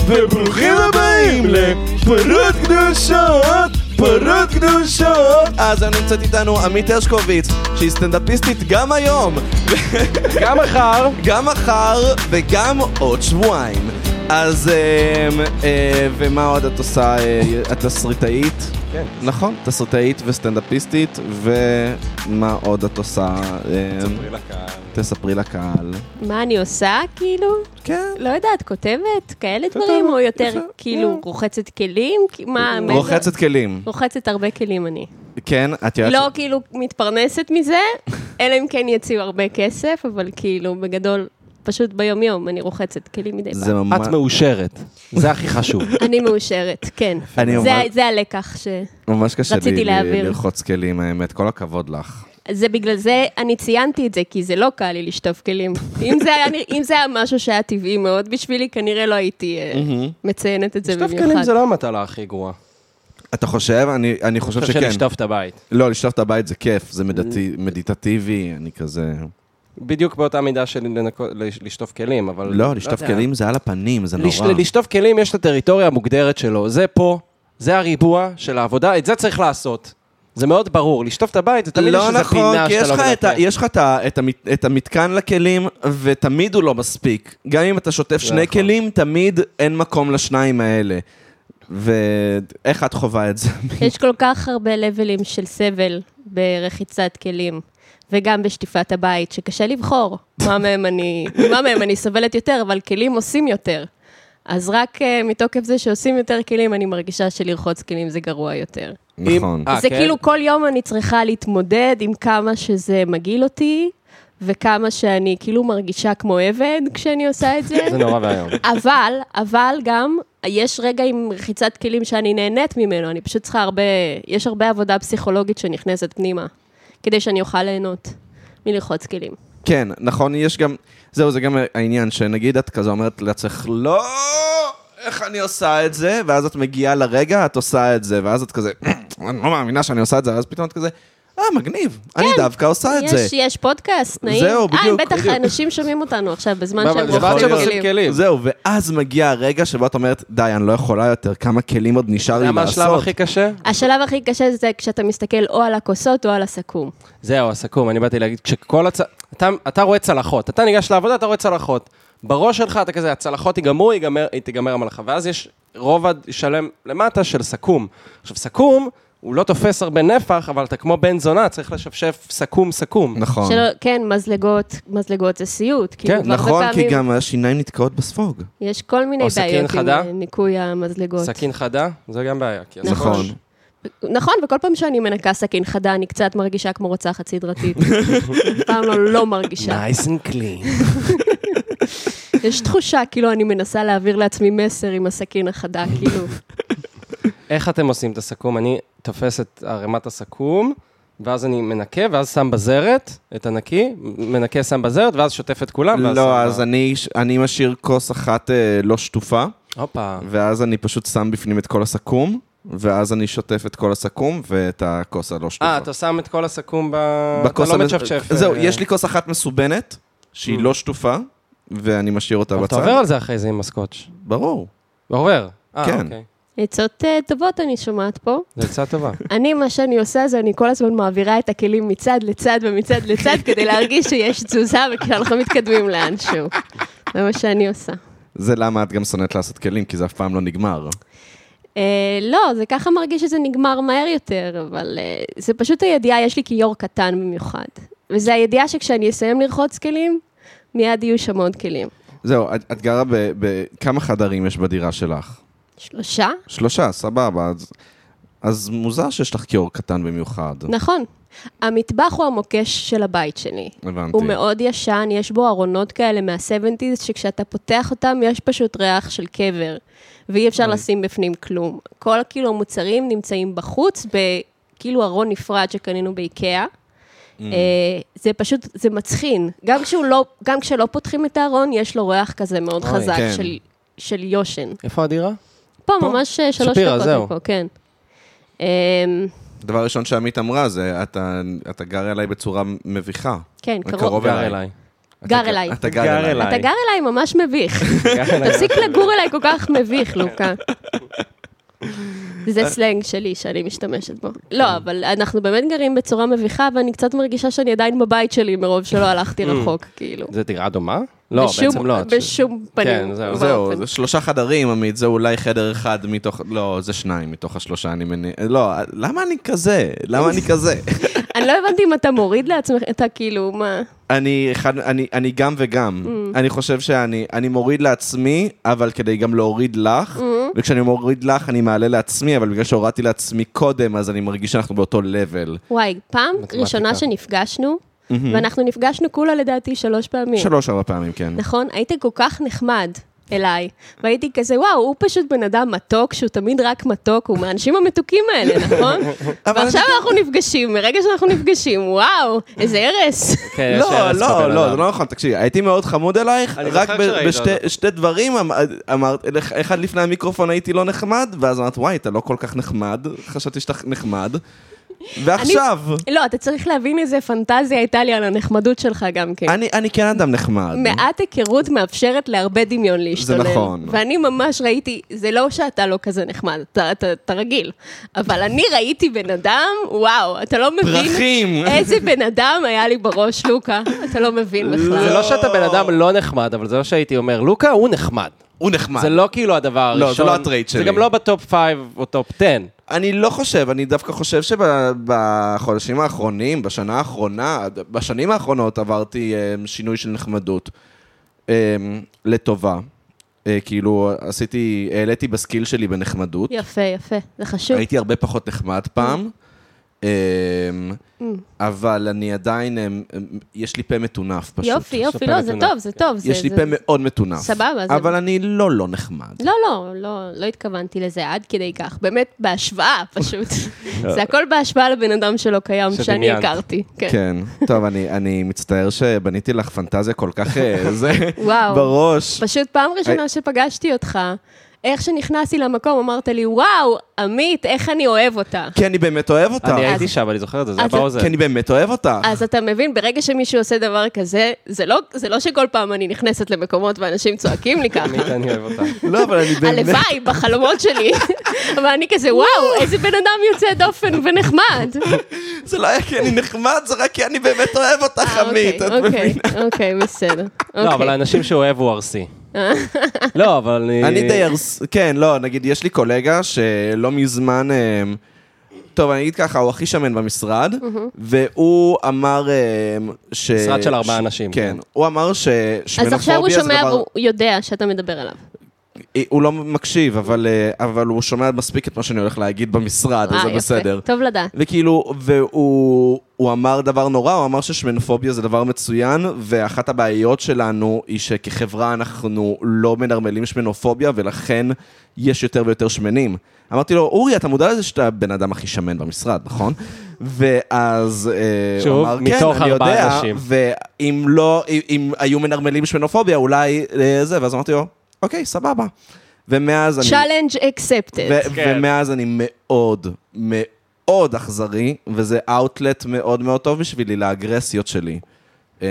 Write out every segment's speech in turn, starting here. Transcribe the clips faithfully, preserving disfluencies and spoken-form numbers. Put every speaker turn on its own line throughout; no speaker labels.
וברוכים הבאים לפרות קדושות, פרות קדושות. אז אני נמצאת איתנו עמית הרשקוביץ, שהיא סטנדאפיסטית גם היום,
גם מחר,
גם מחר וגם עוד שבועיים. אז ומה עוד את עושה? את תסריטאית?
כן.
נכון, תסריטאית וסטנדאפיסטית. ומה עוד את עושה?
תספרי לקהל.
תספרי לקהל.
מה אני עושה, כאילו?
כן.
לא יודעת, כותבת? כאלה דברים? או יותר כאילו רוחצת כלים?
רוחצת כלים.
רוחצת הרבה כלים אני.
כן, את יודעת...
לא כאילו מתפרנסת מזה, אלא אם כן יציעו הרבה כסף, אבל כאילו בגדול... פשוט ביום יום, אני רוחצת כלים מדי פעם.
את מאושרת, זה הכי חשוב.
אני מאושרת, כן. זה הלקח
ממש קשה
לי
לרחוץ כלים, האמת, כל הכבוד לך.
זה בגלל זה, אני ציינתי את זה, כי זה לא קל לי לשטוף כלים. אם זה היה משהו שהיה טבעי מאוד בשבילי, כנראה לא הייתי מציינת את זה במיוחד.
לשטוף כלים זה לא המטלה הכי גרועה.
אתה חושב? אני חושב שכן.
אני חושב לשטוף את הבית.
לא, לשטוף את הבית זה כיף, זה מדיטטיבי, אני כזה...
בדיוק באותה מידה של לשטוף כלים, אבל...
לא, לשטוף כלים זה על הפנים, זה נורא.
לשטוף כלים יש את הטריטוריה המוגדרת שלו, זה פה, זה הריבוע של העבודה, את זה צריך לעשות. זה מאוד ברור, לשטוף את הבית, זה תמיד יש איזה פינה שאתה לא מנקה.
יש לך את המתקן לכלים, ותמיד הוא לא מספיק. גם אם אתה שוטף שני כלים, תמיד אין מקום לשניים האלה. ואיך את חובה את זה?
יש כל כך הרבה לבלים של סבל ברחיצת כלים. וגם בשטיפת הבית, שקשה לבחור מה מהם אני, מה מהם אני סובלת יותר, אבל כלים עושים יותר. אז רק uh, מתוקף זה שעושים יותר כלים, אני מרגישה שלרחוץ כלים זה גרוע יותר.
נכון.
זה כאילו כל יום אני צריכה להתמודד עם כמה שזה מגיל אותי, וכמה שאני כאילו מרגישה כמו עבד כשאני עושה את זה.
זה נורא והיום.
אבל, אבל גם, יש רגע עם רחיצת כלים שאני נהנית ממנו, אני פשוט צריכה הרבה, יש הרבה עבודה פסיכולוגית שנכנסת פנימה. כדי שאני אוכל ליהנות מלרחוץ כלים.
כן, נכון, יש גם, זהו, זה גם העניין, שנגיד את כזה אומרת לעצמך, לא, איך אני עושה את זה, ואז את מגיעה לרגע, את עושה את זה, ואז את כזה, אני לא מאמינה שאני עושה את זה, אז פתאום את כזה, אה, מגניב, אני דווקא עושה את זה.
יש פודקאסט, נעים.
זהו, בדיוק.
אה, בטח, אנשים שומעים אותנו עכשיו, בזמן שהם
רוחצים כלים.
זהו, ואז מגיע הרגע שבו את אומרת, די, אני לא יכולה יותר, כמה כלים עוד נשאר לי לעשות.
למה השלב הכי קשה?
השלב הכי קשה זה כשאתה מסתכל או על הכוסות או על הסכו"ם.
זהו, הסכו"ם, אני באתי להגיד, כשכל הצ... אתה רואה צלחות, אתה ניגש לעבודה, אתה רואה צלחות. בראש שלך אתה כזה, הצלחות ייגמרו, היא תיגמר המלאכה, ואז יש רובד שלם למטה של סכו"ם. עכשיו, סכו"ם הוא לא תופס הרבה נפח, אבל אתה כמו בן זונה, צריך לשפשף סכו"ם סכו"ם.
נכון.
שלא, כן, מזלגות, מזלגות זה סיוט.
כן, נכון, כי גם השיניים נתקעות בספוג.
יש כל מיני בעיות עם ניקוי המזלגות.
סכין חדה, זה גם בעיה.
נכון.
נכון, וכל פעם שאני מנקה סכין חדה, אני קצת מרגישה כמו רוצחת סדרתית. פעם לא, לא מרגישה.
Nice and clean.
יש תחושה, כאילו אני מנסה להעביר לעצמי מסר עם הסכין החדה, כאילו.
איך אתם עושים את הסכו"ם? אני תופס את הרמת הסכו"ם, ואז אני מנקה, ואז שם בזרת את הנקי, מנקה, שם בזרת, ואז שוטף את כולם.
לא, אז אני, אני משאיר כוס אחת אה, לא שטופה,
אופה.
ואז אני פשוט שם בפנים את כל הסכו"ם, ואז אני שוטף את כל הסכו"ם ואת הכוס הלא שטופה.
אה, אתה שם את כל הסכו"ם ב... אתה לא מצ'פצ'ף.
זהו, יש לי כוס אחת מסובנת, שהיא לא שטופה, ואני משאיר אותה בצד.
אתה עובר על זה אחרי זה עם הסקוץ'.
ברור.
עובר?
כן.
עצות טובות אני שומעת פה.
זה עצה טובה.
אני, מה שאני עושה זה, אני כל הזמן מעבירה את הכלים מצד לצד ומצד לצד, כדי להרגיש שיש תזוזה וכשאנחנו מתקדמים לאנשהו. זה מה שאני עושה.
זה למה את גם שונאת לעשות כלים, כי זה אף פעם לא נגמר.
לא, זה ככה מרגיש שזה נגמר מהר יותר, אבל זה פשוט הידיעה, יש לי כיור קטן במיוחד. וזה הידיעה שכשאני אסיים לרחוץ כלים, מיד יהיו שם עוד כלים.
זהו, את גרה בכמה חדרים יש בדירה שלך?
שלושה?
שלושה, סבבה. אז, אז מוזר שיש לך כיור קטן במיוחד.
נכון. המטבח הוא המוקש של הבית שלי.
הבנתי.
הוא מאוד ישן, יש בו ארונות כאלה מה-שבעים, שכשאתה פותח אותם יש פשוט ריח של קבר, ואי אפשר לשים בפנים כלום. כל כאילו המוצרים נמצאים בחוץ, בכאילו ארון נפרד שקנינו באיקאה. זה פשוט, זה מצחין. גם כשהוא לא, גם כשלא פותחים את הארון, יש לו ריח כזה מאוד חזק של, של יושן.
איפה הדירה?
פה, ממש שלוש דקות מפה, כן.
דבר ראשון שעמית אמרה, זה, אתה, אתה גר אליי בצורה מביכה.
כן,
קרוב
אליי.
גר אליי.
אתה גר אליי.
אתה גר אליי ממש מביך. תפסיק לגור אליי כל כך מביך, לוקה. זה סלנג שלי, שאני משתמשת בו. לא, אבל אנחנו באמת גרים בצורה מביכה, ואני קצת מרגישה שאני עדיין בבית שלי, מרוב שלא הלכתי רחוק, כאילו.
זה דירה דומה? לא, בעצם לא.
בשום פנים.
כן, זהו.
זהו, זה שלושה חדרים, עמית, זה אולי חדר אחד מתוך, לא, זה שניים מתוך השלושה, אני מניח, לא, למה אני כזה? למה אני כזה?
אני לא הבנתי אם אתה מוריד לעצמך, אתה כאילו, מה?
אני, אחד, אני, אני גם וגם. Mm. אני חושב שאני אני מוריד לעצמי, אבל כדי גם להוריד לך, mm. וכשאני מוריד לך, אני מעלה לעצמי, אבל בגלל שהורדתי לעצמי קודם, אז אני מרגיש שאנחנו באותו לבל.
וואי, פעם ראשונה שנפגשנו, mm-hmm. ואנחנו נפגשנו כולה לדעתי שלוש פעמים.
שלוש ארבע פעמים, כן.
נכון? היית כל כך נחמד אליי, והייתי כזה, וואו, הוא פשוט בן אדם מתוק, שהוא תמיד רק מתוק, הוא מהאנשים המתוקים האלה, נכון? ועכשיו אנחנו נפגשים, מרגע שאנחנו נפגשים, וואו, איזה הרס.
לא, לא, לא, זה לא נכון, תקשיבי, הייתי מאוד חמוד אלייך, רק בשתי דברים, אמרת, אחד לפני המיקרופון הייתי לא נחמד, ואז אמרת, וואי, אתה לא כל כך נחמד, חשבתי שאתה נחמד. ועכשיו...
לא, אתה צריך להבין איזה פנטזיה הייתה לי על הנחמדות שלך גם כן.
אני, אני כן אדם נחמד.
מעט היכרות מאפשרת להרבה דמיון להשתולל. זה נכון. ואני ממש ראיתי, זה לא שאתה לא כזה נחמד, אתה, אתה, אתה רגיל. אבל אני ראיתי בן אדם, וואו, אתה לא מבין...
פרחים.
איזה בן אדם היה לי בראש, לוקה. אתה לא מבין בכלל.
זה לא שאתה בן אדם לא נחמד, אבל זה לא שהייתי אומר, לוקה הוא נחמד.
הוא נחמד.
זה לא כאילו הדבר הראשון.
לא, זה לא הטרייט שלי.
זה גם לא בטופ חמש או טופ עשר.
אני לא חושב, אני דווקא חושב שבחודשים האחרונים, בשנה האחרונה, בשנים האחרונות עברתי שינוי של נחמדות לטובה. כאילו, עשיתי, העליתי בסקיל שלי בנחמדות.
יפה, יפה, זה חשוב.
הייתי הרבה פחות נחמד פעם. אבל אני עדיין, יש לי פה מטונף פשוט.
יופי, יופי, לא, זה טוב, זה טוב.
יש לי פה מאוד מטונף.
סבבה.
אבל אני לא לא נחמד.
לא, לא, לא התכוונתי לזה עד כדי כך. באמת, בהשוואה פשוט. זה הכל בהשוואה לבן אדם שלא קיים, שאני הכרתי.
כן, טוב, אני מצטער שבניתי לך פנטזיה כל כך זה בראש.
פשוט פעם ראשונה שפגשתי אותך, איך שנכנסתי למקום, אמרת לי, וואו, עמית, איך אני אוהב אותה.
כי אני באמת אוהב אותה.
אני הייתי שם, אני זוכר את זה, זה הבא עוזר.
כי אני באמת אוהב אותה.
אז אתה מבין, ברגע שמישהו עושה דבר כזה, זה לא, זה לא שכל פעם אני נכנסת למקומות ואנשים צועקים לי ככה.
עמית, אני אוהב אותה.
לא, אבל אני באמת...
הלוואי, בחלומות שלי. אבל אני כזה, וואו, איזה בן אדם יוצא דופן ונחמד.
זה לא היה כי אני נחמד, זה רק כי אני באמת אוהב אותך, עמית.
אוקיי, אוקיי, בסדר.
לא, אבל האנשים שאוהב הוא ארסי. לא, אבל אני...
אני די ארס... כן, לא, נגיד, יש לי קולגה שלא מזמן... טוב, אני אגיד ככה, הוא הכי שמן במשרד, והוא אמר ש...
משרד של ארבעה אנשים.
כן, הוא אמר ששמנופוביה זה דבר...
אז עכשיו הוא שומע והוא יודע שאתה מדבר עליו.
הוא לא מקשיב, אבל, אבל הוא שומע מספיק את מה שאני הולך להגיד במשרד, אז זה בסדר.
טוב לדעת.
וכאילו, והוא הוא אמר דבר נורא, הוא אמר ששמנופוביה זה דבר מצוין, ואחת הבעיות שלנו היא שכחברה אנחנו לא מנרמלים שמנופוביה, ולכן יש יותר ויותר שמנים. אמרתי לו, אורי, אתה מודע לזה שאתה בן אדם הכי שמן במשרד, נכון? ואז הוא אמר, כן, אני יודע, ואם לא, אם היו מנרמלים שמנופוביה, אולי זה, ואז אמרתי לו, אוקיי, סבבה. ומאז אני...
challenge accepted.
ומאז אני מאוד, מאוד אכזרי, וזה אאוטלט מאוד מאוד טוב בשבילי, לאגרסיות שלי. כן.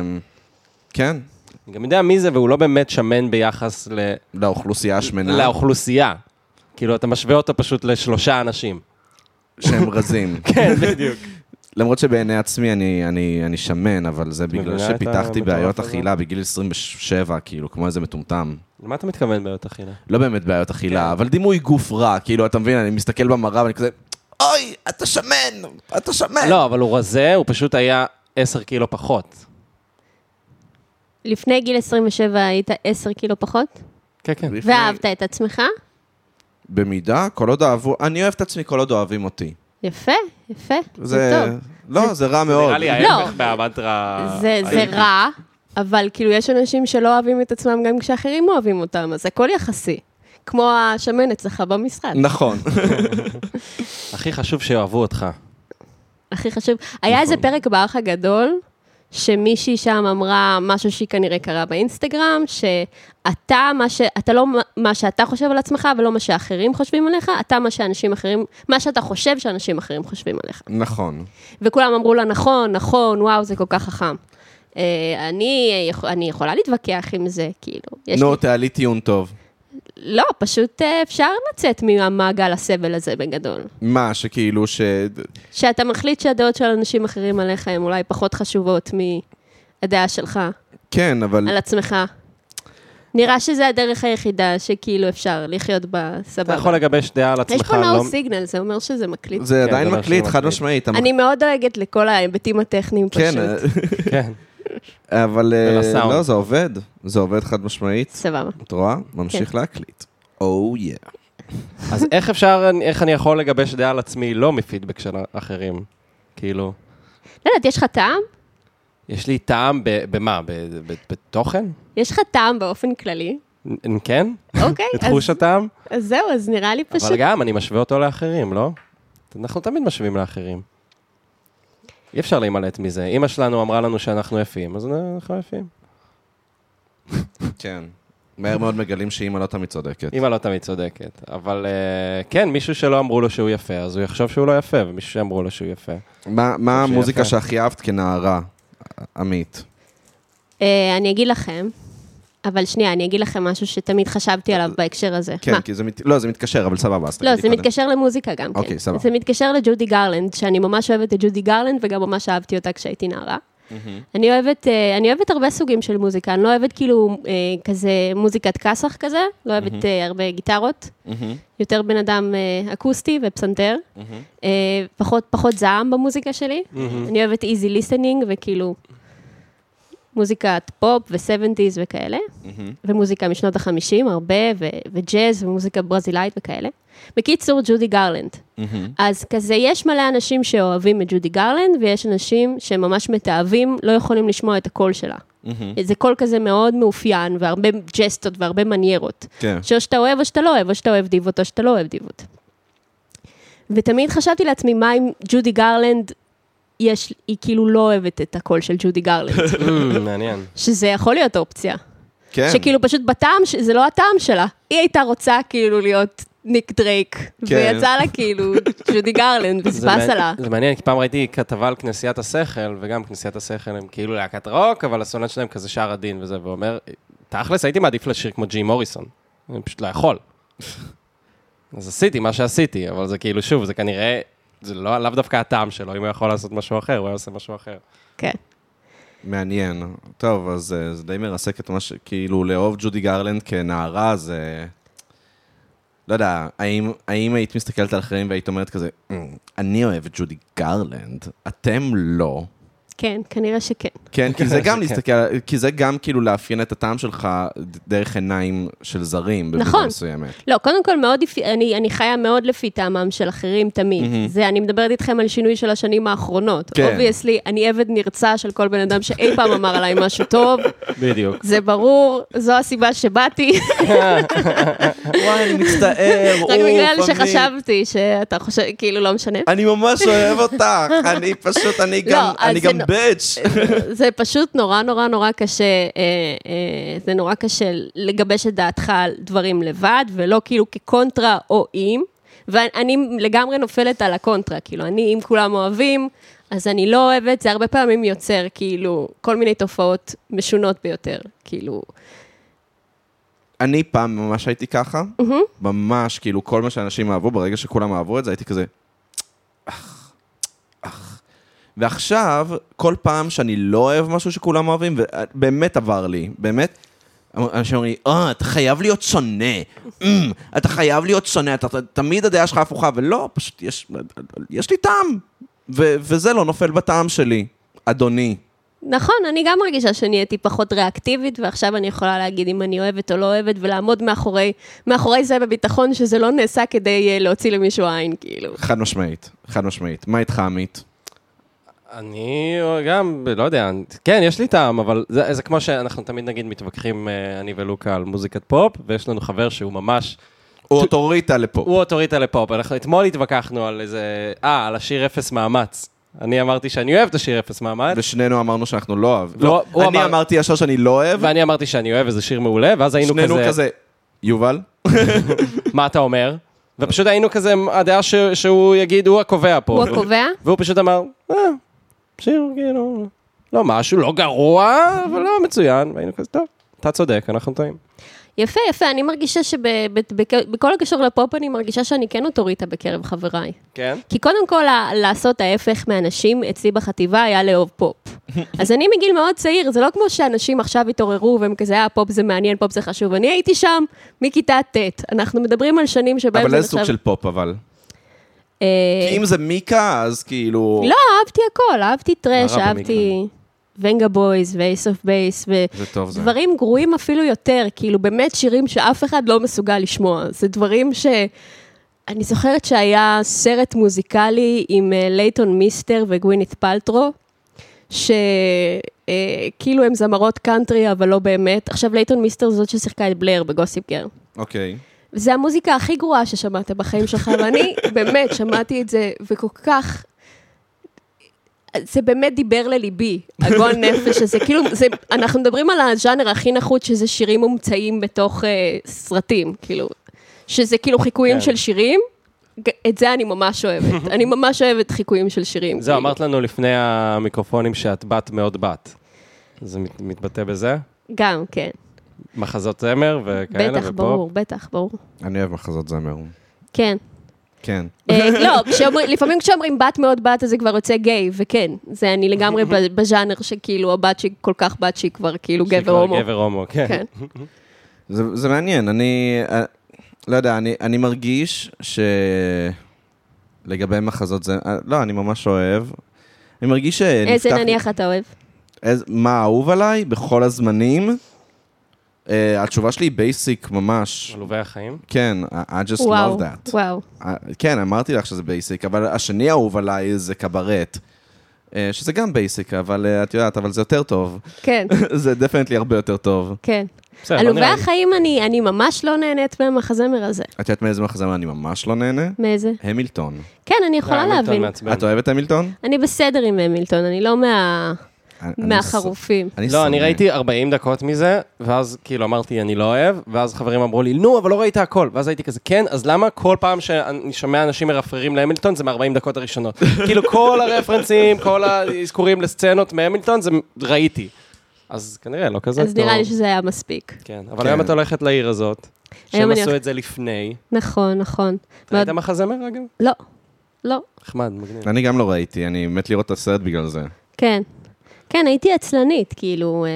אני גם יודע מי זה, והוא לא באמת שמן ביחס ל...
לאוכלוסייה השמנה.
לאוכלוסייה. כאילו, אתה משווה אותו פשוט לשלושה אנשים.
שהם רזים.
כן, בדיוק.
למרות שבעיני עצמי אני, אני, אני שמן, אבל זה בגלל שפיתחתי בעיות אכילה בגיל עשרים ושבע, כאילו, כמו איזה מטומטם.
למה אתה מתכוון בעיות אכילה?
לא באמת בעיות אכילה, אבל דימוי גוף רע, כאילו, אתה מבין, אני מסתכל במראה ואני כזה, אוי, אתה שמן, אתה שמן.
לא, אבל הוא רזה, הוא פשוט היה עשר קילו פחות.
לפני גיל עשרים ושבע היית עשר קילו פחות?
כן, כן.
ואהבת את עצמך?
במידה, כל עוד אהבו, אני אוהב את עצמי כל עוד אוהבים אותי.
יפה, יפה, זה טוב.
לא, זה רע מאוד.
נראה לי ההפך מהמנטרה...
זה רע, אבל כאילו יש אנשים שלא אוהבים את עצמם גם כשאחרים אוהבים אותם, אז הכל יחסי. כמו השמן אצלך במשרד.
נכון.
הכי חשוב שאוהבו אותך.
הכי חשוב. היה איזה פרק באח הגדול, שמישהי שם אמרה משהו שהיא כנראה קרה באינסטגרם, שאתה, מה ש... אתה לא מה שאתה חושב על עצמך, ולא מה שאחרים חושבים עליך, אתה מה שאנשים אחרים, מה שאתה חושב שאנשים אחרים חושבים עליך.
נכון.
וכולם אמרו לה, נכון, נכון, וואו, זה כל כך חכם. אני אני יכולה להתווכח עם זה, כאילו.
נו, תעלי טיעון טוב.
לא, פשוט אפשר לצאת מהמעגל הסבל הזה בגדול.
מה, שכאילו ש...
שאתה מחליט שהדעות של אנשים אחרים עליך הן אולי פחות חשובות מהדעה שלך.
כן, אבל...
על עצמך. נראה שזה הדרך היחידה שכאילו אפשר לחיות בה סבבה.
אתה יכול לגבש דעה על עצמך.
יש פה נאו סיגנל, זה אומר שזה מקליט.
זה עדיין מקליט, חד משמעית.
אני מאוד דואגת לכל ההיבטים הטכניים פשוט.
כן.
אבל לא, זה עובד. זה עובד חד משמעית.
סבבה.
את רואה? ממשיך להקליט. או יא.
אז איך אפשר, איך אני יכול לגבש דעה על עצמי לא מפידבק של אחרים? כאילו...
לא יודעת, יש לך טעם?
יש לי טעם במה? בתוכן?
יש לך טעם באופן כללי?
כן?
אוקיי.
תחוש הטעם?
אז זהו, אז נראה לי פשוט...
אבל גם, אני משווה אותו לאחרים, לא? אנחנו תמיד משווים לאחרים. אי אפשר להימלט מזה. אמא שלנו אמרה לנו שאנחנו יפים, אז אנחנו יפים.
כן. מהר מאוד מגלים שאמא לא תמיד צודקת.
אמא לא תמיד צודקת. אבל כן, מישהו שלא אמרו לו שהוא יפה, אז הוא יחשוב שהוא לא יפה, ומישהו שאמרו לו שהוא יפה.
מה המוזיקה שהכי אהבת כנערה, עמית?
אני אגיד לכם, אבל שנייה, אני אגיד לכם משהו שתמיד חשבתי עליו בהקשר הזה.
כן, כי זה, לא, זה מתקשר, אבל סבבה.
לא, זה מתקשר למוזיקה גם, כן.
אוקיי, סבבה.
זה מתקשר לג'ודי גרלנד, שאני ממש אוהבת את ג'ודי גרלנד, וגם ממש אהבתי אותה כשהייתי נערה. אני אוהבת, אני אוהבת הרבה סוגים של מוזיקה, אני לא אוהבת כאילו כזה מוזיקת קסח כזה, לא אוהבת הרבה גיטרות, יותר בן אדם אקוסטי ופסנתר, פחות, פחות זעם במוזיקה שלי, אני אוהבת איזי ליסטנינג וכאילו מוזיקת פופ ו-שבעים וכאלה, ומוזיקה משנות ה-חמישים הרבה, וג'אז ומוזיקה ברזילאית וכאלה. בקיצור, ג'ודי גרלנד. אז כזה, יש מלא אנשים שאוהבים את ג'ודי גרלנד, ויש אנשים שממש מתאהבים, לא יכולים לשמוע את הקול שלה. זה קול כזה מאוד מאופיין, והרבה ג'סטות והרבה מניירות. שאו שאתה אוהב או שאתה לא אוהב, או שאתה אוהב דיבות או שאתה לא אוהב דיבות. ותמיד חשבתי לעצמי, מה אם ג'ודי גרלנד, יש, היא כאילו לא אוהבת את הקול של ג'ודי גרלנד.
מעניין.
שזה יכול להיות אופציה.
כן.
שכאילו פשוט בטעם, זה לא הטעם שלה. היא הייתה רוצה כאילו להיות ניק דרייק, ויצא לה כאילו ג'ודי גרלנד, וספס עלה.
זה מעניין, כי פעם ראיתי כתבה על כנסיית השכל, וגם כנסיית השכל הם כאילו להקת רוק, אבל הסולן שלהם כזה שר הדין וזה, ואומר, תכלס, הייתי מעדיף לשיר כמו ג'י מוריסון. אני פשוט לא יכול. אז עשיתי מה שעשיתי, אבל זה כאילו, שוב, זה כנראה, זה לא, לאו דווקא הטעם שלו, אם הוא יכול לעשות משהו אחר, הוא היה עושה משהו אחר.
כן.
מעניין. טוב, אז זה די מרסק את מה ש... כאילו, לאהוב ג'ודי גרלנד כנערה, זה... לא יודע, האם, האם היית מסתכלת על אחרים והיית אומרת כזה, אני אוהב את ג'ודי גרלנד, אתם לא.
כן, כנראה שכן.
כן, כי זה גם להסתכל, כי זה גם כאילו לאפיין את הטעם שלך דרך עיניים של זרים, במידה מסוימת.
לא, קודם כל מאוד, אני, אני חיה מאוד לפי טעמם של אחרים תמיד. זה, אני מדברת איתכם על שינוי של השנים האחרונות. Obviously, אני עבד נרצע של כל בן אדם שאי פעם אמר עליי משהו טוב.
בדיוק.
זה ברור, זו הסיבה שבאתי.
וואי, אני מצטער.
רק בגלל שחשבתי שאתה חושב, כאילו לא משנה.
אני ממש אוהב אותך, אני פשוט, אני גם, אני גם ביץ'.
זה פשוט נורא נורא נורא קשה, זה נורא קשה לגבש את דעתך על דברים לבד, ולא כאילו כקונטרה או אם, ואני לגמרי נופלת על הקונטרה, כאילו אני, אם כולם אוהבים, אז אני לא אוהבת, זה הרבה פעמים יוצר, כאילו, כל מיני תופעות משונות ביותר, כאילו.
אני פעם ממש הייתי ככה, ממש, כאילו, כל מה שאנשים אהבו, ברגע שכולם אהבו את זה, הייתי כזה, אך, אך. ועכשיו, כל פעם שאני לא אוהב משהו שכולם אוהבים, ובאמת עבר לי, באמת, אנשים אומרים, אה, אתה חייב להיות שונה, אתה חייב להיות שונה, אתה תמיד הדעה שלך הפוכה, ולא, פשוט יש, יש לי טעם, וזה לא נופל בטעם שלי, אדוני.
נכון, אני גם מרגישה שאני הייתי פחות ריאקטיבית, ועכשיו אני יכולה להגיד אם אני אוהבת או לא אוהבת, ולעמוד מאחורי, מאחורי זה בביטחון, שזה לא נעשה כדי להוציא למישהו עין, כאילו.
חד משמעית, חד משמעית. מה איתך, עמית?
אני גם, לא יודע, כן, יש לי טעם, אבל זה, זה כמו שאנחנו תמיד נגיד מתווכחים, אני ולוקה, על מוזיקת פופ, ויש לנו חבר שהוא ממש...
הוא אוטוריטה לפופ.
הוא אוטוריטה לפופ. אנחנו אתמול התווכחנו על איזה... אה, על השיר אפס מאמץ. אני אמרתי שאני אוהב את השיר אפס מאמץ.
ושנינו אמרנו שאנחנו לא אוהב.
לא,
אני
אמר...
אמרתי ישר שאני לא אוהב.
ואני אמרתי שאני אוהב איזה שיר מעולה, ואז היינו כזה...
שנינו כזה, יובל?
מה אתה אומר? ופשוט היינו כזה, הדעה ש... שהוא יגיד, הוא הקובע פה.
הוא הקובע?
והוא פשוט אמר, אה, שיר, כאילו... לא משהו, לא גרוע, אבל לא מצוין, והיינו כזה, טוב, אתה צודק, אנחנו טועים.
יפה, יפה, אני מרגישה שבכל הקשור לפופ אני מרגישה שאני כן אוטוריטה בקרב חבריי.
כן?
כי קודם כל לעשות ההפך מאנשים אצלי בחטיבה היה לאהוב פופ. אז אני מגיל מאוד צעיר, זה לא כמו שאנשים עכשיו התעוררו והם כזה, אה, פופ זה מעניין, פופ זה חשוב. אני הייתי שם מכיתה ט'. אנחנו מדברים על שנים שבהם זה
אבל איזה סוג של פופ, אבל? כי אם זה מיקה, אז כאילו...
לא, אהבתי הכל, אהבתי טרש, אהבתי ונגה בויז ואייס אוף בייס, ודברים גרועים אפילו יותר, כאילו באמת שירים שאף אחד לא מסוגל לשמוע. זה דברים ש... אני זוכרת שהיה סרט מוזיקלי עם לייטון מיסטר וגווינית פלטרו, שכאילו הם זמרות קאנטרי, אבל לא באמת. עכשיו לייטון מיסטר זאת ששיחקה את בלר בגוסיפ גרל.
אוקיי.
וזה המוזיקה הכי גרועה ששמעת בחיים שלך, ואני באמת שמעתי את זה, וכל כך... זה באמת דיבר לליבי, הגול נפש הזה. כאילו, זה, אנחנו מדברים על הז'אנר הכי נחות, שזה שירים מומצאים בתוך uh, סרטים, כאילו, שזה כאילו חיקויים של שירים, את זה אני ממש אוהבת. אני ממש אוהבת חיקויים של שירים.
זהו, אמרת לנו לפני המיקרופונים שאת בת מאוד בת. זה מת, מתבטא בזה?
גם, כן.
מחזות זמר וכאלה
בטח,
ופופ?
ברור, בטח, ברור.
אני אוהב מחזות זמר.
כן.
כן.
לא, לפעמים כשאומרים בת מאוד בת, אז זה כבר יוצא גיי, וכן, זה אני לגמרי בז'אנר שכאילו הבת שהיא כל כך בת שהיא כבר כאילו גבר הומו.
שהיא כבר גבר הומו, כן.
זה מעניין, אני, לא יודע, אני מרגיש שלגבי מחזות זמר, לא, אני ממש אוהב. אני מרגיש שנפתח...
איזה נניח אתה אוהב?
מה אהוב עליי בכל הזמנים? Uh, התשובה שלי היא בייסיק ממש.
עלובי החיים?
כן, I just
וואו,
love that.
וואו.
Uh, כן, אמרתי לך שזה בייסיק, אבל השני האהוב עליי זה קברט. Uh, שזה גם בייסיק, אבל uh, את יודעת, אבל זה יותר טוב.
כן.
זה דפנטלי הרבה יותר טוב.
כן. עלובי החיים אני, אני ממש לא נהנית מהמחזמר הזה.
את יודעת מאיזה מחזמר אני ממש לא נהנה?
מאיזה?
המילטון.
כן, אני יכולה להבין.
את אוהבת המילטון?
אני בסדר עם המילטון, אני לא מה... מהחרופים.
לא, אני ראיתי ארבעים דקות מזה, ואז כאילו אמרתי, אני לא אוהב, ואז חברים אמרו לי, נו, אבל לא ראית הכל. ואז הייתי כזה, כן, אז למה כל פעם שאני שומע אנשים מרפררים להמילטון, זה מ-ארבעים דקות הראשונות. כאילו כל הרפרנסים, כל האזכורים לסצנות מהמילטון, זה ראיתי. אז כנראה, לא כזה טוב.
אז נראה לי שזה היה מספיק.
כן, אבל היום את הולכת לעיר הזאת, שהם עשו את זה לפני.
נכון, נכון.
ראית מחזמר, אגב?
לא, לא.
נחמד, מגניב.
אני גם לא ראיתי, אני מת לראות את הסרט בגלל זה.
כן. כן, הייתי עצלנית, כאילו,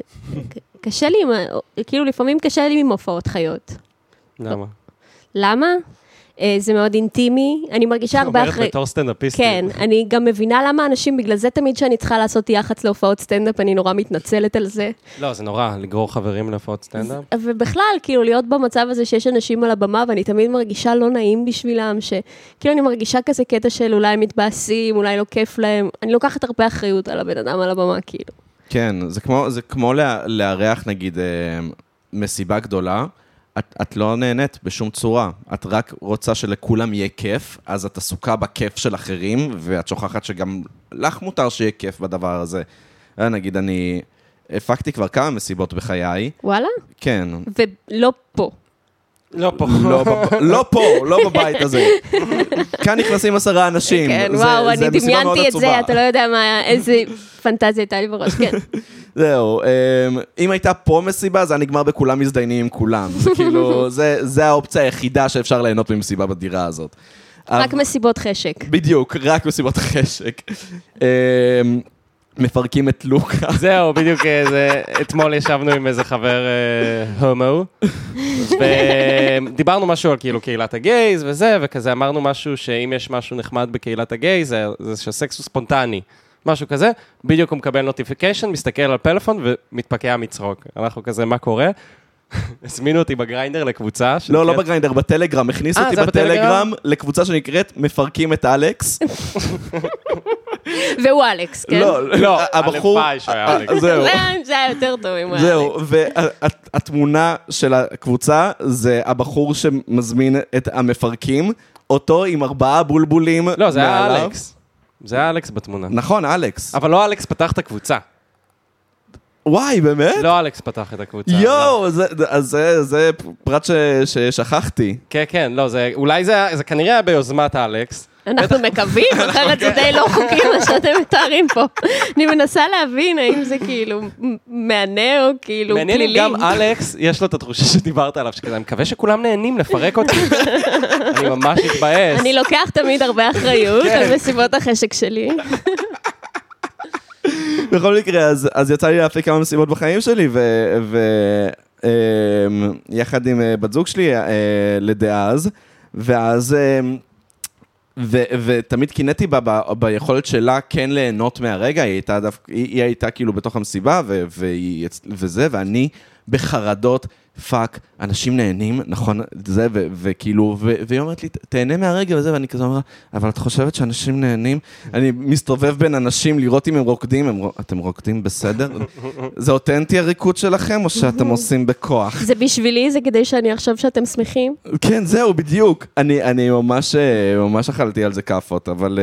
קשה לי, כאילו לפעמים קשה לי עם הופעות חיות.
למה?
למה? זה מאוד אינטימי, אני מרגישה הרבה אחרי...
אומרת בתור סטנדאפיסטית.
כן, אני גם מבינה למה אנשים, בגלל זה תמיד שאני צריכה לעשות יח"צ להופעות סטנדאפ, אני נורא מתנצלת על זה.
לא, זה נורא, לגרור חברים להופעות סטנדאפ.
ובכלל, כאילו, להיות במצב הזה שיש אנשים על הבמה, ואני תמיד מרגישה לא נעים בשבילם, שכאילו אני מרגישה כזה קטע של אולי מתבאסים, אולי לא כיף להם, אני לוקחת הרבה אחריות על הבן אדם על הבמה, כאילו.
כן, זה כמו, זה כמו לארח, נגיד, מסיבה גדולה, את, את לא נהנית בשום צורה, את רק רוצה שלכולם יהיה כיף, אז את עסוקה בכיף של אחרים, ואת שוכחת שגם לך מותר שיהיה כיף בדבר הזה. נגיד, אני הפקתי כבר כמה מסיבות בחיי.
וואלה?
כן.
ולא פה.
לא פה.
לא, לא פה, לא בבית הזה. כאן נכנסים עשרה אנשים.
כן, וואו, אני דמיינתי את זה, אתה לא יודע איזה פנטזיה הייתה לי בראש, כן.
זהו, אם הייתה פה מסיבה, זה נגמר בכולם מזדיינים עם כולם. זה כאילו, זה האופציה היחידה שאפשר ליהנות ממסיבה בדירה הזאת.
רק מסיבות חשק.
בדיוק, רק מסיבות חשק. מפרקים את לוקה.
זהו, בדיוק, אתמול ישבנו עם איזה חבר הומו, ודיברנו משהו על כאילו קהילת הגייז וזה, וכזה אמרנו משהו שאם יש משהו נחמד בקהילת הגייז, זה שהסקס הוא ספונטני. משהו כזה, בדיוק הוא מקבל נוטיפיקיישן, מסתכל על פלאפון ומתפקע מצחוק. אנחנו כזה, מה קורה? הזמינו אותי בגריינדר לקבוצה.
לא, לא בגריינדר, בטלגרם. הכניסו אותי בטלגרם לקבוצה שנקראת מפרקים את אלכס.
והוא אלכס, כן?
לא, לא, הבחור...
זהו. זה היה יותר טוב אם הוא אלכס.
זהו, והתמונה של הקבוצה זה הבחור שמזמין את המפרקים, אותו עם ארבעה בולבולים.
לא, זה היה אלכס. זה היה אלכס בתמונה.
נכון, אלכס.
אבל לא אלכס פתח את הקבוצה.
וואי, באמת?
לא אלכס פתח את הקבוצה.
יואו, אז זה פרט ששכחתי.
כן, כן, לא, אולי זה כנראה היה ביוזמת אלכס.
אנחנו מקווים, אחרת זה די לא חוקי מה שאתם מתארים פה. אני מנסה להבין האם זה כאילו מענה או כאילו פלילי.
מעניין גם אלכס, יש לו את התחושה שדיברת עליו, שכזה, אני מקווה שכולם נהנים לפרק אותי. אני ממש מתבאס.
אני לוקח תמיד הרבה אחריות על מסיבות החשק שלי.
בכל מקרה, אז, אז יצא לי להפיק כמה מסיבות בחיים שלי, ויחד עם בת זוג שלי לדאז, ואז, ו, ותמיד קינאתי בה ב, ביכולת שלה כן ליהנות מהרגע, היא הייתה, היא, היא הייתה כאילו בתוך המסיבה, ו, והיא, וזה, ואני בחרדות, פאק, אנשים נהנים, נכון, זה, ו, וכאילו, ו, והיא אומרת לי, תהנה מהרגע וזה, ואני כזה אומר, אבל את חושבת שאנשים נהנים? אני מסתובב בין אנשים לראות אם הם רוקדים, הם, אתם רוקדים בסדר? זה אותנטי הריקוד שלכם, או שאתם עושים בכוח?
זה בשבילי, זה כדי שאני אחשוב שאתם שמחים?
כן, זהו, בדיוק. אני, אני ממש, ממש אכלתי על זה כאפות, אבל...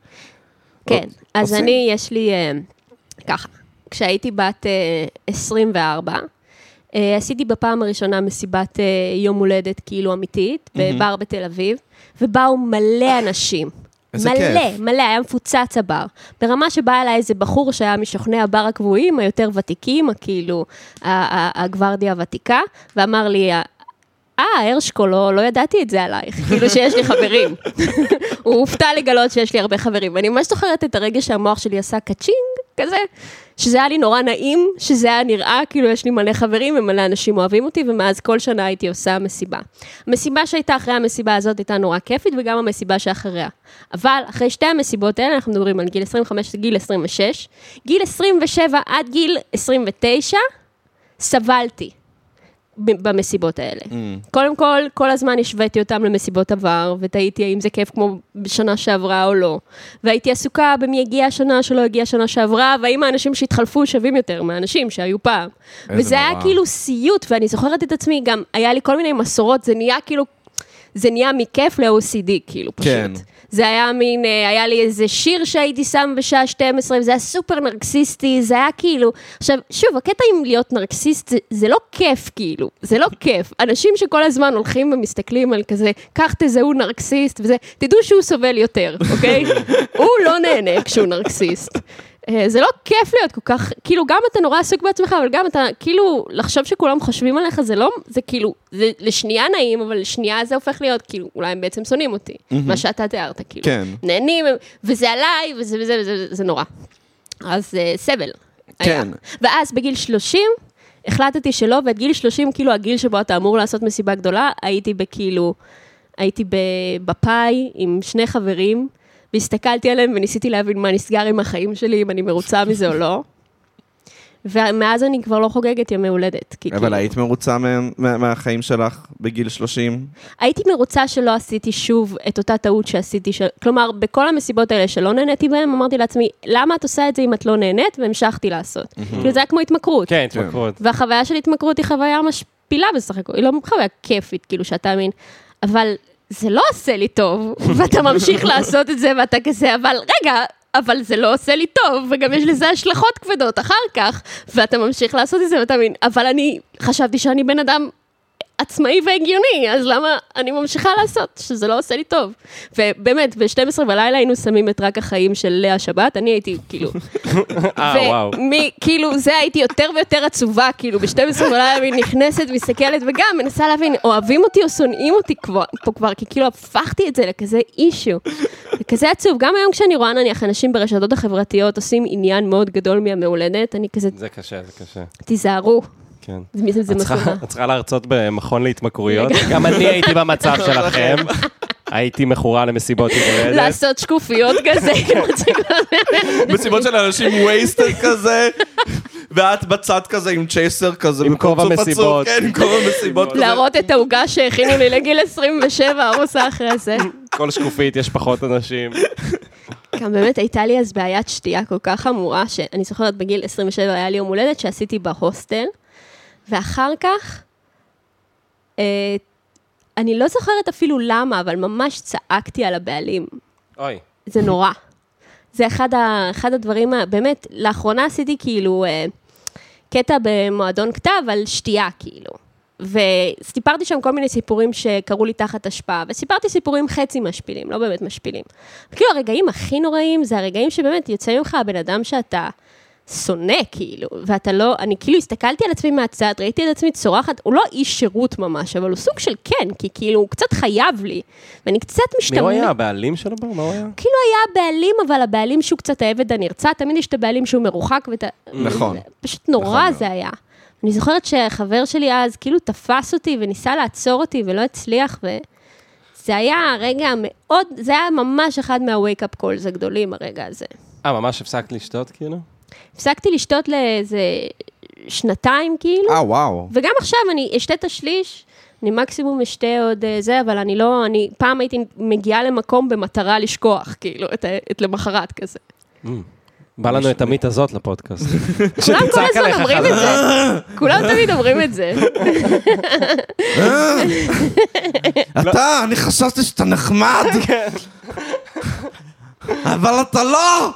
כן, אז אני, יש לי, ככה, כשהייתי בת עשרים וארבע, Uh, עשיתי בפעם הראשונה מסיבת uh, יום הולדת כאילו אמיתית, mm-hmm. בבר בתל אביב, ובאו מלא אנשים.
איזה
מלא,
כיף.
מלא, היה מפוצץ הבר. ברמה שבא אליי איזה בחור שהיה משוכני הבר הקבועים, היותר ותיקים, כאילו הגוורדיה הוותיקה, ואמר לי, אה, הרשקו, לא, לא ידעתי את זה עלייך, כאילו שיש לי חברים. הוא הופתע לגלות שיש לי הרבה חברים, ואני ממש זוכרת את הרגע שהמוח שלי עשה קצ'ינג, כזה, שזה היה לי נורא נעים, שזה היה נראה, כאילו יש לי מלא חברים ומלא אנשים אוהבים אותי, ומאז כל שנה הייתי עושה מסיבה. המסיבה שהייתה אחרי המסיבה הזאת הייתה נורא כיפית, וגם המסיבה שאחריה. אבל אחרי שתי המסיבות האלה, אנחנו מדברים על גיל עשרים וחמש גיל עשרים ושש, גיל עשרים ושבע עד גיל עשרים ותשע, סבלתי במסיבות האלה. Mm. קודם כל, כל הזמן השוויתי אותם למסיבות עבר, ותהיתי האם זה כיף כמו בשנה שעברה או לא. והייתי עסוקה במי הגיעה השנה שלא הגיעה השנה שעברה, והאם האנשים שהתחלפו שווים יותר מהאנשים שהיו פעם. וזה היה כאילו סיוט, ואני זוכרת את עצמי, גם היה לי כל מיני מסורות, זה נהיה כאילו, זה נהיה מכיף ל-או סי די, כאילו פשוט. כן. זה היה מין, היה לי איזה שיר שהייתי שם בשעה שתים עשרה, וזה היה סופר נרקסיסטי, זה היה כאילו, עכשיו, שוב, הקטע עם להיות נרקסיסט, זה, זה לא כיף, כאילו, זה לא כיף. אנשים שכל הזמן הולכים ומסתכלים על כזה, קח תזהו נרקסיסט, וזה, תדעו שהוא סובל יותר, אוקיי? הוא לא נהנה כשהוא נרקסיסט. זה לא כיף להיות כל כך, כאילו גם אתה נורא עסוק בעצמך, אבל גם אתה כאילו לחשוב שכולם חושבים עליך, זה לא, זה כאילו, זה לשנייה נעים, אבל לשנייה זה הופך להיות, כאילו, אולי הם בעצם שונאים אותי, מה שאתה תיארת, כאילו, נהנים, וזה עליי, וזה וזה וזה, זה נורא. אז סבל.
כן.
ואז בגיל שלושים, החלטתי שלא, ואת גיל שלושים, כאילו הגיל שבו אתה אמור לעשות מסיבה גדולה, הייתי בכאילו, הייתי בפאי עם שני חברים, והסתכלתי עליהם וניסיתי להבין מה נסגר עם החיים שלי, אם אני מרוצה מזה או לא. ומאז אני כבר לא חוגגת ימי הולדת.
אבל היית מרוצה מהחיים שלך בגיל שלושים?
הייתי מרוצה שלא עשיתי שוב את אותה טעות שעשיתי. כלומר, בכל המסיבות האלה שלא נהניתי בהם, אמרתי לעצמי, למה את עושה את זה אם את לא נהנית? והמשכתי לעשות. כאילו זה היה כמו התמכרות.
כן, התמכרות.
והחוויה של התמכרות היא חוויה משפילה בסך הכל. היא לא חוויה כיפית, כאילו שאתה מבין. אבל זה לא עושה לי טוב, ואתה ממשיך לעשות את זה, ואתה כזה, אבל רגע, אבל זה לא עושה לי טוב, וגם יש לזה השלכות כבדות אחר כך, ואתה ממשיך לעשות את זה, ואתה מבין, אבל אני חשבתי שאני בן אדם עצמאי והגיוני, אז למה אני ממשיכה לעשות, שזה לא עושה לי טוב. ובאמת, ב-שתים עשרה בלילה היינו שמים את רק החיים של לאה שבת, אני הייתי כאילו...
אה, וואו.
וכאילו, זה הייתי יותר ויותר עצובה, כאילו, ב-שתים עשרה בלילה אני נכנסת, מסתכלת, וגם מנסה להבין, אוהבים אותי או שונאים אותי פה כבר, כי כאילו הפכתי את זה לכזה אישו. זה כזה עצוב. גם היום כשאני רואה נניח אנשים ברשתות החברתיות עושים עניין מאוד גדול מהמעולדת, אני כזה...
זה קשה, זה קשה.
תיזהרו.
כן.
זה מסודר.
את צריכה להרצות במכון להתמכרויות. גם אני הייתי במצב שלכם. הייתי מכורה למסיבות הולדת.
לעשות שקופיות כזה.
מסיבות של אנשים וייסטר כזה, ואת בצד כזה עם צ'ייסר כזה.
עם כובע מסיבות.
כן, עם כובע מסיבות כזה.
להראות את העוגה שהכינו לי לגיל עשרים ושבע, הרוסה אחרי זה.
כל שקופית, יש פחות אנשים.
גם באמת הייתה לי אז בעיית שתייה כל כך חמורה, שאני זוכרת בגיל עשרים ושבע היה לי יום הולדת שעשיתי בהוסטל, ואחר כך, אה, אני לא זוכרת אפילו למה, אבל ממש צעקתי על הבעלים.
אוי.
זה נורא. זה אחד, ה, אחד הדברים, באמת, לאחרונה עשיתי כאילו, אה, קטע במועדון כתב על שתייה, כאילו. וסיפרתי שם כל מיני סיפורים שקראו לי תחת השפעה, וסיפרתי סיפורים חצי משפילים, לא באמת משפילים. כאילו הרגעים הכי נוראים, זה הרגעים שבאמת יוצא ממך הבן אדם שאתה שונא, כאילו, ואתה לא, אני כאילו הסתכלתי על עצמי מהצד, ראיתי את עצמי צורחת, הוא לא איש שירות ממש, אבל הוא סוג של כן, כי כאילו הוא קצת חייב לי, ואני קצת משתמש...
מי הוא היה? הבעלים שלו בר? מה הוא היה?
כאילו היה הבעלים, אבל הבעלים שהוא קצת העבד הנרצע, תמיד יש את הבעלים שהוא מרוחק, ואתה...
נכון.
פשוט נורא זה היה. אני זוכרת שהחבר שלי אז כאילו תפס אותי וניסה לעצור אותי ולא הצליח, וזה היה הרגע מאוד, זה היה ממש אחד מה-wake-up calls הגדולים, הרגע הזה.
אה, ממש הפסקת לשתות כאילו?
הפסקתי לשתות לאיזה שנתיים כאילו.
אה, וואו.
וגם עכשיו אני אשתה את השליש, אני מקסימום אשתה עוד זה, אבל אני לא, אני פעם הייתי מגיעה למקום במטרה לשכוח, כאילו, את, את למחרת כזה.
בא לנו את עמית הזאת לפודקאסט.
כולם כל הזמן אומרים את זה. כולם תמיד אומרים את זה.
אתה, אני חשבתי שאתה נחמד. אבל אתה לא.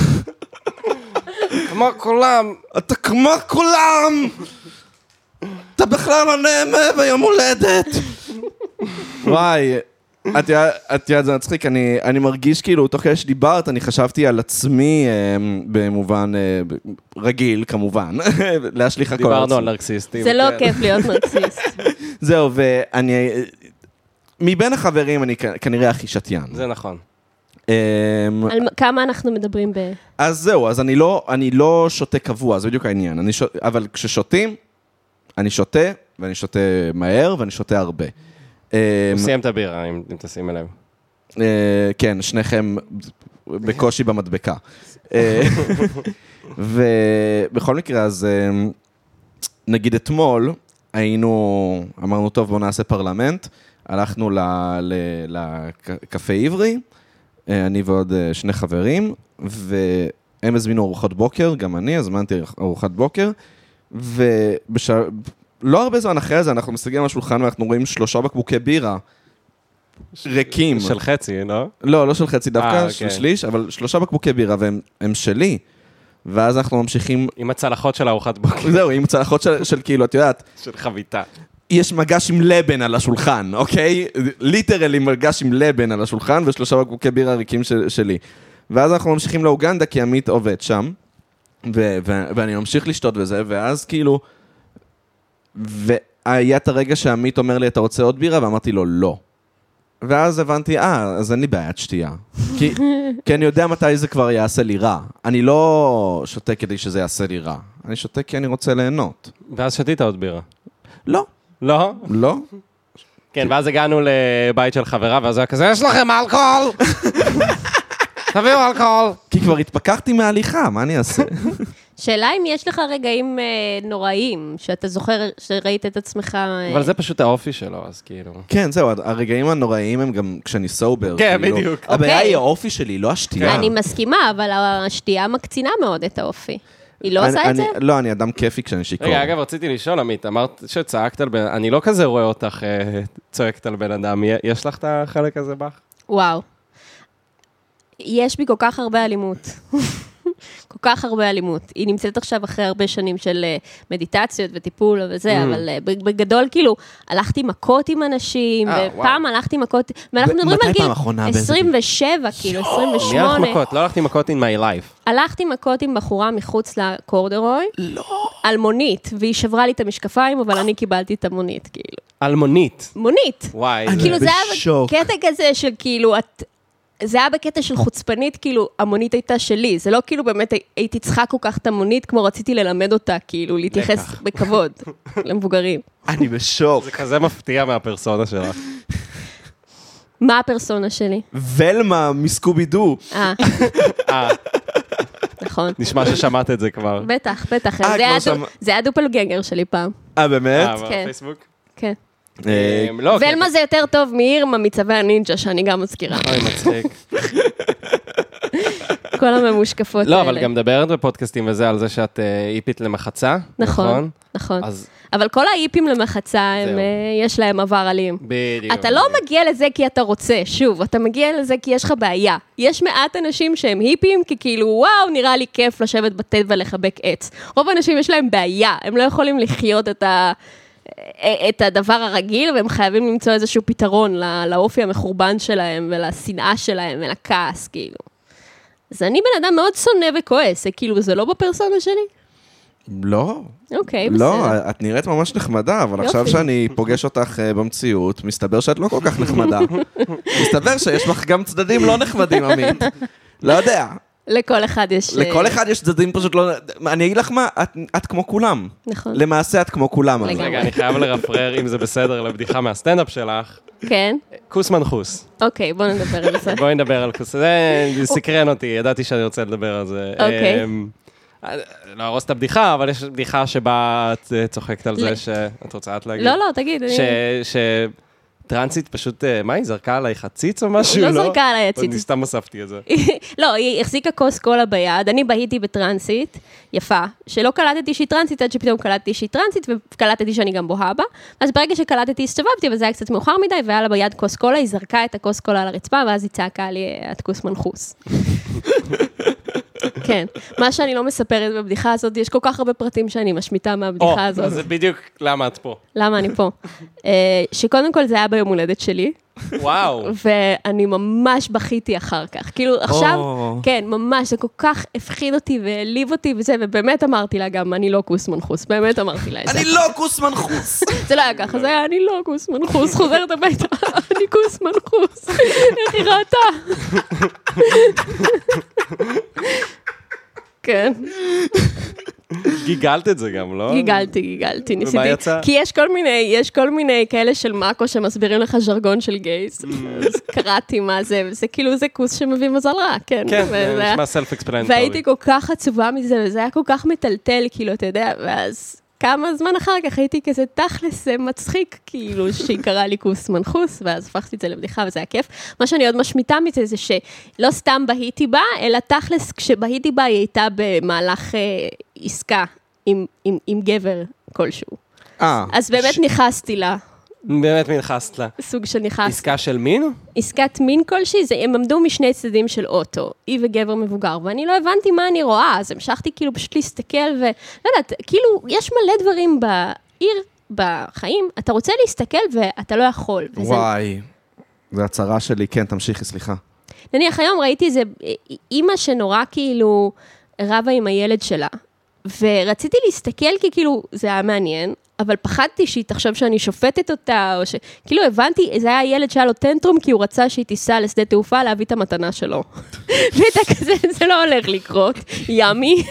כמו כולם.
אתה כמו כולם. אתה בכלל לא נהנה ביום הולדת. וואי. את יודעת, זה מצחיק, אני מרגיש כאילו, תוך כדי שדיברת, אני חשבתי על עצמי במובן רגיל, כמובן, להשליך הכל.
דיברנו על נרקסיסטים.
זה לא כיף להיות נרקסיסט.
זהו, ואני, מבין החברים, אני כנראה הכי שתיין.
זה נכון.
על כמה אנחנו מדברים ב...
אז זהו, אז אני לא שותה קבוע, זה בדיוק העניין, אבל כששותים, אני שותה, ואני שותה מהר, ואני שותה הרבה.
הוא סיים את הבירה, אם תשים אליו.
כן, שניכם בקושי במדבקה. ובכל מקרה, אז נגיד אתמול, היינו, אמרנו, טוב, בואו נעשה פרלמנט, הלכנו לקפה עברי, אני ועוד שני חברים, והם הזמינו ארוחת בוקר, גם אני הזמנתי ארוחת בוקר, ובשביל... לא הרבה זמן אחרי זה, אנחנו מסתגלים על השולחן ואנחנו רואים שלושה בקבוקי בירה ריקים.
של חצי, לא?
לא, לא של חצי דווקא, של שליש, אבל שלושה בקבוקי בירה והם שלי. ואז אנחנו ממשיכים...
עם הצלחות של ארוחת בוקר.
זהו, עם הצלחות של כאילו, את יודעת...
של חביתה.
יש מגש עם לבן על השולחן, אוקיי? ליטרלי מגש עם לבן על השולחן ושלושה בקבוקי בירה ריקים שלי. ואז אנחנו ממשיכים לאוגנדה כי עמית עובד שם, ואני ממשיך לשתות וזה, ואז כאילו... והיה את הרגע שעמית אומר לי, אתה רוצה עוד בירה? ואמרתי לו, לא. ואז הבנתי, אה, אז אין לי בעיית שתייה. כי, כי אני יודע מתי זה כבר יעשה לי רע. אני לא שותה כדי שזה יעשה לי רע. אני שותה כי אני רוצה ליהנות.
ואז שתית עוד בירה?
לא.
לא?
לא.
כן, ואז הגענו לבית של חברה, ואז היה כזה, יש לכם אלכוהול! תביאו אלכוהול!
כי כבר התפקחתי מההליכה, מה אני אעשה?
שאלה אם יש לך רגעים נוראים, שאתה זוכר שראית את עצמך...
אבל זה פשוט האופי שלו, אז כאילו...
כן, זהו, הרגעים הנוראים הם גם כשאני סובר.
כן, בדיוק.
הבעיה היא האופי שלי, לא השתייה.
אני מסכימה, אבל השתייה מקצינה מאוד את האופי. היא לא עושה את זה?
לא, אני אדם כיפי כשאני שיקור.
רגע, אגב, רציתי לשאול, עמית, אמרת שצעקת על בן... אני לא כזה רואה אותך צועקת על בן אדם. יש לך את החלק הזה בך?
וואו. יש בי כל כך הרבה אלימות. כל כך הרבה אלימות. היא נמצאת עכשיו אחרי הרבה שנים של מדיטציות וטיפול וזה, אבל בגדול כאילו, הלכתי מכות עם אנשים, ופעם הלכתי מכות, ואנחנו מדברים על גיל עשרים ושבע, כאילו, עשרים ושמונה.
מי הלכת מכות? לא הלכתי מכות in my life.
הלכתי מכות עם בחורה מחוץ לקורדרוי, על מונית, והיא שברה לי את המשקפיים, אבל אני קיבלתי את המונית, כאילו.
על מונית?
מונית.
וואי.
כאילו, זה היה קטע כזה של כאילו, את... זה היה בקטע של חוצפנית, כאילו, המונית הייתה שלי. זה לא כאילו באמת הייתי צריכה כל כך את המונית, כמו רציתי ללמד אותה, כאילו, להתייחס בכבוד למבוגרים.
אני בשוק.
זה כזה מפתיע מהפרסונה שלך.
מה הפרסונה שלי?
ולמה מסקובי דו.
אה. נכון.
נשמע ששמעת את זה כבר.
בטח, בטח. זה היה דופלגנגר שלי פעם.
אה, באמת?
אה, בפייסבוק?
כן.
ולמה
זה יותר טוב מאירמה מצווי הנינג'ה, שאני גם מזכירה.
אוי, מצחיק.
כל הממושקפות האלה.
לא, אבל גם מדברת בפודקאסטים וזה, על זה שאת איפית למחצה.
נכון, נכון. אבל כל האיפים למחצה, יש להם עבר אלים.
בדיוק.
אתה לא מגיע לזה כי אתה רוצה, שוב, אתה מגיע לזה כי יש לך בעיה. יש מעט אנשים שהם היפים, כי כאילו, וואו, נראה לי כיף לשבת בטבע ולחבק עץ. רוב האנשים יש להם בעיה, הם לא יכולים לחיות את ה... את הדבר הרגיל, והם חייבים למצוא איזשהו פתרון לא, לאופי המחורבן שלהם, ולשנאה שלהם, ולכעס, כאילו. אז אני בן אדם מאוד שונא וכועס, כאילו, זה לא בפרסונה שלי?
לא.
אוקיי, בסדר.
לא, את נראית ממש נחמדה, אבל עכשיו שאני פוגש אותך במציאות, מסתבר שאת לא כל כך נחמדה. מסתבר שיש לך גם צדדים לא נחמדים, עמית. לא יודע.
לכל אחד יש...
לכל אחד יש צדדים פשוט לא... אני אגיד לך מה, את, את כמו כולם.
נכון.
למעשה את כמו כולם.
רגע, אני חייב לרפרר, אם זה בסדר, לבדיחה מהסטנדאפ שלך.
כן.
כוס מנחוס.
אוקיי, בוא נדבר על זה.
בואי נדבר על כוס. זה סקרן אותי, ידעתי שאני רוצה לדבר על זה.
אוקיי.
לא ארוס את הבדיחה, אבל יש בדיחה שבה את צוחקת על זה שאת רוצה את להגיד.
לא, לא, תגיד.
טרנסית פשוט, מה היא, זרקה עליי חציץ או משהו?
לא זרקה עליי חציץ.
אני סתם אספתי את זה.
לא, היא החזיקה כוס קולה ביד, אני בהיתי בטרנסית, יפה, שלא קלטתי שהיא טרנסית, עד שפתאום קלטתי שהיא טרנסית, וקלטתי שאני גם בוהה בה, אז ברגע שקלטתי הסתובבתי, אבל זה היה קצת מאוחר מדי, והיה לה ביד כוס קולה, היא זרקה את הכוס קולה על הרצפה, ואז היא צעקה לי, את כוס מנחוס. כן, מה שאני לא מספרת בבדיחה הזאת, יש כל כך הרבה פרטים שאני משמיטה מהבדיחה הזאת.
אז זה בדיוק למה את פה.
למה אני פה? שקודם כל זה היה ביום הולדת שלי.
וואו.
ואני ממש בכיתי אחר כך. כאילו עכשיו, כן, ממש, זה כל כך הפחיד אותי והעליב אותי וזה, ובאמת אמרתי לה גם, אני לא כוס מנחוס, באמת אמרתי לה את זה.
אני לא כוס מנחוס.
זה לא היה ככה, זה היה, אני לא כוס מנחוס, חוזרת הביתה, אני כוס מנחוס. איך היא ראתה? כן.
גיגלת את זה גם, לא?
גיגלתי, גיגלתי, ניסיתי.
ומה יצא?
כי יש כל מיני, יש כל מיני כאלה של מאקו שמסבירים לך ז'רגון של גייס. אז קראתי מה זה, וזה כאילו, זה כוס שמביא מזל רע, כן.
כן, זה נשמע סלף-אקספלנטורי.
והייתי כל כך עצובה מזה, וזה היה כל כך מטלטל, כאילו, אתה יודע, ואז כמה זמן אחר כך הייתי כזה תכלס מצחיק, כאילו, שהיא קראה לי כוס מנחוס, ואז הפכתי את זה לבדיחה, וזה היה כיף. מה שאני עוד משמיטה מזה, זה שלא סתם בהיתי בה, אלא תכלס, כשבהיתי בה, היא הייתה במהלך אה, עסקה עם, עם, עם גבר כלשהו.
אה.
אז באמת ש... נכנסתי לה.
באמת מנחסת לה.
סוג של נכנסתי.
עסקה של מין?
עסקת מין כלשהי, זה, הם עמדו משני צדדים של אוטו, היא וגבר מבוגר, ואני לא הבנתי מה אני רואה, אז המשכתי כאילו פשוט להסתכל, ולא יודעת, כאילו, יש מלא דברים בעיר, בחיים, אתה רוצה להסתכל ואתה לא יכול. וזה...
וואי, זה הצרה שלי, כן, תמשיכי, סליחה.
נניח, היום ראיתי איזה, אימא שנורא כאילו רבה עם הילד שלה, ורציתי להסתכל כי כאילו זה היה מעניין, אבל פחדתי שהיא תחשוב שאני שופטת אותה, או ש... כאילו הבנתי, זה היה ילד שהיה לו טנטרום, כי הוא רצה שהיא תיסע לשדה תעופה להביא את המתנה שלו. והייתה כזה, זה לא הולך לקרות, ימי,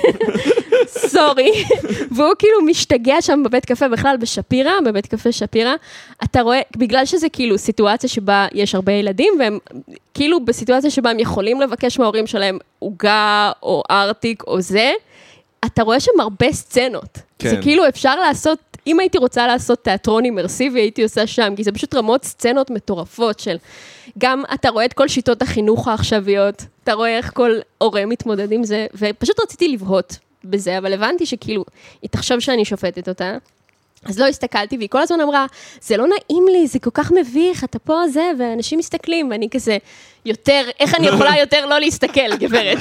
סורי. והוא כאילו משתגע שם בבית קפה, בכלל בשפירה, בבית קפה שפירה, אתה רואה, בגלל שזה כאילו סיטואציה שבה יש הרבה ילדים, והם כאילו בסיטואציה שבה הם יכולים לבקש מההורים שלהם עוגה, או ארטיק, או זה, אתה רואה שם הרבה סצנות.
כן.
זה כאילו אפשר לעשות, אם הייתי רוצה לעשות תיאטרון אימרסיבי, הייתי עושה שם, כי זה פשוט רמות סצנות מטורפות של, גם אתה רואה את כל שיטות החינוך העכשוויות, אתה רואה איך כל הורה מתמודד עם זה, ופשוט רציתי לבהות בזה, אבל הבנתי שכאילו, היא תחשוב שאני שופטת אותה, אז לא הסתכלתי, והיא כל הזמן אמרה, זה לא נעים לי, זה כל כך מביך, אתה פה זה, ואנשים מסתכלים, ואני כזה, יותר, איך אני יכולה יותר לא להסתכל, גברת?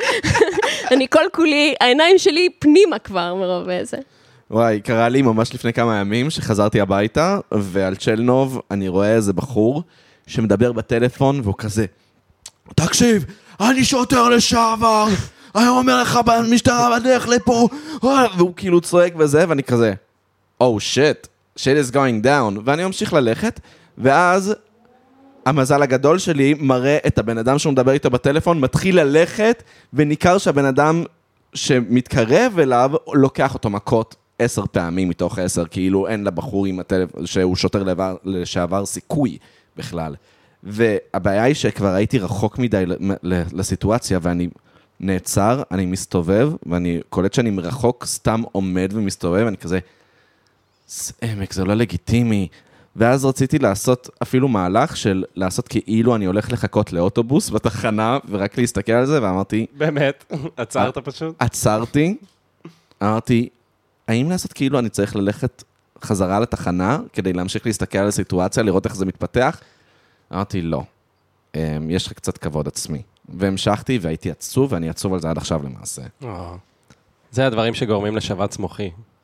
אני כל כולי, העיניים שלי פנימה כבר מרוב איזה.
וואי, קרה לי ממש לפני כמה ימים שחזרתי הביתה, ועל צ'לנוב אני רואה איזה בחור שמדבר בטלפון, והוא כזה, תקשיב, אני שוטר לשעבר, אני אומר לך במשטרה בדרך לפה, והוא כאילו צועק וזה, ואני כזה, oh shit, shit is going down, ואני ממשיך ללכת, ואז המזל הגדול שלי מראה את הבן אדם שהוא מדבר איתו בטלפון, מתחיל ללכת, וניכר שהבן אדם שמתקרב אליו, לוקח אותו מכות עשר פעמים מתוך עשר, כאילו אין לבחור עם הטלפון, שהוא שוטר לבר, לשעבר סיכוי בכלל. והבעיה היא שכבר הייתי רחוק מדי לסיטואציה, ואני נעצר, אני מסתובב, ואני קולט שאני מרחוק סתם עומד ומסתובב, ואני כזה, עמק, זה לא לגיטימי. ואז רציתי לעשות אפילו מהלך של לעשות כאילו אני הולך לחכות לאוטובוס בתחנה, ורק להסתכל על זה, ואמרתי...
באמת? עצרת פשוט?
עצרתי, אמרתי, האם לעשות כאילו אני צריך ללכת חזרה לתחנה, כדי להמשיך להסתכל על הסיטואציה, לראות איך זה מתפתח? אמרתי, לא. יש לך קצת כבוד עצמי. והמשכתי, והייתי עצוב, ואני עצוב על זה עד עכשיו למעשה.
זה הדברים שגורמים לשבץ מוחי.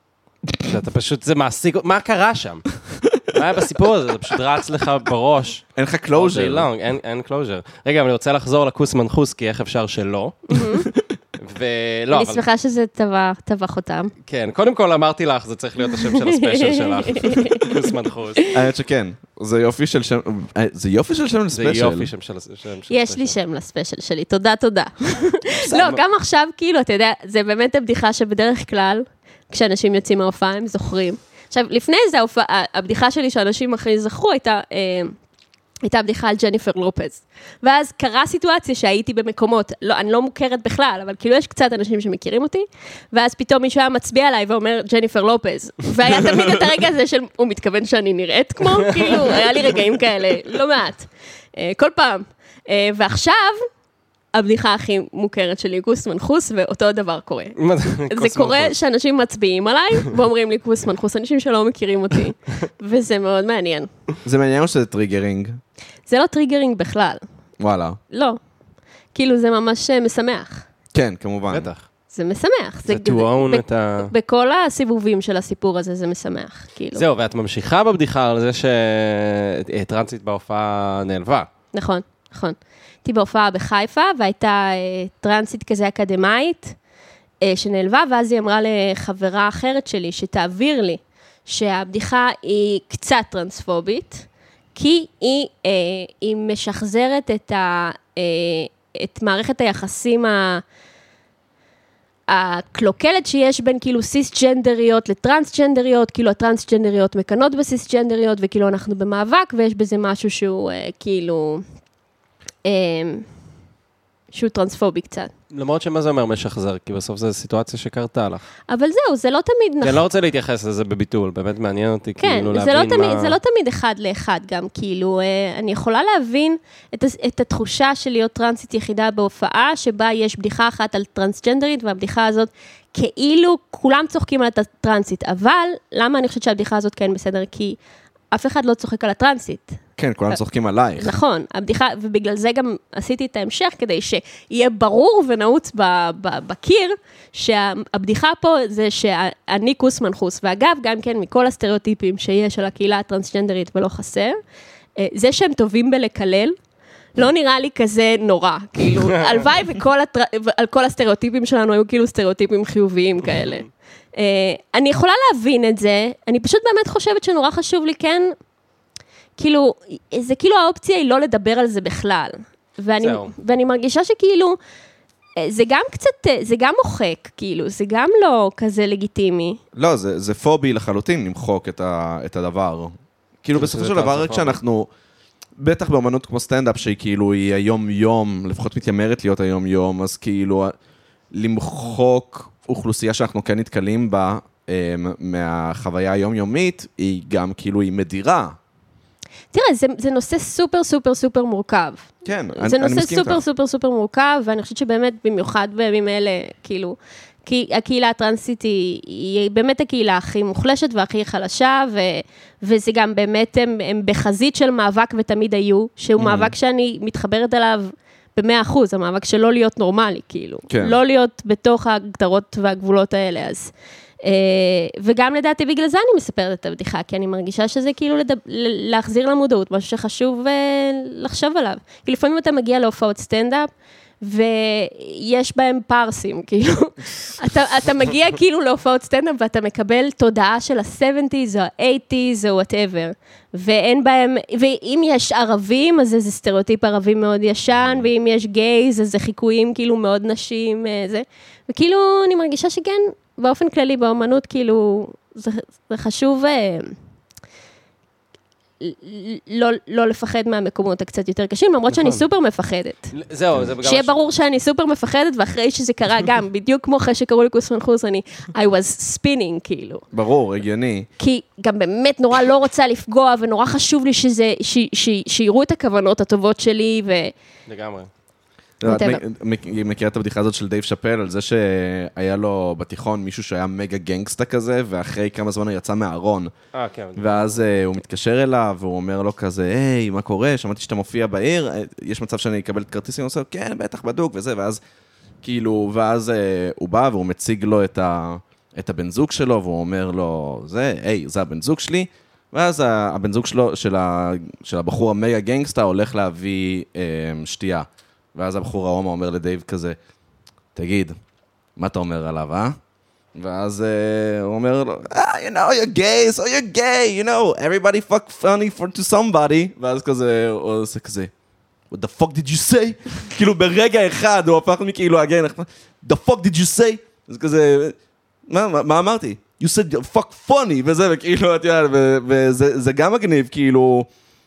שאתה פשוט, זה מעסיק, מה קרה שם? מה היה בסיפור הזה? זה פשוט רץ לך בראש.
אין לך קלוז'ר.
אין, אין קלוז'ר. רגע, אבל אני רוצה לחזור לקוס מנחוס, כי איך אפשר שלא? ולא,
אני שמחה שזה טבח אותם.
כן, קודם כל אמרתי לך, זה צריך להיות השם של הספיישל שלך. קוס מנחוס.
האמת שכן, זה יופי של שם, זה יופי של שם
זה
לספיישל.
יופי שם של הספיישל.
יש לי שם לספיישל שלי, תודה, תודה. לא, גם עכשיו, כאילו, אתה יודע, זה באמת הבדיחה שבדרך כלל, כשאנשים יוצאים מההופעה, הם זוכרים. עכשיו, לפני זה, הבדיחה שלי שאנשים אחרי זכרו, הייתה... הייתה בדיחה על ג'ניפר לופז. ואז קרה סיטואציה שהייתי במקומות, לא, אני לא מוכרת בכלל, אבל כאילו יש קצת אנשים שמכירים אותי, ואז פתאום מישהו היה מצביע עליי ואומר ג'ניפר לופז. והיה תמיד את הרגע הזה של, הוא מתכוון שאני נראית כמו, כאילו, היה לי רגעים כאלה, לא מעט. כל פעם. ועכשיו, הבדיחה הכי מוכרת שלי, קוס מנחוס, ואותו דבר קורה. זה קורה שאנשים מצביעים עליי, ואומרים לי קוס מנחוס, אנשים שלא מכירים אותי, וזה מאוד מעניין.
זה מעניין או שזה טריגרינג?
זה לא טריגרינג בכלל.
וואלה.
לא. כאילו זה ממש משמח.
כן, כמובן.
בטח.
זה משמח.
זה to own את ה...
בכל הסיבובים של הסיפור הזה זה משמח, כאילו.
זהו, ואת ממשיכה בבדיחה על זה שטרנסית בהופעה נעלבה.
נכון, נכון. הייתי בהופעה בחיפה, והייתה טרנסית כזה אקדמאית, שנעלבה, ואז היא אמרה לחברה אחרת שלי, שתעביר לי, שהבדיחה היא קצת טרנספובית, כי היא, היא משחזרת את, ה, את מערכת היחסים ה... הקלוקלת שיש בין כאילו סיסג'נדריות לטרנסג'נדריות, כאילו הטרנסג'נדריות מקנות בסיסג'נדריות, וכאילו אנחנו במאבק, ויש בזה משהו שהוא כאילו... שהוא טרנספובי קצת.
למרות שמה זה אומר משחזר, כי בסוף זו סיטואציה שקרתה לך.
אבל זהו, זה לא תמיד נכון.
אני לא רוצה להתייחס לזה בביטול, באמת מעניין אותי כאילו להבין מה...
כן, זה לא תמיד אחד לאחד גם, כאילו, אני יכולה להבין את התחושה של להיות טרנסית יחידה בהופעה, שבה יש בדיחה אחת על טרנסג'נדרית, והבדיחה הזאת כאילו כולם צוחקים על הטרנסית, אבל למה אני חושבת שהבדיחה הזאת כן בסדר? כי אף אחד לא צוחק על הטרנסית.
כן, כולם צוחקים עלייך.
נכון, הבדיחה, ובגלל זה גם עשיתי את ההמשך, כדי שיהיה ברור ונעוץ בקיר, שהבדיחה פה זה שאני קוס מנחוס, ואגב, גם כן מכל הסטריאוטיפים שיש על הקהילה הטרנסג'נדרית ולא חסר, זה שהם טובים בלקלל, לא נראה לי כזה נורא, כאילו, הלוואי ועל כל הסטריאוטיפים שלנו היו כאילו סטריאוטיפים חיוביים כאלה. אני יכולה להבין את זה, אני פשוט באמת חושבת שנורא חשוב לי כן, כאילו, זה כאילו האופציה היא לא לדבר על זה בכלל. ואני, ואני מרגישה שכאילו, זה גם קצת, זה גם מוחק, כאילו, זה גם לא כזה לגיטימי.
לא, זה, זה פובי לחלוטין למחוק את, ה, את הדבר. כאילו, בסופו של דבר, כשאנחנו, בטח באמנות כמו סטנדאפ, שהיא כאילו, היא היום-יום, לפחות מתיימרת להיות היום-יום, אז כאילו, למחוק אוכלוסייה שאנחנו כן נתקלים בה, מהחוויה היומיומית, היא גם כאילו, היא מדירה.
תראה, זה, זה נושא סופר סופר סופר מורכב.
כן,
זה
אני, אני
נושא
מסכים
סופר
איתך.
סופר סופר מורכב, ואני חושבת שבאמת במיוחד בימים אלה, כאילו, כי הקהילה הטרנסית היא, היא באמת הקהילה הכי מוחלשת והכי חלשה, ו, וזה גם באמת, הם, הם בחזית של מאבק ותמיד היו, שהוא mm-hmm. מאבק שאני מתחברת עליו במאה אחוז, המאבק שלא להיות נורמלי, כאילו.
כן.
לא להיות בתוך ההגדרות והגבולות האלה, אז... וגם לדעתי בגלל זה אני מספרת את הבדיחה, כי אני מרגישה שזה כאילו להחזיר למודעות, משהו שחשוב לחשוב עליו. כי לפעמים אתה מגיע להופעות סטנדאפ, ויש בהם פרסים, כאילו. אתה, אתה מגיע כאילו להופעות סטנדאפ, ואתה מקבל תודעה של ה-שבעים או ה-שמונים או whatever. ואין בהם, ואם יש ערבים, אז זה סטריאוטיפ ערבי מאוד ישן, ואם יש גייז, אז זה חיקויים כאילו מאוד נשים, זה. וכאילו, אני מרגישה שכן, באופן כללי, באמנות, כאילו, זה, זה חשוב אה, לא, לא לפחד מהמקומות הקצת יותר קשים, למרות שאני סופר מפחדת.
זהו, זה
שיהיה ברור שאני סופר מפחדת, ואחרי שזה קרה גם, בדיוק כמו אחרי שקראו לי קוס מנחוס, אני, I was spinning, כאילו.
ברור, הגיוני.
כי גם באמת נורא לא רוצה לפגוע, ונורא חשוב לי שזה, ש, ש, שיראו את הכוונות הטובות שלי, ו...
לגמרי.
את מכירה את הבדיחה הזאת של דייב שאפל, על זה שהיה לו בתיכון מישהו שהיה מגה גנגסטה כזה, ואחרי כמה זמן הוא יצא מהארון. ואז הוא מתקשר אליו, והוא אומר לו כזה, היי, מה קורה? שמעתי שאתה מופיע בעיר, יש מצב שאני אקבל את כרטיסים? הוא עושה, כן, בטח, בדוק, וזה, ואז כאילו, ואז הוא בא והוא מציג לו את ה... את הבן זוג שלו, והוא אומר לו, זה, היי, זה הבן זוג שלי, ואז הבן זוג שלו, של, ה, של הבחור המגה גנגסטה, הולך להביא אה, שתייה. ואז הבחור ההומו אומר לדייב כזה, תגיד, מה אתה אומר עליו, אה? ואז uh, הוא אומר לו, ah, you know, you're gay, so you're gay, you know, everybody fuck funny for to somebody. ואז כזה, הוא עושה כזה, what the fuck did you say? כאילו ברגע אחד הוא הפך מכאילו הגיי, the fuck did you say? אז כזה, מה, מה, מה אמרתי? You said you're fuck funny, וזה, וכאילו, את יודעת, וזה זה גם מגניב, כאילו,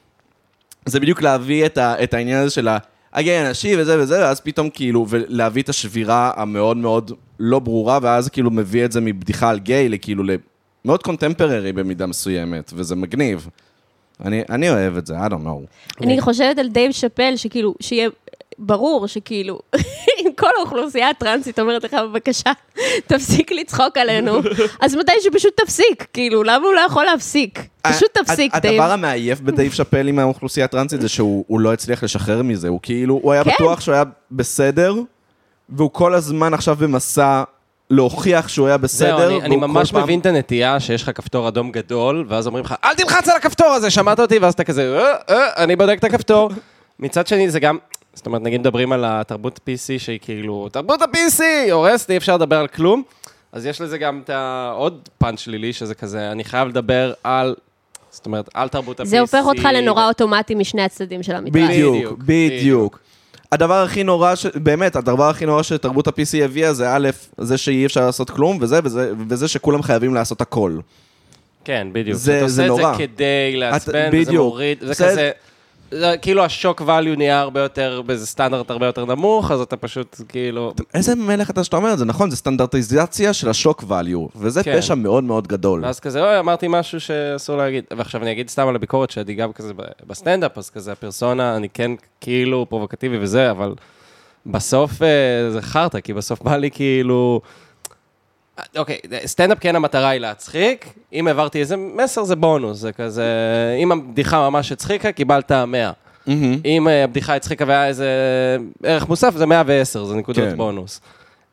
זה בדיוק להביא את, ה, את העניין הזה של הגיי אנשי וזה וזה, ואז פתאום כאילו, ולהביא את השבירה המאוד מאוד לא ברורה, ואז כאילו מביא את זה מבדיחה על גיי, לכאילו, מאוד קונטמפררי במידה מסוימת, וזה מגניב. אני, אני אוהב את זה, I don't know.
אני חושבת על דייב שאפל, שכאילו, שיהיה ברור שכאילו, אם כל האוכלוסייה הטרנסית אומרת לך, בבקשה, תפסיק לצחוק עלינו, אז מתי שפשוט תפסיק, כאילו, למה הוא לא יכול להפסיק? פשוט תפסיק, דייב.
הדבר המעייף בדייב שאפל עם האוכלוסייה הטרנסית, זה שהוא לא הצליח לשחרר מזה, הוא כאילו, הוא היה בטוח שהוא היה בסדר, והוא כל הזמן עכשיו במסע להוכיח שהוא היה בסדר.
זהו, אני ממש מבין את הנטייה שיש לך כפתור אדום גדול, ואז אומרים לך, אל תלחץ על הכפתור הזה, שמעת אותי, ואז אתה כזה, אה, אה, אני בודק את הכפתור. מצד שני, זה גם, זאת אומרת, נגיד מדברים על התרבות פי סי, שהיא כאילו, תרבות ה-פי סי, הורסת, אי אפשר לדבר על כלום. אז יש לזה גם את העוד פאנץ' שלילי, שזה כזה, אני חייב לדבר על, זאת אומרת, על תרבות ה-פי סי.
זה הופך אותך לנורא אוטומטי משני הצדדים של המתרס.
בדיוק, בדיוק. הדבר הכי נורא, ש... באמת, הדבר הכי נורא שתרבות ה-פי סי הביאה, זה א', זה שאי אפשר לעשות כלום, וזה, וזה, וזה שכולם חייבים לעשות הכל.
כן, בדיוק.
זה, זה נורא.
אתה עושה את זה כדי לעצבן,
את...
וזה מוריד, זה זה... כזה, זה, כאילו השוק ואליו נהיה הרבה יותר, באיזה סטנדרט הרבה יותר נמוך, אז אתה פשוט כאילו...
איזה מלך אתה שאתה אומר את זה, נכון? זה סטנדרטיזציה של השוק ואליו, וזה כן. פשע מאוד מאוד גדול.
ואז כזה, אוי, אמרתי משהו שאסור להגיד, ועכשיו אני אגיד סתם על הביקורת, שאני גם כזה בסטנדאפ, אז כזה הפרסונה, אני כן כאילו פרובוקטיבי וזה, אבל בסוף זה חרטה, כי בסוף בא לי כאילו... אוקיי, סטנדאפ כן המטרה היא להצחיק, אם העברתי איזה מסר זה בונוס, זה כזה, אם הבדיחה ממש הצחיקה, קיבלת מאה. אם הבדיחה הצחיקה והיה איזה ערך מוסף, זה מאה ועשר, זה נקודות בונוס.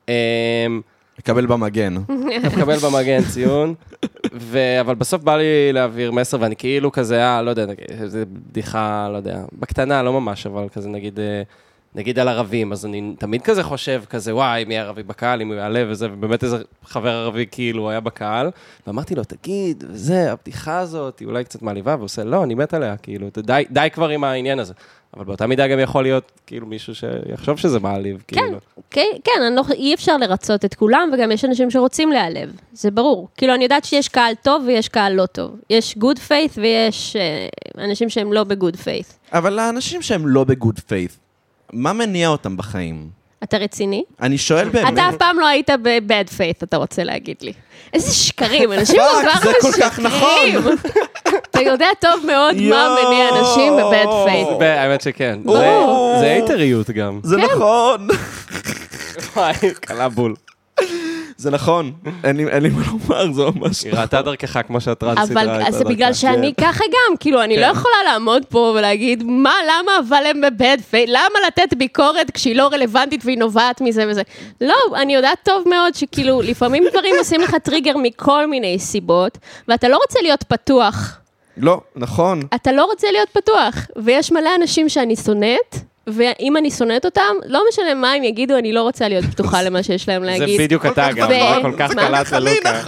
מקבל במגן.
מקבל במגן ציון, אבל בסוף בא לי להעביר מסר, ואני כאילו כזה, אה, לא יודע, זה בדיחה, לא יודע, בקטנה, לא ממש, אבל כזה נגיד... נגיד על ערבים, אז אני תמיד כזה חושב, כזה, וואי, מי ערבי בקהל, אם הוא יעלה וזה, ובאמת איזה חבר ערבי כאילו היה בקהל, ואמרתי לו, תגיד, וזה, הפתיחה הזאת, היא אולי קצת מעליבה, והוא עושה, לא, אני מת עליה, כאילו, די, די כבר עם העניין הזה. אבל באותה מידה גם יכול להיות, כאילו, מישהו שיחשוב שזה מעליב, כאילו.
כן, כן, אני לא, אי אפשר לרצות את כולם, וגם יש אנשים שרוצים להעלב, זה ברור. כאילו, אני יודעת שיש קהל טוב ויש קהל לא טוב. יש good faith ויש uh, אנשים שהם לא ב-good faith.
אבל האנשים שהם לא ב-good faith, מה מניע אותם בחיים?
אתה רציני?
אני שואל באמת.
אתה אף פעם לא היית ב-bad faith, אתה רוצה להגיד לי. איזה שקרים, אנשים
פאק, זה כל כך נכון.
אתה יודע טוב מאוד מה מניע אנשים ב-bad faith.
האמת שכן. זה היתריות גם.
זה נכון.
וואי, קלה בול.
זה נכון, אין לי מה לומר, זה ממש נכון.
היא ראתה דרכך כמו שהטרנסית ראתה.
אבל זה בגלל שאני ככה גם, כאילו, אני לא יכולה לעמוד פה ולהגיד, מה, למה אבל הם בבד פייט? למה לתת ביקורת כשהיא לא רלוונטית והיא נובעת מזה וזה? לא, אני יודעת טוב מאוד שכאילו, לפעמים דברים עושים לך טריגר מכל מיני סיבות, ואתה לא רוצה להיות פתוח.
לא, נכון.
אתה לא רוצה להיות פתוח, ויש מלא אנשים שאני שונאת, ואם אני שונאת אותם, לא משנה מה הם יגידו, אני לא רוצה להיות פתוחה למה שיש להם להגיד.
זה בדיוק אתה גם, כל כך קלט ללוקה.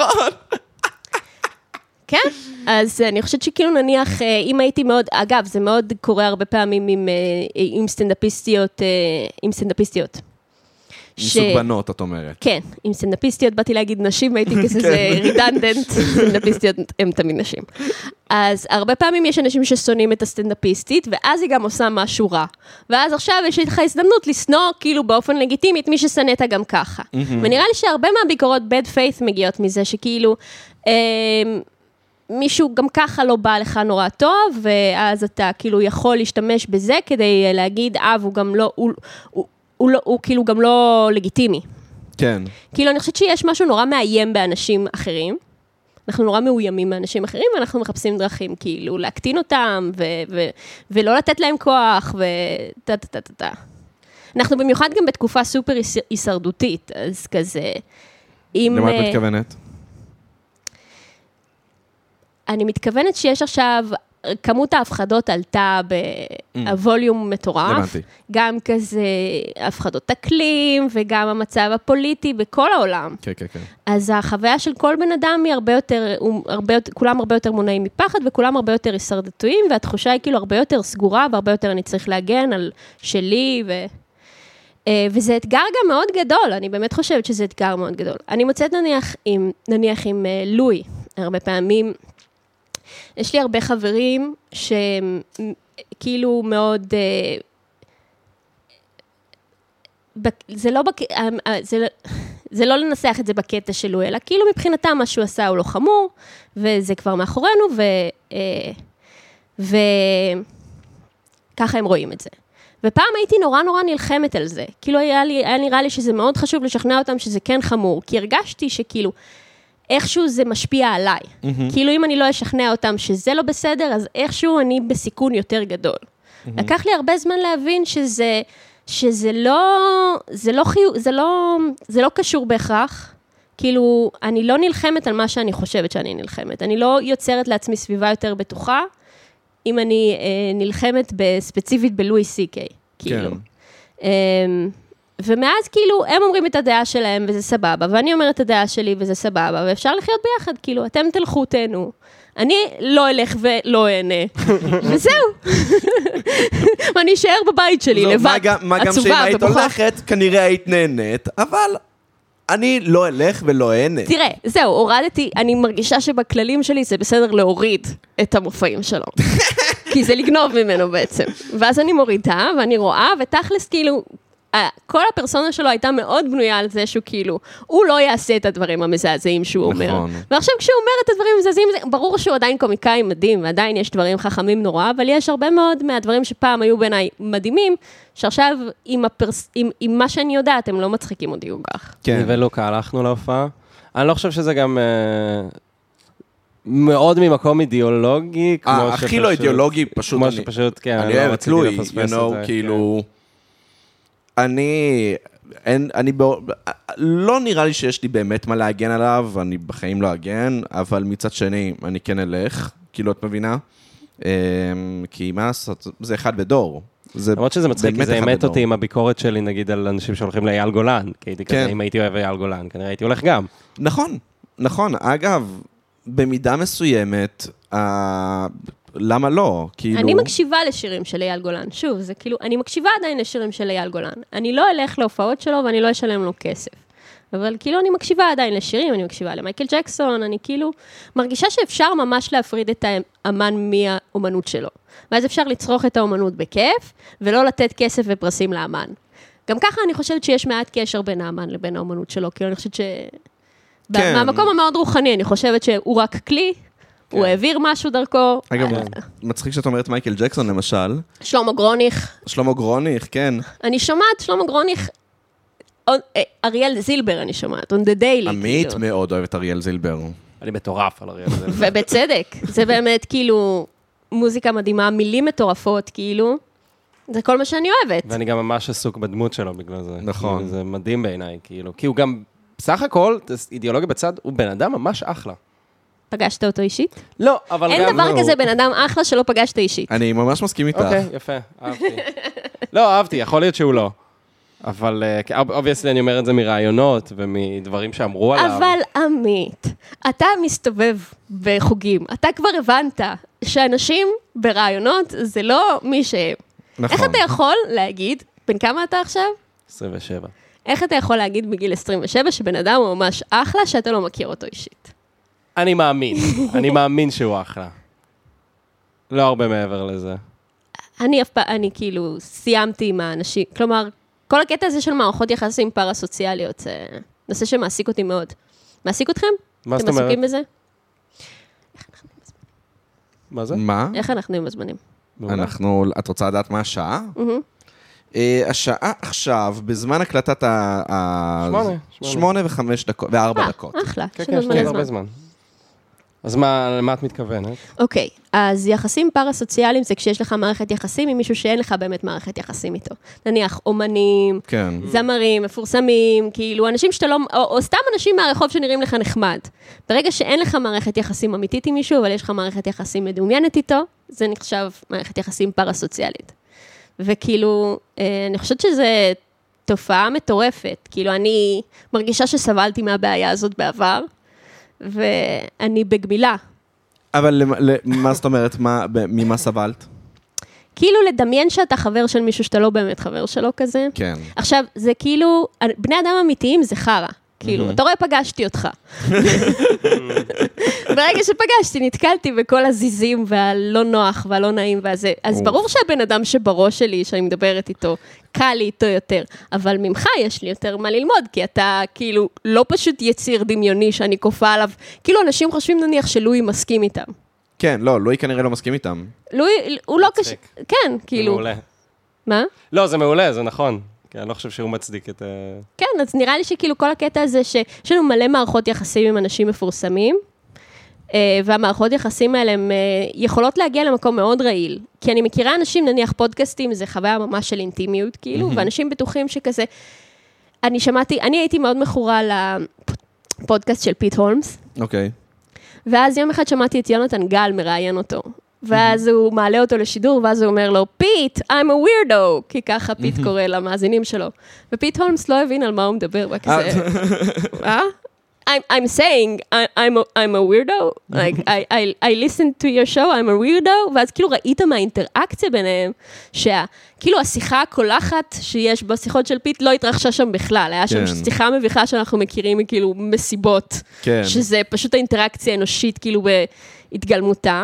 כן, אז אני חושבת שכאילו נניח, אם הייתי מאוד, אגב, זה מאוד קורה הרבה פעמים עם סטנדאפיסטיות, עם סטנדאפיסטיות.
מסוג בנות, את אומרת.
כן, עם סטנדאפיסטיות, באתי להגיד נשים, הייתי כזה רידנדנט, סטנדאפיסטיות הם תמיד נשים. אז הרבה פעמים יש אנשים ששונאים את הסטנדאפיסטית, ואז היא גם עושה משהו רע. ואז עכשיו יש לך הזדמנות לסנוע, כאילו באופן לגיטימי, את מי ששנאת גם ככה. ונראה לי שהרבה מהביקורות bad faith מגיעות מזה, שכאילו, מישהו גם ככה לא בא לך נורא טוב, ואז אתה כאילו יכול להשתמש בזה, כדי להגיד, אה, הוא גם לא, הוא, הוא, הוא, לא, הוא כאילו גם לא לגיטימי.
כן.
כאילו, אני חושבת שיש משהו נורא מאיים באנשים אחרים. אנחנו נורא מאוימים מאנשים אחרים, ואנחנו מחפשים דרכים, כאילו, להקטין אותם, ו- ו- ולא לתת להם כוח, וטה-טה-טה-טה. אנחנו במיוחד גם בתקופה סופר הישרדותית, אז כזה...
למה את מתכוונת?
אני מתכוונת שיש עכשיו, כמות ההפחדות עלתה בווליום מטורף.
הבנתי.
גם כזה הפחדות אקלים, וגם המצב הפוליטי בכל העולם.
כן, כן, כן.
אז החוויה של כל בן אדם היא הרבה יותר, הוא הרבה, כולם הרבה יותר מונעים מפחד, וכולם הרבה יותר הישרדתויים, והתחושה היא כאילו הרבה יותר סגורה, והרבה יותר אני צריך להגן על שלי, ו... וזה אתגר גם מאוד גדול, אני באמת חושבת שזה אתגר מאוד גדול. אני מוצאת נניח עם, נניח עם לואי, הרבה פעמים, יש לי הרבה חברים שהם כאילו מאוד, זה לא, זה, זה לא לנסח את זה בקטע שלו, אלא כאילו מבחינתם מה שהוא עשה הוא לא חמור, וזה כבר מאחורינו, ו, וככה הם רואים את זה. ופעם הייתי נורא נורא נלחמת על זה, כאילו היה, לי, היה נראה לי שזה מאוד חשוב לשכנע אותם שזה כן חמור, כי הרגשתי שכאילו, איכשהו זה משפיע עליי. Mm-hmm. כאילו אם אני לא אשכנע אותם שזה לא בסדר, אז איכשהו אני בסיכון יותר גדול. Mm-hmm. לקח לי הרבה זמן להבין שזה, שזה לא, זה לא חיו, זה לא, זה לא קשור בהכרח. כאילו, אני לא נלחמת על מה שאני חושבת שאני נלחמת. אני לא יוצרת לעצמי סביבה יותר בטוחה, אם אני אה, נלחמת בספציפית בלואי סי קיי. כאילו. כן. אה, ומאז כאילו, הם אומרים את הדעה שלהם, וזה סבבה, ואני אומרת את הדעה שלי, וזה סבבה, ואפשר לחיות ביחד, כאילו, אתם תלכו, תהנו. אני לא אלך ולא אענה. וזהו. ואני אשאר בבית שלי, לבד, עצובה ובוכה.
מה גם שאם היית הולכת, כנראה היית נהנית, אבל אני לא אלך ולא אענה.
תראה, זהו, הורדתי, אני מרגישה שבכללים שלי זה בסדר להוריד את המופעים שלו. כי זה לגנוב ממנו בעצם. ואז אני מורידה, ואני רואה, ותכלס כאילו, כל הפרסונה שלו הייתה מאוד בנויה על זה שהוא כאילו, הוא לא יעשה את הדברים המזעזעים שהוא אומר. נכון. ועכשיו כשהוא אומר את הדברים המזעזעים, ברור שהוא עדיין קומיקאי מדהים, ועדיין יש דברים חכמים נורא, אבל יש הרבה מאוד מהדברים שפעם היו בעיניי מדהימים, שעכשיו עם, הפרס, עם, עם מה שאני יודעת, הם לא מצחיקים אותי כל כך.
כן. ולוקה, הלכנו להופעה. אני לא חושב שזה גם אה, מאוד ממקום אידיאולוגי, כמו
아, שפשוט... הכי לא אידיאולוגי, פשוט
כמו
אני...
שפשוט, כן,
אני אוהב את לואי, you know, כאילו... אני, אין, אני, לא נראה לי שיש לי באמת מה להגן עליו, אני בחיים לא אגן, אבל מצד שני, אני כן אלך, כאילו את מבינה, כי מה לעשות, זה אחד בדור.
למרות שזה מצחיק, כי זה אמת אותי עם הביקורת שלי, נגיד, על אנשים שהולכים לאייל גולן, כי הייתי כזה, אם הייתי אוהב אייל גולן, כנראה הייתי הולך גם.
נכון, נכון, אגב, במידה מסוימת, למה לא? כאילו...
אני מקשיבה לשירים של אייל גולן, שוב, זה כאילו, אני מקשיבה עדיין לשירים של אייל גולן. אני לא אלך להופעות שלו ואני לא אשלם לו כסף. אבל כאילו אני מקשיבה עדיין לשירים, אני מקשיבה למייקל ג'קסון, אני כאילו מרגישה שאפשר ממש להפריד את האמן מהאומנות שלו. ואז אפשר לצרוך את האומנות בכיף, ולא לתת כסף ופרסים לאמן. גם ככה אני חושבת שיש מעט קשר בין האמן לבין האומנות שלו, כאילו אני חושבת ש... כן. מהמקום המאוד רוחני, אני חושבת שהוא רק כלי, הוא העביר משהו דרכו.
אגב, מצחיק שאת אומרת מייקל ג'קסון, למשל.
שלמה גרוניך.
שלמה גרוניך, כן.
אני שומעת שלמה גרוניך, אריאל זילבר אני שומעת, on the daily.
עמית מאוד אוהבת אריאל זילבר.
אני מטורף על אריאל זילבר.
ובצדק, זה באמת כאילו מוזיקה מדהימה, מילים מטורפות, כאילו. זה כל מה שאני אוהבת.
ואני גם ממש עסוק בדמות שלו בגלל זה.
נכון.
זה מדהים בעיניי, כאילו. כי הוא גם, בסך הכל, אידיאולוגיה בצד, הוא בן אדם ממש אחלה.
פגשת אותו אישית?
לא, אבל
אין
גם...
אין דבר כזה בן אדם אחלה שלא פגשת אישית.
אני ממש מסכים איתך.
אוקיי, יפה, אהבתי. לא, אהבתי, יכול להיות שהוא לא. אבל, obviously, אני אומר את זה מרעיונות ומדברים שאמרו עליו.
אבל עמית, אתה מסתובב בחוגים, אתה כבר הבנת שאנשים ברעיונות זה לא מי שהם. נכון. איך אתה יכול להגיד, בן כמה אתה עכשיו?
עשרים ושבע.
איך אתה יכול להגיד בגיל עשרים ושבע שבן אדם הוא ממש אחלה שאתה לא מכיר אותו אישית?
אני מאמין, אני מאמין שהוא אחלה. לא הרבה מעבר לזה.
אני אף פעם, אני כאילו סיימתי עם האנשים, כלומר, כל הקטע הזה של מערכות יחסים פרסוציאליות, זה נושא שמעסיק אותי מאוד. מעסיק אתכם?
מה זאת אומרת?
אתם מעסיקים בזה?
מה זה?
מה?
איך אנחנו עם הזמנים?
אנחנו, את רוצה לדעת מה השעה? השעה עכשיו, בזמן הקלטת ה...
שמונה.
שמונה וחמש דקות, וארבע דקות.
אחלה.
כן, כן, יש לי הרבה זמן. אז מה, למה את מתכוונת?
אוקיי, אז יחסים פרסוציאליים זה כשיש לך מערכת יחסים עם מישהו שאין לך באמת מערכת יחסים איתו. נניח אומנים,
כן.
זמרים, מפורסמים, כאילו אנשים שאתה לא, או, או סתם אנשים מהרחוב שנראים לך נחמד. ברגע שאין לך מערכת יחסים אמיתית עם מישהו, אבל יש לך מערכת יחסים מדומיינת איתו, זה נחשב מערכת יחסים פרסוציאלית. וכאילו, אני חושבת שזה תופעה מטורפת. כאילו, אני מרגישה שסבלתי מהבעיה הזאת בעבר, ואני בגמילה.
אבל מה זאת אומרת, מה, ממה סבלת?
כאילו לדמיין שאתה חבר של מישהו שאתה לא באמת חבר שלו כזה.
כן.
עכשיו, זה כאילו, בני אדם אמיתיים זה חרא. כאילו, אתה רואה, פגשתי אותך. ברגע שפגשתי, נתקלתי בכל הזיזים והלא נוח והלא נעים והזה. אז ברור שהבן אדם שבראש שלי, שאני מדברת איתו, קל לי איתו יותר. אבל ממך יש לי יותר מה ללמוד, כי אתה כאילו לא פשוט יציר דמיוני שאני קופה עליו. כאילו, אנשים חושבים נניח שלואי מסכים איתם.
כן, לא, לואי כנראה לא מסכים איתם.
לואי, הוא לא קשה... כן, כאילו...
זה מעולה.
מה?
לא, זה מעולה, זה נכון. כי אני לא חושב שהוא מצדיק את...
כן, אז נראה לי שכאילו כל הקטע הזה שיש לנו מלא מערכות יחסים עם אנשים מפורסמים, והמערכות יחסים האלה הן יכולות להגיע למקום מאוד רעיל. כי אני מכירה אנשים, נניח פודקאסטים, זה חוויה ממש של אינטימיות, כאילו, ואנשים בטוחים שכזה... אני שמעתי, אני הייתי מאוד מכורה לפודקאסט של פיט הולמס.
אוקיי.
ואז יום אחד שמעתי את יונתן גל מראיין אותו. ואז הוא מעלה אותו לשידור, ואז הוא אומר לו, פיט, I'm a weirdo, כי ככה פיט קורא למאזינים שלו. ופיט הולמס לא הבין על מה הוא מדבר, וכזה, אה? I'm, I'm saying, I, I'm, a, I'm a weirdo, like, I, I, I listened to your show, I'm a weirdo, ואז כאילו ראית מהאינטראקציה ביניהם, שכאילו השיחה הקולחת שיש בשיחות של פיט לא התרחשה שם בכלל, היה שם שיחה מביכה שאנחנו מכירים מכאילו מסיבות, שזה פשוט האינטראקציה האנושית כאילו בהתגלמותה,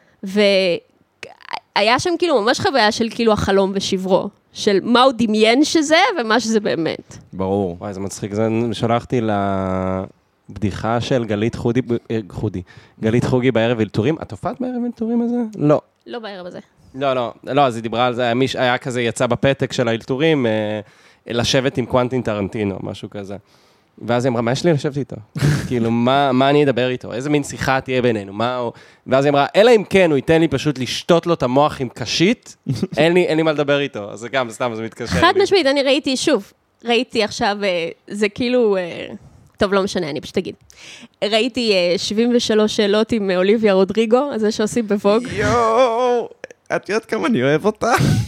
והיה שם כאילו ממש חוויה של כאילו החלום ושברו, של מה הוא דמיין שזה ומה שזה באמת.
ברור.
וואי, זה מצחיק, זה שלחתי לבדיחה של גלית חודי, חודי, גלית חוגי בערב אלתורים. את הופעת בערב אלתורים הזה? לא.
לא בערב הזה.
לא, לא, לא, אז היא דיברה על זה, היה כזה, יצא בפתק של האלתורים, לשבת עם קוונטין טרנטינו, משהו כזה. ואז היא אמרה, מה יש לי לשבת איתו? כאילו, מה, מה אני אדבר איתו? איזה מין שיחה תהיה בינינו? מה הוא... ואז היא אמרה, אלא אם כן, הוא ייתן לי פשוט לשתות לו את המוח עם קשית, אין לי, אין לי מה לדבר איתו. אז זה גם, סתם, זה מתקשר.
חד משמעית, אני ראיתי, שוב, ראיתי עכשיו, זה כאילו, טוב, לא משנה, אני פשוט אגיד. ראיתי שבעים ושלוש שאלות עם אוליביה רודריגו, זה שעושים בווג.
יואו, את יודעת כמה אני אוהב אותה?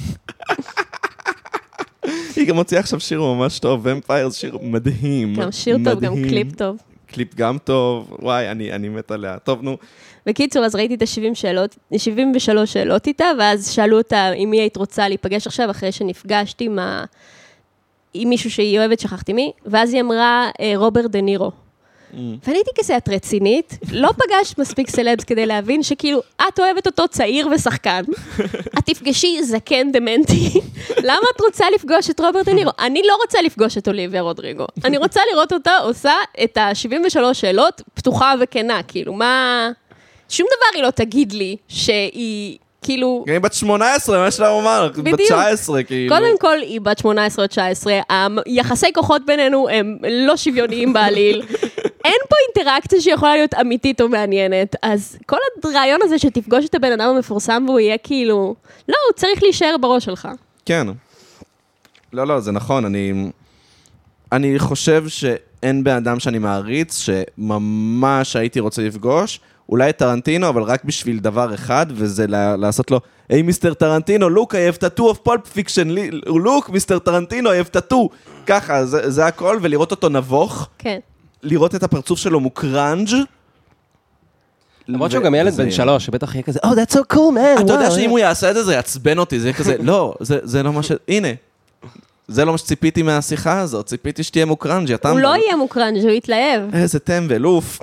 היא גם הוציאה עכשיו שיר ממש טוב, ומפייר, שיר מדהים.
גם שיר טוב, גם קליפ טוב.
קליפ גם טוב, וואי, אני, אני מת עליה. טוב, נו.
בקיצור, אז ראיתי את ה-שבעים שאלות, שבעים ושלוש שאלות איתה, ואז שאלו אותה עם מי היית רוצה להיפגש עכשיו, אחרי שנפגשתי עם, ה... עם מישהו שהיא אוהבת, שכחתי מי, ואז היא אמרה, רוברט דה נירו. ואני הייתי כזה, את רצינית, לא פגשת מספיק סלבס כדי להבין שכאילו, את אוהבת אותו צעיר ושחקן, את תפגשי זקן דמנטי, למה את רוצה לפגוש את רוברט דה נירו? אני לא רוצה לפגוש את אוליביה רודריגו, אני רוצה לראות אותה עושה את ה-שבעים ושלוש שאלות פתוחה וכנה, כאילו, מה... שום דבר היא לא תגיד לי שהיא... כאילו...
היא בת שמונה עשרה, מה שאתה אומר, בת תשע עשרה, כאילו.
קודם כל, היא בת שמונה עשרה או תשע עשרה, היחסי כוחות בינינו הם לא שוויוניים בעליל, אין פה אינטראקציה שיכולה להיות אמיתית או מעניינת, אז כל הרעיון הזה שתפגוש את הבן אדם המפורסם והוא יהיה כאילו, לא, הוא צריך להישאר בראש שלך.
כן. לא, לא, זה נכון, אני... אני חושב שאין בן אדם שאני מעריץ, שממש הייתי רוצה לפגוש, אולי טרנטינו, אבל רק בשביל דבר אחד, וזה לעשות לו, היי מיסטר טרנטינו, לוק, I have tattoo of pulp fiction, לוק, מיסטר טרנטינו, I have tattoo. ככה, זה, זה הכל, ולראות אותו נבוך.
כן.
לראות את הפרצוף שלו מוקרנג'.
למרות שהוא גם ילד בן שלוש, שבטח יהיה כזה, Oh, that's so cool, man.
אתה יודע שאם הוא יעשה את זה, זה יעצבן אותי, זה יהיה כזה, לא, זה לא מה ש... הנה. זה לא מה שציפיתי מהשיחה הזאת, ציפיתי שתהיה מוקרנג'.
הוא לא יהיה מוקרנג', הוא יתלהב.
איזה טמבל, אוף.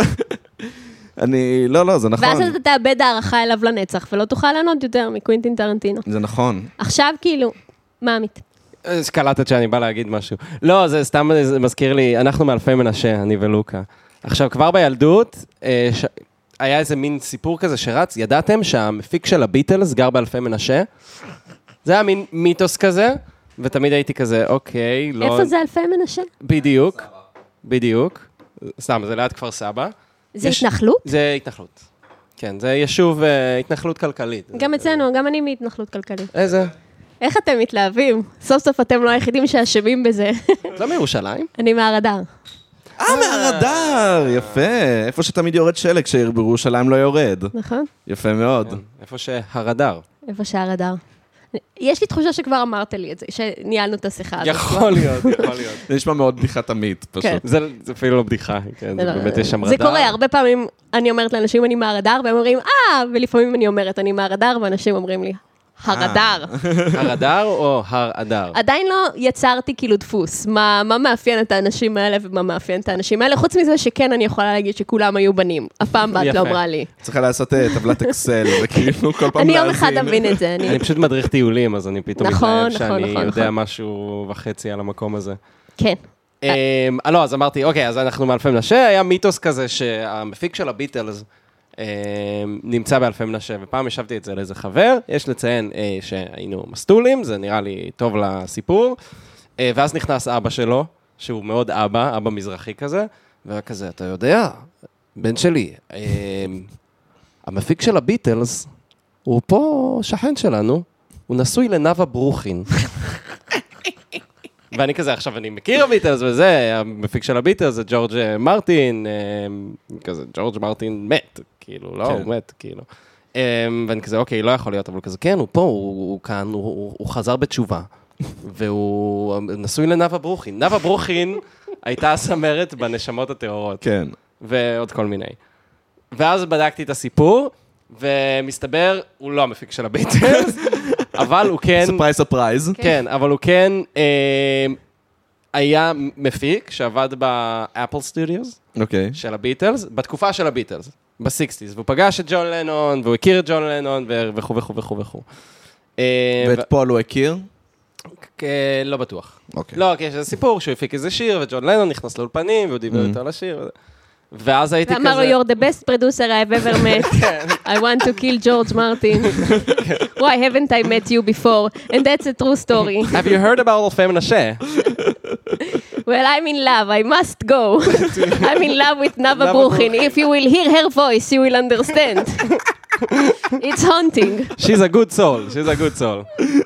אני, לא, לא, זה נכון.
ואז אתה תאבד הערכה אליו לנצח, ולא תוכל לענות יותר מקווינטין טרנטינו.
זה נכון.
עכשיו כאילו, מה עמית?
קלטת שאני בא להגיד משהו. לא, זה סתם זה מזכיר לי, אנחנו מאלפי מנשה, אני ולוקה. עכשיו, כבר בילדות, ש... היה איזה מין סיפור כזה שרץ, ידעתם שהמפיק של הביטלס גר באלפי מנשה? זה היה מין מיתוס כזה, ותמיד הייתי כזה, אוקיי, לא...
איפה זה אלפי מנשה?
בדיוק, בדיוק. סתם, זה ליד כפר סבא.
זה התנחלות?
זה התנחלות. כן, זה יישוב, אה, התנחלות כלכלית.
גם אצלנו, גם אני מהתנחלות כלכלית.
איזה?
איך אתם מתלהבים? סוף סוף אתם לא היחידים שאשמים בזה.
את לא מירושלים?
אני מהרדאר.
אה, מהרדאר, יפה. איפה שתמיד יורד שלג, שבירושלים לא יורד.
נכון?
יפה מאוד.
איפה שהרדאר.
איפה שהרדאר. יש לי תחושה שכבר אמרת לי את זה, שניהלנו את השיחה הזאת.
יכול להיות, יכול להיות.
זה נשמע מאוד בדיחת עמית, פשוט.
כן.
זה זה אפילו לא בדיחה, כן, זה באמת יש שם רדאר.
זה קורה, הרבה פעמים אני אומרת לאנשים, אני מהרדאר, והם אומרים, אה, ולפעמים אני אומרת, אני מהרדאר, ואנשים אומרים לי, הרדאר.
הרדאר או הרעדר?
עדיין לא יצרתי כאילו דפוס, מה, מה מאפיין את האנשים האלה ומה מאפיין את האנשים האלה, חוץ מזה שכן אני יכולה להגיד שכולם היו בנים. אף פעם בת
יפה.
לא אמרה לי.
צריכה לעשות אה, טבלת אקסל, וכאילו כל פעם
אני יום
להאזין.
אחד אבין את זה. אני...
אני פשוט מדריך טיולים, אז אני פתאום
נכון,
מתלהב
נכון,
שאני
נכון,
יודע
נכון.
משהו וחצי על המקום הזה.
כן.
אמ, אה, לא, אז אמרתי, אוקיי, אז אנחנו מאלפי מנשה, היה מיתוס כזה שהמפיק של הביטלס אמ, נמצא באלפי מנשה, ופעם ישבתי את זה לאיזה חבר, יש לציין אה, שהיינו מסטולים, זה נראה לי טוב לסיפור, אה, ואז נכנס אבא שלו, שהוא מאוד אבא, אבא מזרחי כזה, והיה כזה, אתה יודע, בן שלי, אמ, המפיק של הביטלס, הוא פה שכן שלנו, הוא נשוי לנאווה ברוכין. ואני כזה, עכשיו אני מכיר הביטלס וזה, המפיק של הביטלס זה ג'ורג' מרטין, כזה, ג'ורג' מרטין מת, כאילו, לא, הוא מת, כאילו. ואני כזה, אוקיי, לא יכול להיות, אבל כזה, כן, הוא פה, הוא כאן, הוא חזר בתשובה, והוא נשוי לנאווה ברוכין. נאווה ברוכין הייתה סמרת בנשמות הטהורות.
כן.
ועוד כל מיני. ואז בדקתי את הסיפור, ומסתבר, הוא לא המפיק של הביטלס, אבל הוא כן...
ספרייז ספרייז.
כן, אבל הוא כן אה, היה מפיק שעבד באפל סטודיוס
אוקיי.
של הביטלס, בתקופה של הביטלס, בסיקסטיז, והוא פגש את ג'ון לנון, והוא הכיר את ג'ון לנון, וכו' וכו' וכו' וכו'. אה,
ואת פול הוא הכיר?
כ- לא בטוח.
אוקיי.
לא, כי יש איזה סיפור שהוא הפיק איזה שיר, וג'ון לנון נכנס לאולפנים, והוא דיבר איתו על השיר. וזה. ואז הייתי כזה...
ואמר לו, you're the best producer I've ever met. I want to kill George Martin. Why haven't I met you before? And that's a true story.
Have you heard about אלפי מנשה?
Well, I'm in love. I must go. I'm in love with Nava Brukhin. If you will hear her voice, you will understand. It's haunting.
She's a good soul, she's a good soul.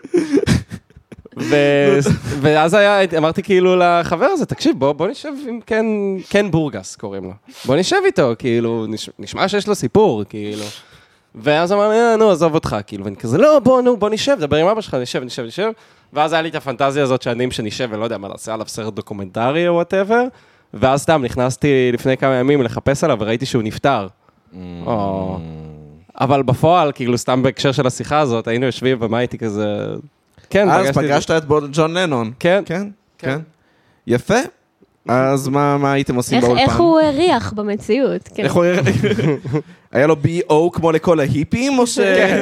ו- ואז היה, אמרתי כאילו לחבר הזה, תקשיב, בוא, בוא נשב עם קן, קן בורגס, קוראים לו. בוא נשב איתו, כאילו, נש, נשמע שיש לו סיפור, כאילו. ואז אמר לי, נו, עזוב אותך, כאילו, ואני כזה, לא, בוא, נו, בוא נשב, דבר עם אבא שלך, נשב, נשב, נשב. ואז היה לי את הפנטזיה הזאת שאני שנשב, ולא יודע מה, נעשה עליו סרט דוקומנטרי או whatever, ואז סתם נכנסתי לפני כמה ימים לחפש עליו, וראיתי שהוא נפטר. או... אבל בפועל, כאילו, סתם בהקשר של השיחה הזאת, היינו יושבים ומה הייתי כזה... כן,
אז פגשת את ג'ון לנון.
כן.
כן, כן. יפה. אז מה מה הייתם עושים באולפן?
איך הוא הריח במציאות?
איך הוא... היה לו בי או כמו לכל ההיפים, או ש...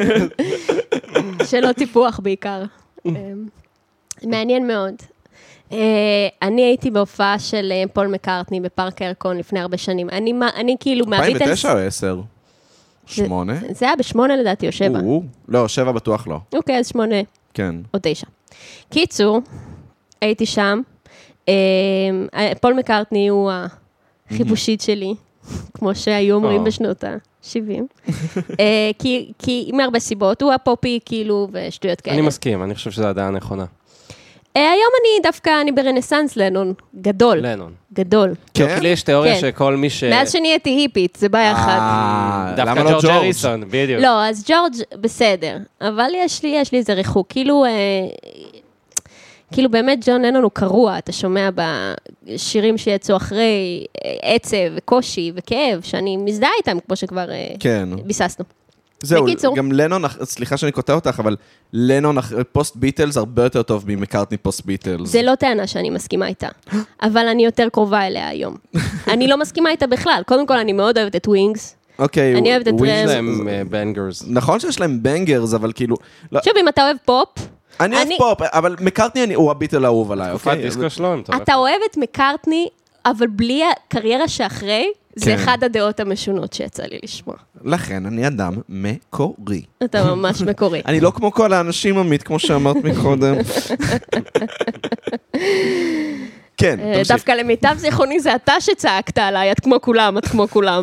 שלא טיפוח בעיקר. מעניין מאוד. אני הייתי בהופעה של פול מקארטני בפארק הירקון לפני הרבה שנים. אני כאילו מהביטלס...
אלפיים ותשע או עשר? שמונה?
זה היה בשמונה לדעתי או שבע.
לא, שבע בטוח לא.
אוקיי, אז שמונה.
כן.
או תשע. קיצור, הייתי שם. פול מקארטני הוא החיבושית שלי, כמו שהיו אומרים בשנות ה-שבעים. כי מהרבה סיבות, הוא הפופי כאילו ושטויות כאלה.
אני מסכים, אני חושב שזו הדעה הנכונה.
היום אני דווקא, אני ברנסנס לנון, גדול.
לנון.
גדול.
כן? לי יש תיאוריה
כן.
שכל מי ש...
מאז שנהייתי היפית, זה בעיה אחת.
דווקא
למה לא
ג'ורג'
ג'ורג'?
הריסון, בדיוק.
לא, אז ג'ורג' בסדר, אבל יש לי, יש לי איזה ריחוק. כאילו, אה, כאילו באמת ג'ון לנון הוא קרוע, אתה שומע בשירים שיצאו אחרי עצב וקושי וכאב, שאני מזדהה איתם, כמו שכבר אה,
כן.
ביססנו.
זהו,
בקיצור.
גם לנון, סליחה שאני קוטע אותך, אבל לנון פוסט ביטלס הרבה יותר טוב ממקארטני פוסט ביטלס.
זה לא טענה שאני מסכימה איתה, אבל אני יותר קרובה אליה היום. אני לא מסכימה איתה בכלל. קודם כל, אני מאוד אוהבת את ווינגס.
אוקיי.
אני אוהבת את
ווינגס-
יש
טרם.
להם בנגרס.
נכון שיש להם בנגרס, אבל כאילו... לא,
שוב, אם אתה אוהב פופ,
אני אוהב
אני-
פופ, אבל מקארטני אני- הוא הביטל האהוב עליי,
תקופת
אוקיי?
דיסקו שלו, הם טוב.
אתה אוהב את מקארטני, אבל בלי הקריירה שאחרי, זה
כן.
אחד הדעות המשונות שיצא לי לשמוע.
לכן אני אדם מקורי.
אתה ממש מקורי.
אני לא כמו כל האנשים עמית, כמו שאמרת מקודם. כן, כן, תמשיך.
דווקא למיטב זיכרוני זה אתה שצעקת עליי, את כמו כולם, את כמו כולם.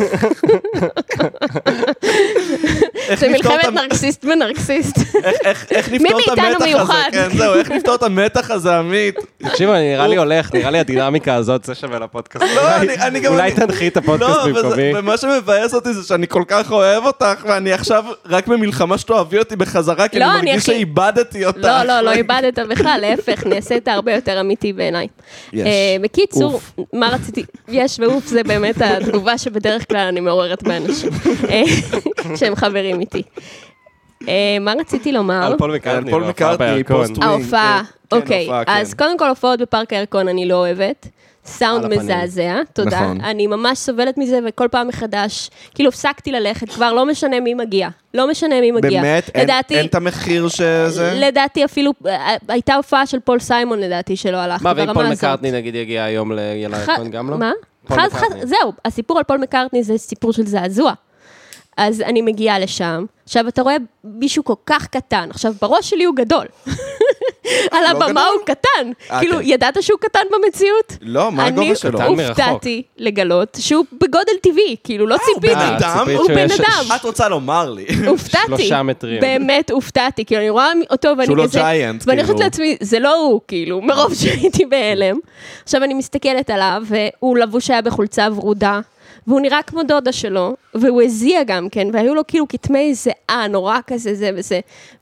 זה מלחמת נרקסיסט ונרקסיסט.
איך נפתור את המתח הזה? כן, זהו, איך נפתור את המתח הזה, עמית?
תקשיב, נראה לי הולך, נראה לי הדינמיקה הזאת, זה שווה לפודקאסט.
לא, אני גם...
אולי תנחי את הפודקאסט במקומי.
לא, ומה שמבאס אותי זה שאני כל כך אוהב אותך, ואני עכשיו רק במלחמה שתאהבי אותי בחזרה, כי אני מרגיש שאיבדתי אותך.
לא, לא, לא איבדת בכלל, להפך, נעשית הרבה יותר אמיתי בעיניי.
יש.
בקיצור, מה רציתי? יש ואוף, זה באמת התגובה שבדרך כלל אני מעוררת באנשים, שהם חברים איתי. מה רציתי לומר?
על פול מקארטני,
פול מקארטני, פוסט ווינג.
ההופעה, אוקיי. אז קודם כל הופעות בפארק הירקון אני לא אוהבת. סאונד מזעזע, תודה.
נכון.
אני ממש סובלת מזה, וכל פעם מחדש, כאילו הפסקתי ללכת, כבר לא משנה מי מגיע. לא משנה מי מגיע.
באמת?
לדעתי,
אין את המחיר שזה?
לדעתי אפילו, הייתה הופעה של פול סיימון לדעתי שלא הלכתי
מה,
ברמה הזאת.
ואם פול מקארטני נגיד יגיע היום לירקון גם לא?
מה?
פול
חד,
מקארטני.
חד, זהו, הסיפור על פול מקארטני זה סיפור של זעזוע. אז אני מגיעה לשם, עכשיו אתה רואה מישהו כל כך קטן, עכשיו בראש שלי הוא גדול, על הבמה הוא קטן, כאילו ידעת שהוא קטן במציאות?
לא, מה הגובה שלו?
אני הופתעתי לגלות שהוא בגודל טבעי, כאילו לא ציפיתי,
הוא בן אדם?
הוא בן אדם,
את רוצה לומר לי.
הופתעתי,
שלושה מטרים.
באמת הופתעתי, כאילו אני רואה אותו ואני
שהוא לא
כזה,
ג'יינט,
ואני חושבת
כאילו.
לעצמי, זה לא הוא, כאילו, מרוב שהייתי בהלם, עכשיו אני מסתכלת עליו, והוא לבוש היה בחולצה ורודה, והוא נראה כמו דודה שלו, והוא הזיע גם כן, והיו לו כאילו כתמי זיעה, נורא כזה זה וזה,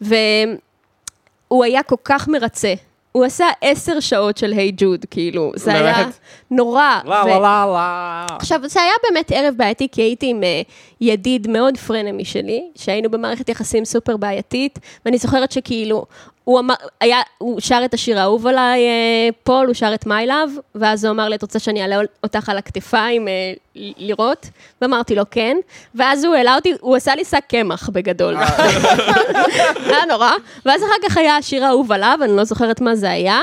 והוא היה כל כך מרצה. הוא עשה עשר שעות של היי ג'וד, כאילו, זה
באמת?
היה נורא.
לא,
ו-
לא, לא, לא.
עכשיו, זה היה באמת ערב בעייתי, כי הייתי עם uh, ידיד מאוד פרנמי שלי, שהיינו במערכת יחסים סופר בעייתית, ואני זוכרת שכאילו, הוא, אמר, היה, הוא שר את השיר האהוב עליי, uh, פול, הוא שר את My Love, ואז הוא אמר לי, את רוצה שאני אעלה אותך על הכתפיים uh, לראות? ואמרתי לו, כן. ואז הוא העלה אותי, הוא עשה לי שק קמח בגדול. היה נורא. ואז אחר כך היה השיר האהוב עליו, אני לא זוכרת מה זה היה.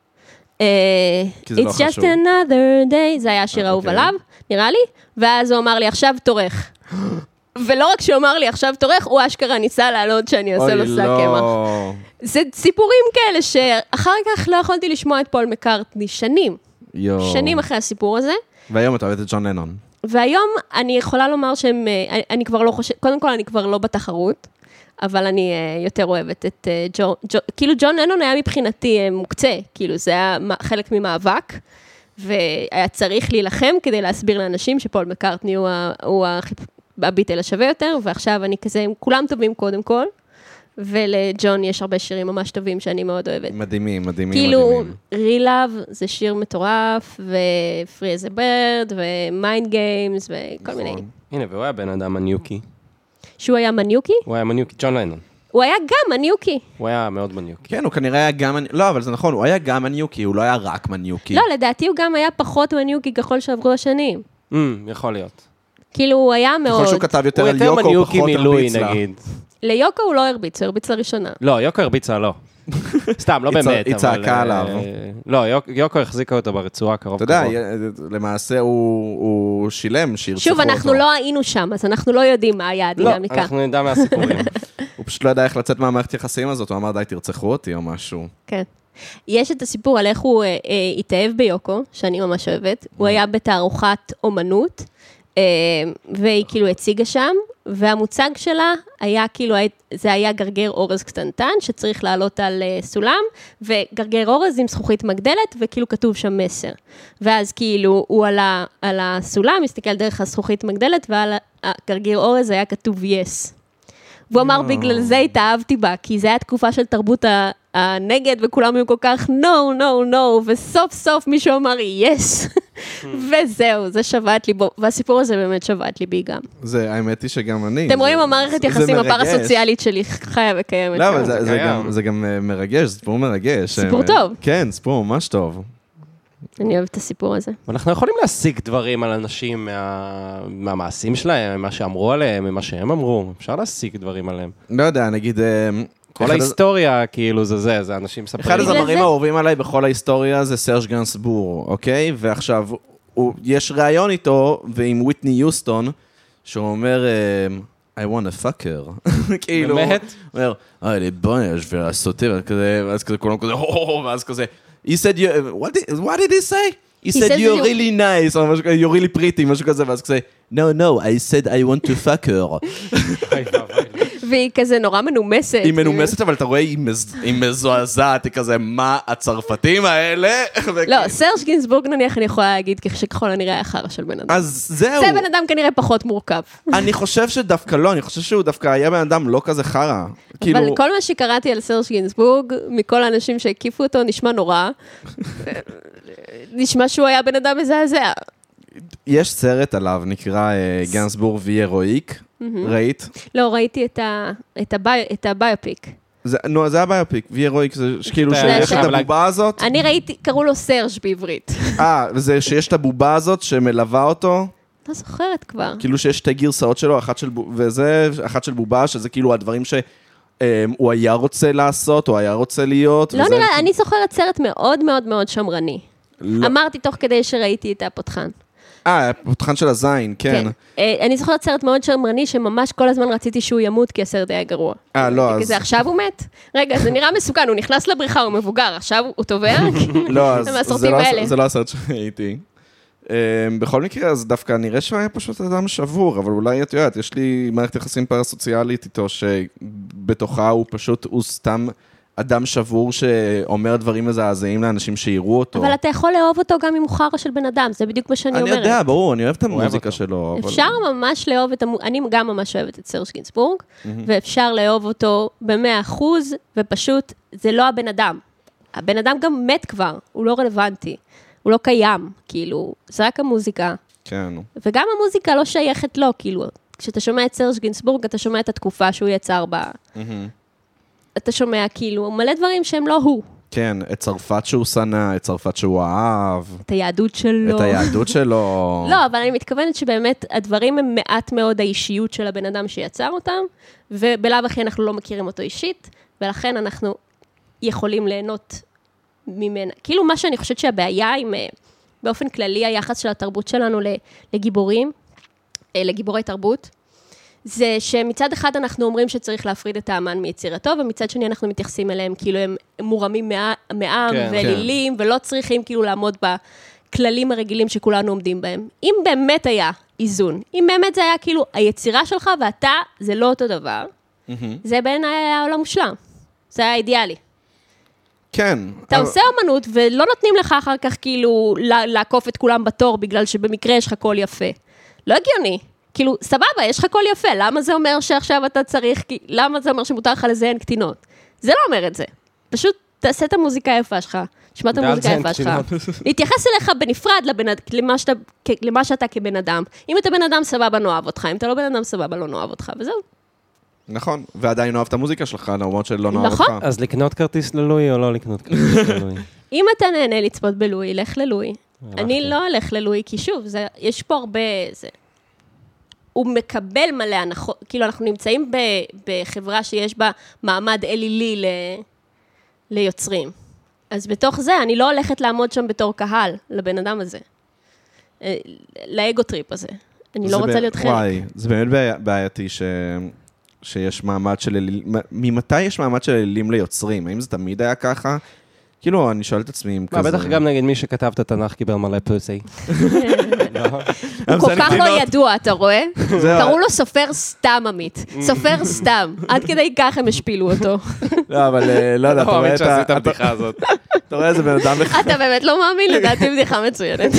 כי זה לא
It's just
חשוב.
another day, זה היה השיר האהוב עליו, נראה לי, ואז הוא אמר לי, עכשיו תורך. ולא רק שהוא אמר לי, עכשיו תורך, הוא אשכרה ניסה לעלות שאני אעשה לו שק קמח. זה סיפורים כאלה שאחר כך לא יכולתי לשמוע את פול מקארטני שנים.
יו.
שנים אחרי הסיפור הזה.
והיום אתה אוהבת את ג'ון לנון.
והיום אני יכולה לומר שהם, אני, אני כבר לא חושבת, קודם כל אני כבר לא בתחרות, אבל אני uh, יותר אוהבת את uh, ג'ון, ג'ו, כאילו ג'ון לנון היה מבחינתי uh, מוקצה, כאילו זה היה חלק ממאבק, והיה צריך להילחם כדי להסביר לאנשים שפול מקארטני הוא, ה, הוא הביטל השווה יותר, ועכשיו אני כזה, כולם טובים קודם כל, ולג'ון יש הרבה שירים ממש טובים שאני מאוד אוהבת.
מדהימים, מדהימים,
כאילו,
מדהימים.
Re-Love זה שיר מטורף, ו-Free as a Bird, ו-Mind Games, וכל מיני.
הנה, והוא היה בן אדם מניוקי.
שהוא היה מניוקי?
הוא היה מניוקי, ג'ון לנון.
הוא היה גם מניוקי.
הוא היה מאוד מניוקי.
כן, הוא כנראה היה גם... לא, אבל זה נכון, הוא היה גם מניוקי, הוא לא היה רק מניוקי.
לא, לדעתי הוא גם היה פחות מניוקי ככל שעברו השנים.
Mm, יכול להיות.
כאילו, הוא היה מאוד...
ככל שהוא כתב יותר
הוא
על
יותר
יוקו,
מניוקי
פחות
מלואי,
הרביץ לה.
נגיד.
ליוקו הוא לא הרביץ, הוא הרביץ לראשונה.
לא, יוקו הרביצה, לא. סתם, לא
היא צ-
באמת.
היא
אבל,
צעקה
אה,
עליו.
לא, יוק- יוקו החזיקה אותו ברצועה קרוב
אתה יודע,
קרוב.
למעשה הוא הוא שילם שירצחו
שוב,
אותו.
אנחנו לא היינו שם, אז אנחנו לא יודעים מה היה
לא,
הדינמיקה.
אנחנו נדע מהסיפורים.
הוא פשוט לא ידע איך לצאת מהמערכת יחסים הזאת, הוא אמר, די, תרצחו אותי או משהו.
כן. יש את הסיפור על איך הוא אה, אה, התאהב ביוקו, שאני ממש אוהבת. הוא היה בתערוכת אומנות, אה, והיא כאילו הציגה שם, והמוצג שלה היה כאילו, זה היה גרגר אורז קטנטן, שצריך לעלות על uh, סולם, וגרגר אורז עם זכוכית מגדלת, וכאילו כתוב שם מסר. ואז כאילו הוא עלה על הסולם, מסתכל דרך הזכוכית מגדלת, ועל הגרגר אורז היה כתוב yes. והוא אמר, בגלל זה התאהבתי בה, כי זה היה תקופה של תרבות הנגד, וכולם היו כל כך no, no, no, וסוף סוף מישהו אמר yes. וזהו, זה שבת לי בו, והסיפור הזה באמת שבת לי בי גם.
זה, האמת היא שגם אני.
אתם רואים, המערכת יחסים הפרסוציאלית שלי חיה וקיימת.
לא, אבל זה-
זה
זה
קיים.
גם- זה גם אה, מרגש, זה סיפור מרגש.
סיפור
אה,
טוב.
כן, סיפור ממש טוב.
אני אוהבת את הסיפור הזה.
ואנחנו יכולים להסיק דברים על אנשים מה- מהמעשים שלהם, ממה שאמרו עליהם, ממה שהם אמרו. אפשר להסיק דברים עליהם.
לא יודע, נגיד... אה,
כל
אחד הז-
ההיסטוריה, כאילו, זה זה, זה אנשים מספרים.
אחד
בגלל
הזמרים
זה-
האהובים עליי בכל ההיסטוריה זה סרג' גנסבור, אוקיי? ועכשיו, הוא- יש ראיון איתו, ועם וויטני יוסטון, שהוא אומר, אה, I want a fucker. כאילו,
באמת?
הוא אומר, אה, לי בוא נשב ולעשות, ואז כזה, ואז כזה, כולם כזה, הו, ואז כזה, he said, you, what did, what did he say? He said,
said
you're
you-
really nice, או משהו כזה, you're really pretty, משהו כזה, ואז כזה, no, no, I said I want to fuck her.
והיא כזה נורא מנומסת.
היא מנומסת, אבל אתה רואה, היא מז- היא מזועזעת, היא כזה, מה הצרפתים האלה?
לא, סרש גינסבורג נניח אני יכולה להגיד, שככל הנראה היה חרא של בן אדם.
אז זהו.
זה בן אדם כנראה פחות מורכב.
אני חושב שדווקא לא, אני חושב שהוא דווקא היה בן אדם לא כזה חרא. כאילו,
אבל כל מה שקראתי על סרש גינסבורג, מכל האנשים שהקיפו אותו, נשמע נורא. נשמע שהוא היה בן אדם מזעזע.
יש סרט עליו, נקרא אה, גנסבורג וי הרואיק, ראית?
לא, ראיתי את ה- את הבי- את הביופיק.
זה- נו, זה הביופיק, וי הרואיק, זה כאילו
זה
שיש את
השם.
הבובה הזאת.
אני ראיתי, קראו לו סרש בעברית.
אה, וזה שיש את הבובה הזאת שמלווה אותו,
לא זוכרת כבר.
כאילו שיש שתי גרסאות שלו, אחת של בובה, וזה, אחת של בובה, שזה כאילו הדברים שהוא היה רוצה לעשות, או היה רוצה להיות.
לא
וזה-
נראה, אני זוכרת סרט מאוד מאוד מאוד שמרני.
לא.
אמרתי תוך כדי שראיתי את הפותחן.
אה, הפותחן של הזין, כן.
כן. אה, אני זוכרת סרט מאוד שמרני, שממש כל הזמן רציתי שהוא ימות, כי הסרט היה גרוע.
אה, לא, אז...
כזה, עכשיו הוא מת? רגע, זה נראה מסוכן, הוא נכנס לבריכה, הוא מבוגר, עכשיו הוא טובע?
לא, אז
הם
זה
הסרטים
לא,
האלה.
זה לא הסרט שהייתי. Um, בכל מקרה, אז דווקא נראה שהוא היה פשוט אדם שבור, אבל אולי את יודעת, יש לי מערכת יחסים פרסוציאלית איתו, שבתוכה הוא פשוט, הוא סתם אדם שבור שאומר דברים מזעזעים לאנשים שיראו אותו.
אבל אתה יכול לאהוב אותו גם אם הוא חרא של בן אדם, זה בדיוק מה שאני
אני
אומרת.
יודע, ברור, אני אוהב את המוזיקה
אותו.
שלו. אבל-
אפשר ממש לאהוב את המוזיקה, אני גם ממש אוהבת את סרש גינסבורג, ואפשר לאהוב אותו במאה אחוז, ופשוט זה לא הבן אדם. הבן אדם גם מת כבר, הוא לא רלוונטי, הוא לא קיים, כאילו, זה רק המוזיקה.
כן.
וגם המוזיקה לא שייכת לו, כאילו, כשאתה שומע את סרש גינסבורג, אתה שומע את התקופה שהוא יצר בה. אתה שומע כאילו מלא דברים שהם לא הוא.
כן, את צרפת שהוא שנא, את צרפת שהוא אהב,
את היהדות שלו.
את היהדות שלו.
לא, אבל אני מתכוונת שבאמת הדברים הם מעט מאוד האישיות של הבן אדם שיצר אותם, ובלאו הכי אנחנו לא מכירים אותו אישית, ולכן אנחנו יכולים ליהנות ממנה. כאילו מה שאני חושבת שהבעיה עם, אה, באופן כללי, היחס של התרבות שלנו לגיבורים, אה, לגיבורי תרבות, זה שמצד אחד אנחנו אומרים שצריך להפריד את האמן מיצירתו, ומצד שני אנחנו מתייחסים אליהם כאילו הם מורמים מה- מעם
כן,
ואלילים, ולא צריכים כאילו לעמוד בכללים הרגילים שכולנו עומדים בהם. אם באמת היה איזון, אם באמת זה היה כאילו היצירה שלך ואתה, זה לא אותו דבר, זה בעיניי היה העולם מושלם. זה היה אידיאלי.
כן.
אתה
אבל-
עושה אומנות, ולא נותנים לך אחר כך כאילו לה- לעקוף את כולם בתור, בגלל שבמקרה יש לך קול יפה. לא הגיוני. כאילו, סבבה, יש לך קול יפה, למה זה אומר שעכשיו אתה צריך, כי- למה זה אומר שמותר לך לזיין קטינות? זה לא אומר את זה. פשוט תעשה את המוזיקה היפה שלך, תשמע את
ואל
המוזיקה
תזיין
היפה שלך.
קטינות.
להתייחס אליך בנפרד לבן, למה, שאתה, כ- למה שאתה כבן אדם. אם אתה בן אדם סבבה, נאהב אותך, אם אתה לא בן אדם סבבה, לא נאהב אותך, וזהו.
נכון, ועדיין אוהב את המוזיקה שלך, למרות שלא נאהב
נכון.
אותך.
אז לקנות כרטיס ללואי או לא לקנות כרטיס ללואי?
אם אתה נהנה לצפות בלואי, לך ללואי.
הלכתי.
אני לא אלך ללואי, כי שוב, זה, יש פה הרבה... זה, הוא מקבל מלא הנחות, כאילו אנחנו נמצאים ב, בחברה שיש בה מעמד אלילי ל, ליוצרים. אז בתוך זה, אני לא הולכת לעמוד שם בתור קהל לבן אדם הזה. אה, לאגו-טריפ הזה. אני לא
זה
רוצה
ב-
להיות חלק.
וואי, זה באמת בעי- בעייתי ש... שיש מעמד של אלילים, ממתי יש מעמד של אלילים ליוצרים? האם זה תמיד היה ככה? כאילו, אני שואל את עצמי אם
מה,
כזה...
בטח גם נגיד מי שכתב את התנ"ך קיבל מלא פוסי.
הוא כל כך לא ידוע, אתה רואה?
זהו.
קראו לו סופר סתם, עמית. סופר סתם. עד כדי כך הם השפילו אותו.
לא, אבל אה, לא יודע, אתה רואה את ה...
את הבדיחה הזאת.
אתה רואה איזה בן אדם...
אתה באמת לא מאמין, לדעתי בדיחה מצוינת.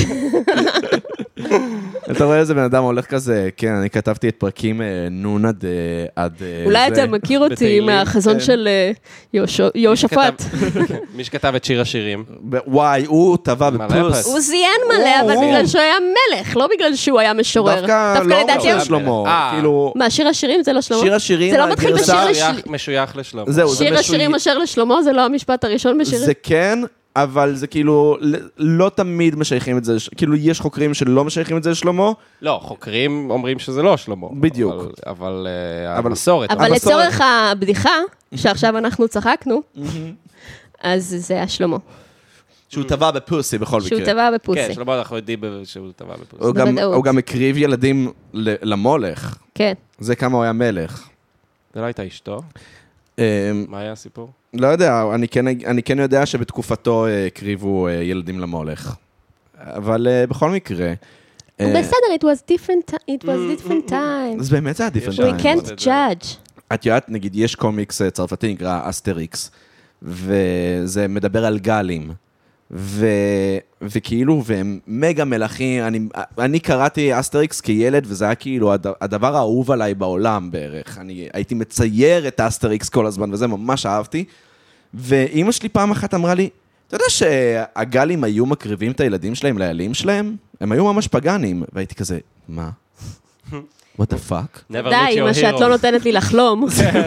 אתה רואה איזה בן אדם הולך כזה, כן, אני כתבתי את פרקים אה, נון עד... אה, עד אה,
אולי
זה.
אתה מכיר אותי
בתהילים,
מהחזון
כן.
של אה, יהושע- יהושפט.
מי שכתב את שיר השירים.
ב- וואי, הוא טבע
מלא
בפוס.
פס.
הוא זיין מלא, אבל
או.
בגלל שהוא היה מלך, לא בגלל שהוא היה משורר.
דווקא לא
לדעתי
של
הוא-
שלמה,
אה.
כאילו...
מה, שיר השירים זה לא שלמה?
שיר השירים,
זה לא מתחיל
הגרסה-
בשיר
משוייך-
השלי-
משוייך לשלמה.
זהו, זה
שיר
משוי-
השירים אשר לשלמה זה לא המשפט הראשון בשיר.
זה כן, אבל זה כאילו, ל- לא תמיד משייכים את זה, לש- כאילו יש חוקרים שלא משייכים את זה לשלמה,
לא, חוקרים אומרים שזה לא שלמה.
בדיוק.
אבל- אבל אה,
אבל-
המסורת.
אבל
המסורת-
לצורך הבדיחה, שעכשיו אנחנו צחקנו, אז זה היה שלמה.
שהוא טבע בפוסי בכל
שהוא
מקרה.
טבע
כן,
בפוסי.
שלמה אנחנו יודעים שהוא טבע בפוסי.
הוא גם-
בוודאות.
הוא גם הקריב ילדים ל- למולך.
כן.
זה כמה הוא היה מלך.
זה לא הייתה אשתו. מה היה הסיפור?
לא יודע, אני כן, אני כן יודע שבתקופתו הקריבו ילדים למולך. אבל בכל מקרה...
בסדר, it was different, it was different time.
אז באמת זה היה different time.
We can't judge.
את יודעת, נגיד, יש קומיקס צרפתי, נקרא אסטריקס, וזה מדבר על גלים. ו... וכאילו, והם מגה מלכים, אני, אני קראתי אסטריקס כילד, וזה היה כאילו הד... הדבר האהוב עליי בעולם בערך. אני הייתי מצייר את אסטריקס כל הזמן, וזה ממש אהבתי. ואמא שלי פעם אחת אמרה לי, אתה יודע שהגלים היו מקריבים את הילדים שלהם לאלים שלהם? הם היו ממש פגנים. והייתי כזה, מה? What the fuck?
די, אמא שאת לא נותנת לי לחלום.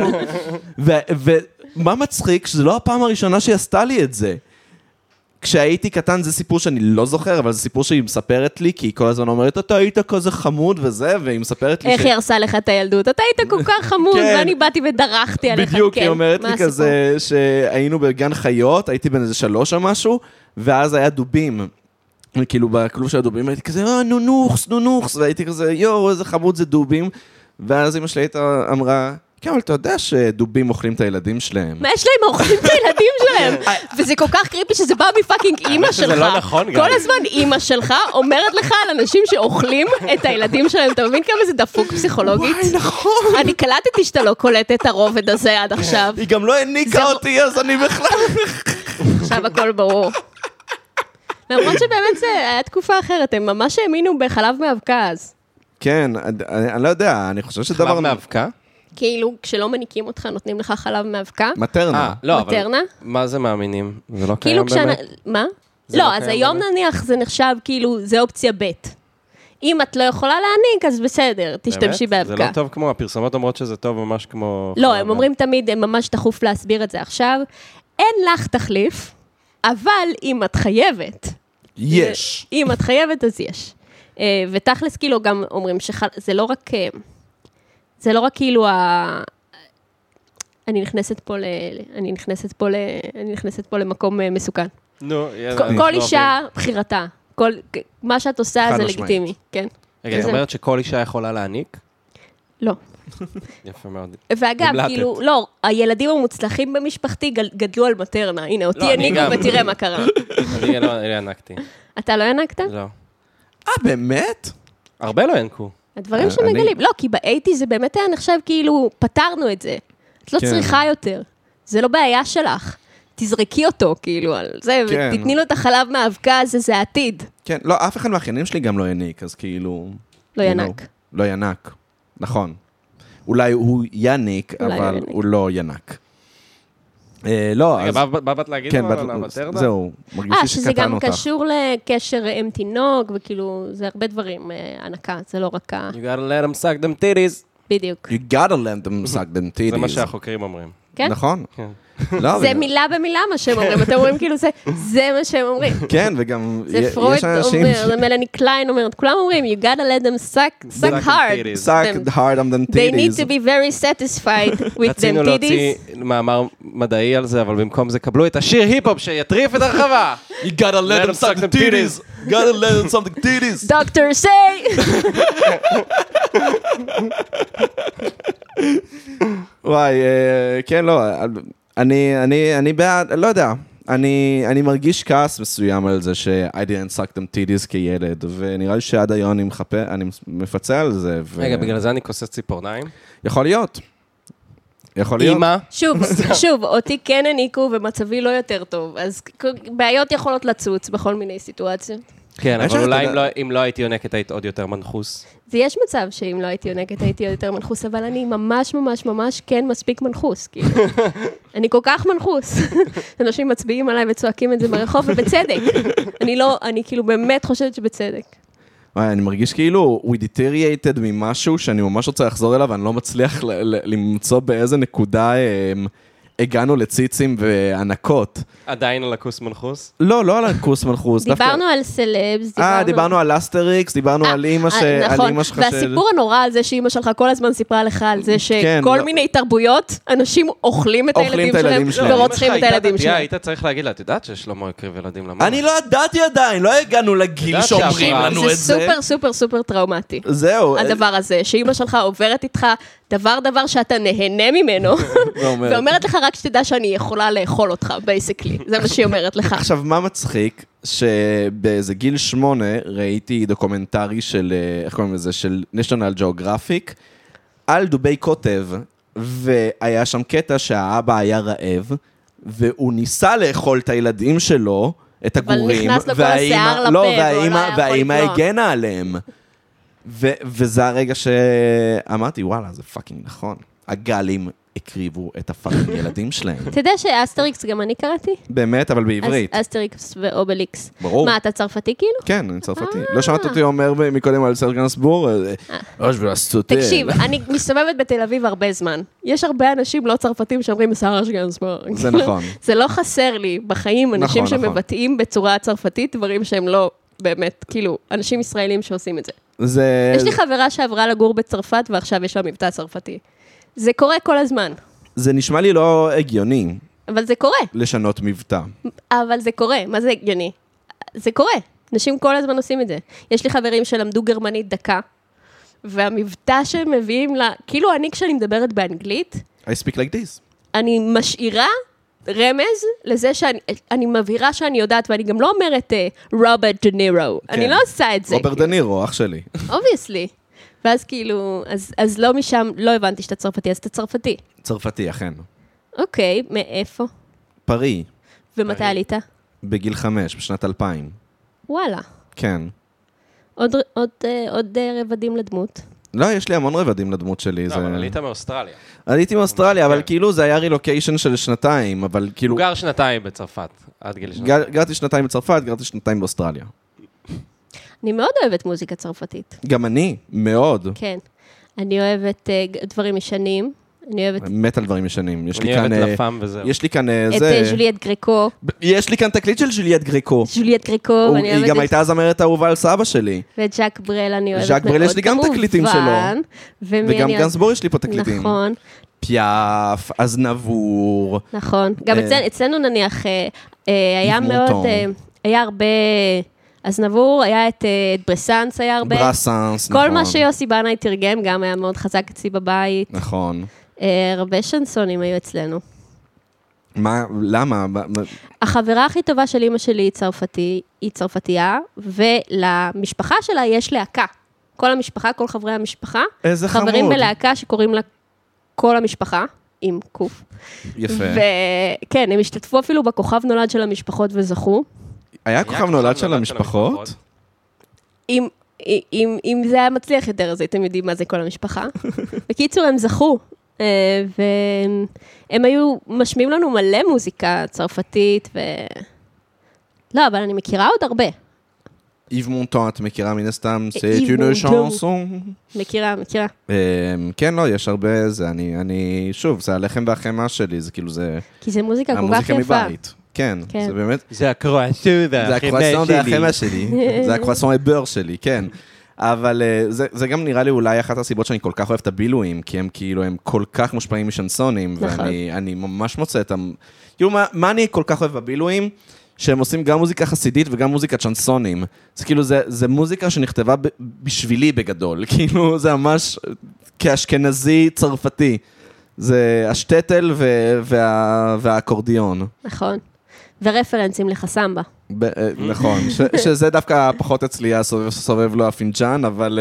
ומה מצחיק? שזה לא הפעם הראשונה שהיא עשתה לי את זה. כשהייתי קטן זה סיפור שאני לא זוכר, אבל זה סיפור שהיא מספרת לי, כי היא כל הזמן אומרת, אתה היית כזה חמוד וזה, והיא מספרת לי...
איך היא הרסה לך את הילדות? אתה היית כל כך חמוד, ואני באתי ודרכתי עליך.
בדיוק, היא אומרת לי כזה, שהיינו בגן חיות, הייתי בן איזה שלוש או משהו, ואז היה דובים. כאילו בכלוב של הדובים הייתי כזה, אה, נונוחס, נונוחס, והייתי כזה, יואו, איזה חמוד זה דובים. ואז אמא שלי אמרה... כן, אבל אתה יודע שדובים אוכלים את הילדים שלהם.
מה יש להם? אוכלים את הילדים שלהם. וזה כל כך קריפי שזה בא מפאקינג אימא שלך.
זה לא נכון גם.
כל הזמן אימא שלך אומרת לך על אנשים שאוכלים את הילדים שלהם. אתה מבין כמה זה דפוק פסיכולוגית?
וואי, נכון.
אני קלטתי שאתה לא קולט את הרובד הזה עד עכשיו.
היא גם לא העניקה אותי, אז אני בכלל...
עכשיו הכל ברור. למרות שבאמת זה היה תקופה אחרת, הם ממש האמינו בחלב מאבקה אז.
כן, אני לא יודע, אני חושב שדבר...
חלב מאבקה?
כאילו, כשלא מניקים אותך, נותנים לך חלב מאבקה.
מטרנה.
לא,
מטרנה.
מה זה מאמינים? זה לא
כאילו
קיים באמת?
מה? לא, אז היום נניח זה נחשב כאילו, זה אופציה ב'. אם את לא יכולה להעניק, אז בסדר, תשתמשי באבקה.
זה לא טוב כמו, הפרסומות אומרות שזה טוב ממש כמו...
לא, הם אומרים תמיד, הם ממש דחוף להסביר את זה עכשיו. אין לך תחליף, אבל אם את חייבת.
יש.
אם את חייבת, אז יש. ותכלס כאילו גם אומרים שזה לא רק... זה לא רק כאילו ה... אני נכנסת פה ל... אני נכנסת פה ל... אני נכנסת פה למקום מסוכן.
נו,
כל אישה בחירתה. כל... מה שאת עושה זה לגיטימי, כן.
רגע, היא אומרת שכל אישה יכולה להעניק?
לא.
יפה מאוד.
ואגב, כאילו, לא, הילדים המוצלחים במשפחתי גדלו על מטרנה. הנה, אותי העניקו ותראה מה קרה.
אני לא הענקתי.
אתה לא הענקת?
לא.
אה, באמת?
הרבה לא הענקו.
הדברים שמגלים, לא, כי ב-שמונים זה באמת היה נחשב כאילו, פתרנו את זה. את לא צריכה יותר. זה לא בעיה שלך. תזרקי אותו, כאילו, על זה, ותתני לו את החלב מהאבקה, זה זה העתיד.
כן, לא, אף אחד מהאחיינים שלי גם לא ינק, אז כאילו...
לא ינק.
לא ינק, נכון. אולי הוא יניק, אבל הוא לא ינק. לא, אז...
רגע, מה באת להגיד לו על המטרנה?
זהו, מרגישי שקטן אותך.
שזה גם קשור לקשר אם תינוק, וכאילו, זה הרבה דברים, הנקה, זה לא רק ה...
You gotta let them suck them titties.
בדיוק.
You gotta let them suck them titties.
זה מה שהחוקרים אומרים.
כן?
נכון.
כן.
זה מילה במילה מה שהם אומרים, אתם אומרים כאילו זה מה שהם אומרים.
כן, וגם
זה פרויד אומר, זה מלני קליין אומרת, כולם אומרים, you gotta let them suck, suck hard.
suck hard on them titties.
They need to be very satisfied with them titties.
רצינו להוציא מאמר מדעי על זה, אבל במקום זה קבלו את השיר היפ-הופ שיטריף את הרחבה.
You gotta let them suck them titties. gotta let them suck them titties.
Doctor say.
וואי, כן, לא, אני, אני, אני בעד, לא יודע, אני, אני מרגיש כעס מסוים על זה ש-I didn't suck them titties כילד, ונראה לי שעד היום אני מחפה, אני מפצה על זה.
רגע, בגלל זה אני כוסס ציפורניים?
יכול להיות. יכול להיות.
אמא?
שוב, שוב, אותי כן הניקו ומצבי לא יותר טוב, אז בעיות יכולות לצוץ בכל מיני סיטואציות.
כן, אבל אולי אם לא הייתי יונקת היית עוד יותר מנחוס.
זה יש מצב שאם לא הייתי יונקת הייתי עוד יותר מנחוס, אבל אני ממש ממש ממש כן מספיק מנחוס, כאילו. אני כל כך מנחוס. אנשים מצביעים עליי וצועקים את זה ברחוב, ובצדק. אני לא, אני כאילו באמת חושבת שבצדק.
וואי, אני מרגיש כאילו, we deteriorated ממשהו שאני ממש רוצה לחזור אליו, ואני לא מצליח למצוא באיזה נקודה הגענו לציצים וענקות.
עדיין על הכוס מנחוס?
לא, לא על הכוס מנחוס.
דיברנו על סלבס.
אה, דיברנו על אסטריקס, דיברנו על אימא שלך.
והסיפור הנורא על זה שאימא שלך כל הזמן סיפרה לך על זה שכל מיני תרבויות, אנשים אוכלים את הילדים שלהם ורוצחים את הילדים שלהם.
היית צריך להגיד לה, את יודעת ששלמה יקריב ילדים למוות?
אני לא ידעתי עדיין, לא הגענו לגיל שאומרים לנו את זה.
זה סופר סופר סופר טראומטי.
זהו.
הדבר הזה, שאימא שלך עוברת איתך דבר דבר שאתה נהנה ממנו, ואומרת לך רק שתדע שאני יכולה לאכול אותך, בייסיקלי. זה מה שהיא אומרת לך.
עכשיו, מה מצחיק? שבאיזה גיל שמונה ראיתי דוקומנטרי של, איך קוראים לזה? של National Geographic, על דובי קוטב, והיה שם קטע שהאבא היה רעב, והוא ניסה לאכול את הילדים שלו, את הגורים,
אבל נכנס לו כל השיער לפה,
לא, והאימא הגנה עליהם. וזה הרגע שאמרתי, וואלה, זה פאקינג נכון. הגלים הקריבו את הפאקינג ילדים שלהם.
אתה יודע שאסטריקס גם אני קראתי?
באמת, אבל בעברית.
אסטריקס ואובליקס.
ברור.
מה, אתה צרפתי כאילו?
כן, אני צרפתי. לא שמעת אותי אומר מקודם על סרגן סבור?
תקשיב, אני מסתובבת בתל אביב הרבה זמן. יש הרבה אנשים לא צרפתים שאומרים סרגן סבור.
זה נכון.
זה לא חסר לי בחיים אנשים שמבטאים בצורה צרפתית דברים שהם לא באמת, כאילו, אנשים ישראלים שעושים את זה.
זה...
יש לי חברה שעברה לגור בצרפת ועכשיו יש לה מבטא צרפתי. זה קורה כל הזמן.
זה נשמע לי לא הגיוני.
אבל זה קורה.
לשנות מבטא.
אבל זה קורה. מה זה הגיוני? זה קורה. אנשים כל הזמן עושים את זה. יש לי חברים שלמדו גרמנית דקה, והמבטא שהם מביאים לה, כאילו אני כשאני מדברת באנגלית,
I speak like this.
אני משאירה רמז לזה שאני אני מבהירה שאני יודעת, ואני גם לא אומרת רוברט דנירו. אני לא עושה את זה.
רוברט דנירו, אח שלי.
Obviously. ואז כאילו, אז, אז לא משם, לא הבנתי שאתה צרפתי, אז אתה צרפתי.
צרפתי, אכן.
אוקיי, מאיפה?
פרי.
ומתי עלית?
בגיל חמש, בשנת אלפיים.
וואלה.
כן.
עוד, עוד, עוד רבדים לדמות.
לא, יש לי המון רבדים לדמות שלי.
לא, אבל עלית מאוסטרליה.
עליתי מאוסטרליה, אבל כאילו זה היה רילוקיישן של שנתיים, אבל כאילו...
הוא גר שנתיים בצרפת, עד גיל שנתיים.
גרתי שנתיים בצרפת, גרתי שנתיים באוסטרליה.
אני מאוד אוהבת מוזיקה צרפתית.
גם אני, מאוד.
כן. אני אוהבת uh, דברים ישנים. אני אוהבת...
מת על דברים ישנים. יש לי
אני
כאן...
אוהבת לפעם וזהו.
יש לי כאן
את
זה...
uh, ז'וליאט גריקו.
יש לי כאן תקליט של ז'וליאט גריקו.
ז'וליאט גריקו, אני אוהבת...
היא גם הייתה זמרת האהובה על סבא שלי.
ואת ז'אק ברל אני אוהבת מאוד.
ז'אק ברל יש לי גם תקליטים שלו. וגם גנסבור יש לי פה תקליטים.
נכון.
פיאף, אזנבור.
נכון. גם אצלנו נניח, היה מאוד... היה הרבה... אזנבור, היה את ברסנס, היה הרבה.
ברסנס, נכון.
כל מה שיוסי בנאי תרגם, גם היה מאוד חזק אצלי בבית.
נכון.
הרבה שנסונים היו אצלנו.
מה, למה?
החברה הכי טובה של אמא שלי היא צרפתי, היא צרפתייה, ולמשפחה שלה יש להקה. כל המשפחה, כל חברי המשפחה.
איזה חמוד.
חברים בלהקה שקוראים לה כל המשפחה, עם קוף.
יפה.
וכן, הם השתתפו אפילו בכוכב נולד של המשפחות וזכו.
היה כוכב נולד של המשפחות?
אם, אם, אם זה היה מצליח יותר, אז הייתם יודעים מה זה כל המשפחה. בקיצור, הם זכו, והם היו משמיעים לנו מלא מוזיקה צרפתית, ו... לא, אבל אני מכירה עוד הרבה.
איב מונטון, את מכירה מן הסתם, c'est une chanson.
מכירה, מכירה.
כן, לא, יש הרבה, זה, אני, אני, שוב, זה הלחם והחמאה שלי, זה כאילו, זה...
כי זה מוזיקה כל כך יפה.
המוזיקה מבית. כן, זה באמת...
זה הקרואסון
והחמאה שלי. זה הקרואסון הבר שלי, כן. אבל זה גם נראה לי אולי אחת הסיבות שאני כל כך אוהב את הבילויים, כי הם כאילו, הם כל כך מושפעים משנסונים, ואני ממש מוצא אותם... כאילו, מה אני כל כך אוהב בבילויים? שהם עושים גם מוזיקה חסידית וגם מוזיקת שנסונים. זה כאילו, זה מוזיקה שנכתבה בשבילי בגדול. כאילו, זה ממש כאשכנזי צרפתי. זה השטטל והאקורדיון.
נכון. ורפרנסים לחסמבה.
נכון, שזה דווקא פחות אצלי, סובב לו הפינג'ן, אבל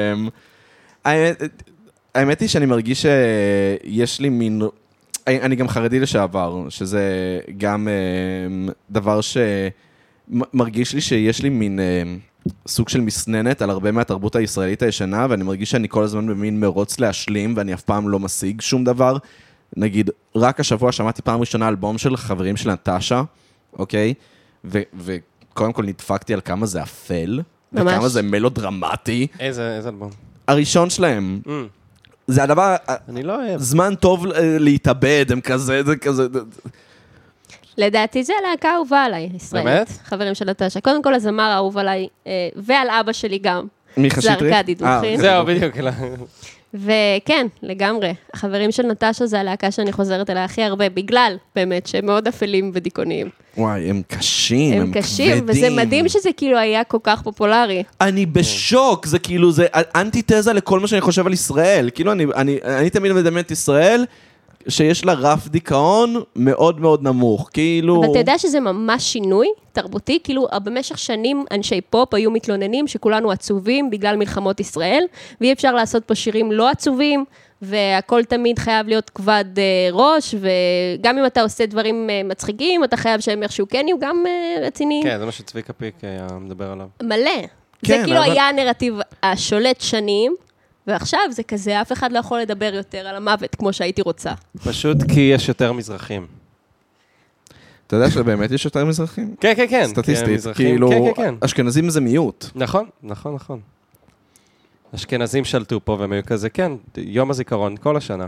האמת היא שאני מרגיש שיש לי מין, אני גם חרדי לשעבר, שזה גם דבר שמרגיש לי שיש לי מין סוג של מסננת על הרבה מהתרבות הישראלית הישנה, ואני מרגיש שאני כל הזמן במין מרוץ להשלים, ואני אף פעם לא משיג שום דבר. נגיד, רק השבוע שמעתי פעם ראשונה אלבום של חברים של נטשה, אוקיי? וקודם כל נדפקתי על כמה זה אפל, וכמה זה מלודרמטי.
איזה אלבום?
הראשון שלהם. זה הדבר...
אני לא אוהב.
זמן טוב להתאבד, הם כזה, זה כזה...
לדעתי זה להקה אהובה עליי, ישראלית.
באמת?
חברים של נטשה. קודם כל, הזמר האהוב עליי, ועל אבא שלי גם.
מיכה
זה
שטרית?
ארכדי דוכין.
זהו, בדיוק.
וכן, לגמרי. החברים של נטשה זה הלהקה שאני חוזרת אליה הכי הרבה, בגלל, באמת, שהם מאוד אפלים ודיכאוניים.
וואי, הם קשים, הם,
הם קשים,
כבדים.
וזה מדהים שזה כאילו היה כל כך פופולרי.
אני בשוק, זה כאילו, זה אנטיתזה לכל מה שאני חושב על ישראל. כאילו, אני, אני, אני תמיד מדמיין את ישראל, שיש לה רף דיכאון מאוד מאוד נמוך, כאילו...
אבל אתה יודע שזה ממש שינוי תרבותי, כאילו במשך שנים אנשי פופ היו מתלוננים שכולנו עצובים בגלל מלחמות ישראל, ואי אפשר לעשות פה שירים לא עצובים, והכל תמיד חייב להיות כבד ראש, וגם אם אתה עושה דברים מצחיקים, אתה חייב שהם איכשהו כן יהיו גם רציניים.
כן, זה מה שצביקה פיק היה מדבר עליו.
מלא.
כן,
זה כאילו
אבל...
היה הנרטיב השולט שנים, ועכשיו זה כזה, אף אחד לא יכול לדבר יותר על המוות, כמו שהייתי רוצה.
פשוט כי יש יותר מזרחים.
אתה יודע שבאמת יש יותר מזרחים?
כן, כן, כן.
סטטיסטית, כאילו,
כן, כן, כן.
אשכנזים זה מיעוט.
נכון, נכון, נכון. אשכנזים שלטו פה והם היו כזה, כן, יום הזיכרון, כל השנה.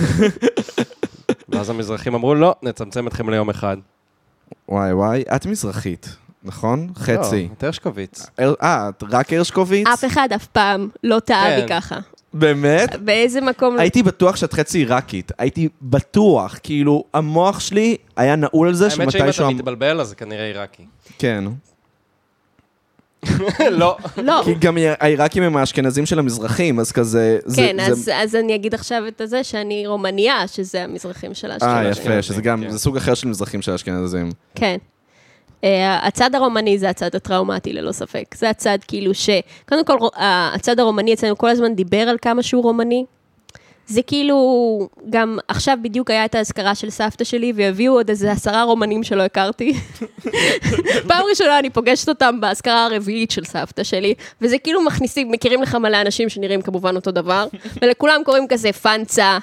ואז המזרחים אמרו, לא, נצמצם אתכם ליום אחד.
וואי וואי, את מזרחית, נכון? חצי.
לא, את הרשקוביץ.
אה, את רק הרשקוביץ?
אף אחד אף פעם לא טעה בי ככה.
באמת?
באיזה מקום...
הייתי בטוח שאת חצי עיראקית. הייתי בטוח, כאילו, המוח שלי היה נעול על זה
האמת שאם
שמתישהו...
אתה מתבלבל, אז זה כנראה עיראקי.
כן.
לא.
לא.
כי גם העיראקים הם האשכנזים של המזרחים, אז כזה...
כן, אז אני אגיד עכשיו את זה שאני רומניה, שזה המזרחים של האשכנזים.
אה, יפה, שזה גם, זה סוג אחר של מזרחים של האשכנזים.
כן. הצד הרומני זה הצד הטראומטי, ללא ספק. זה הצד כאילו ש... קודם כל, הצד הרומני אצלנו כל הזמן דיבר על כמה שהוא רומני. זה כאילו, גם עכשיו בדיוק היה את ההזכרה של סבתא שלי, והביאו עוד איזה עשרה רומנים שלא הכרתי. פעם ראשונה אני פוגשת אותם בהזכרה הרביעית של סבתא שלי, וזה כאילו מכניסים, מכירים לך מלא אנשים שנראים כמובן אותו דבר, ולכולם קוראים כזה פנצה,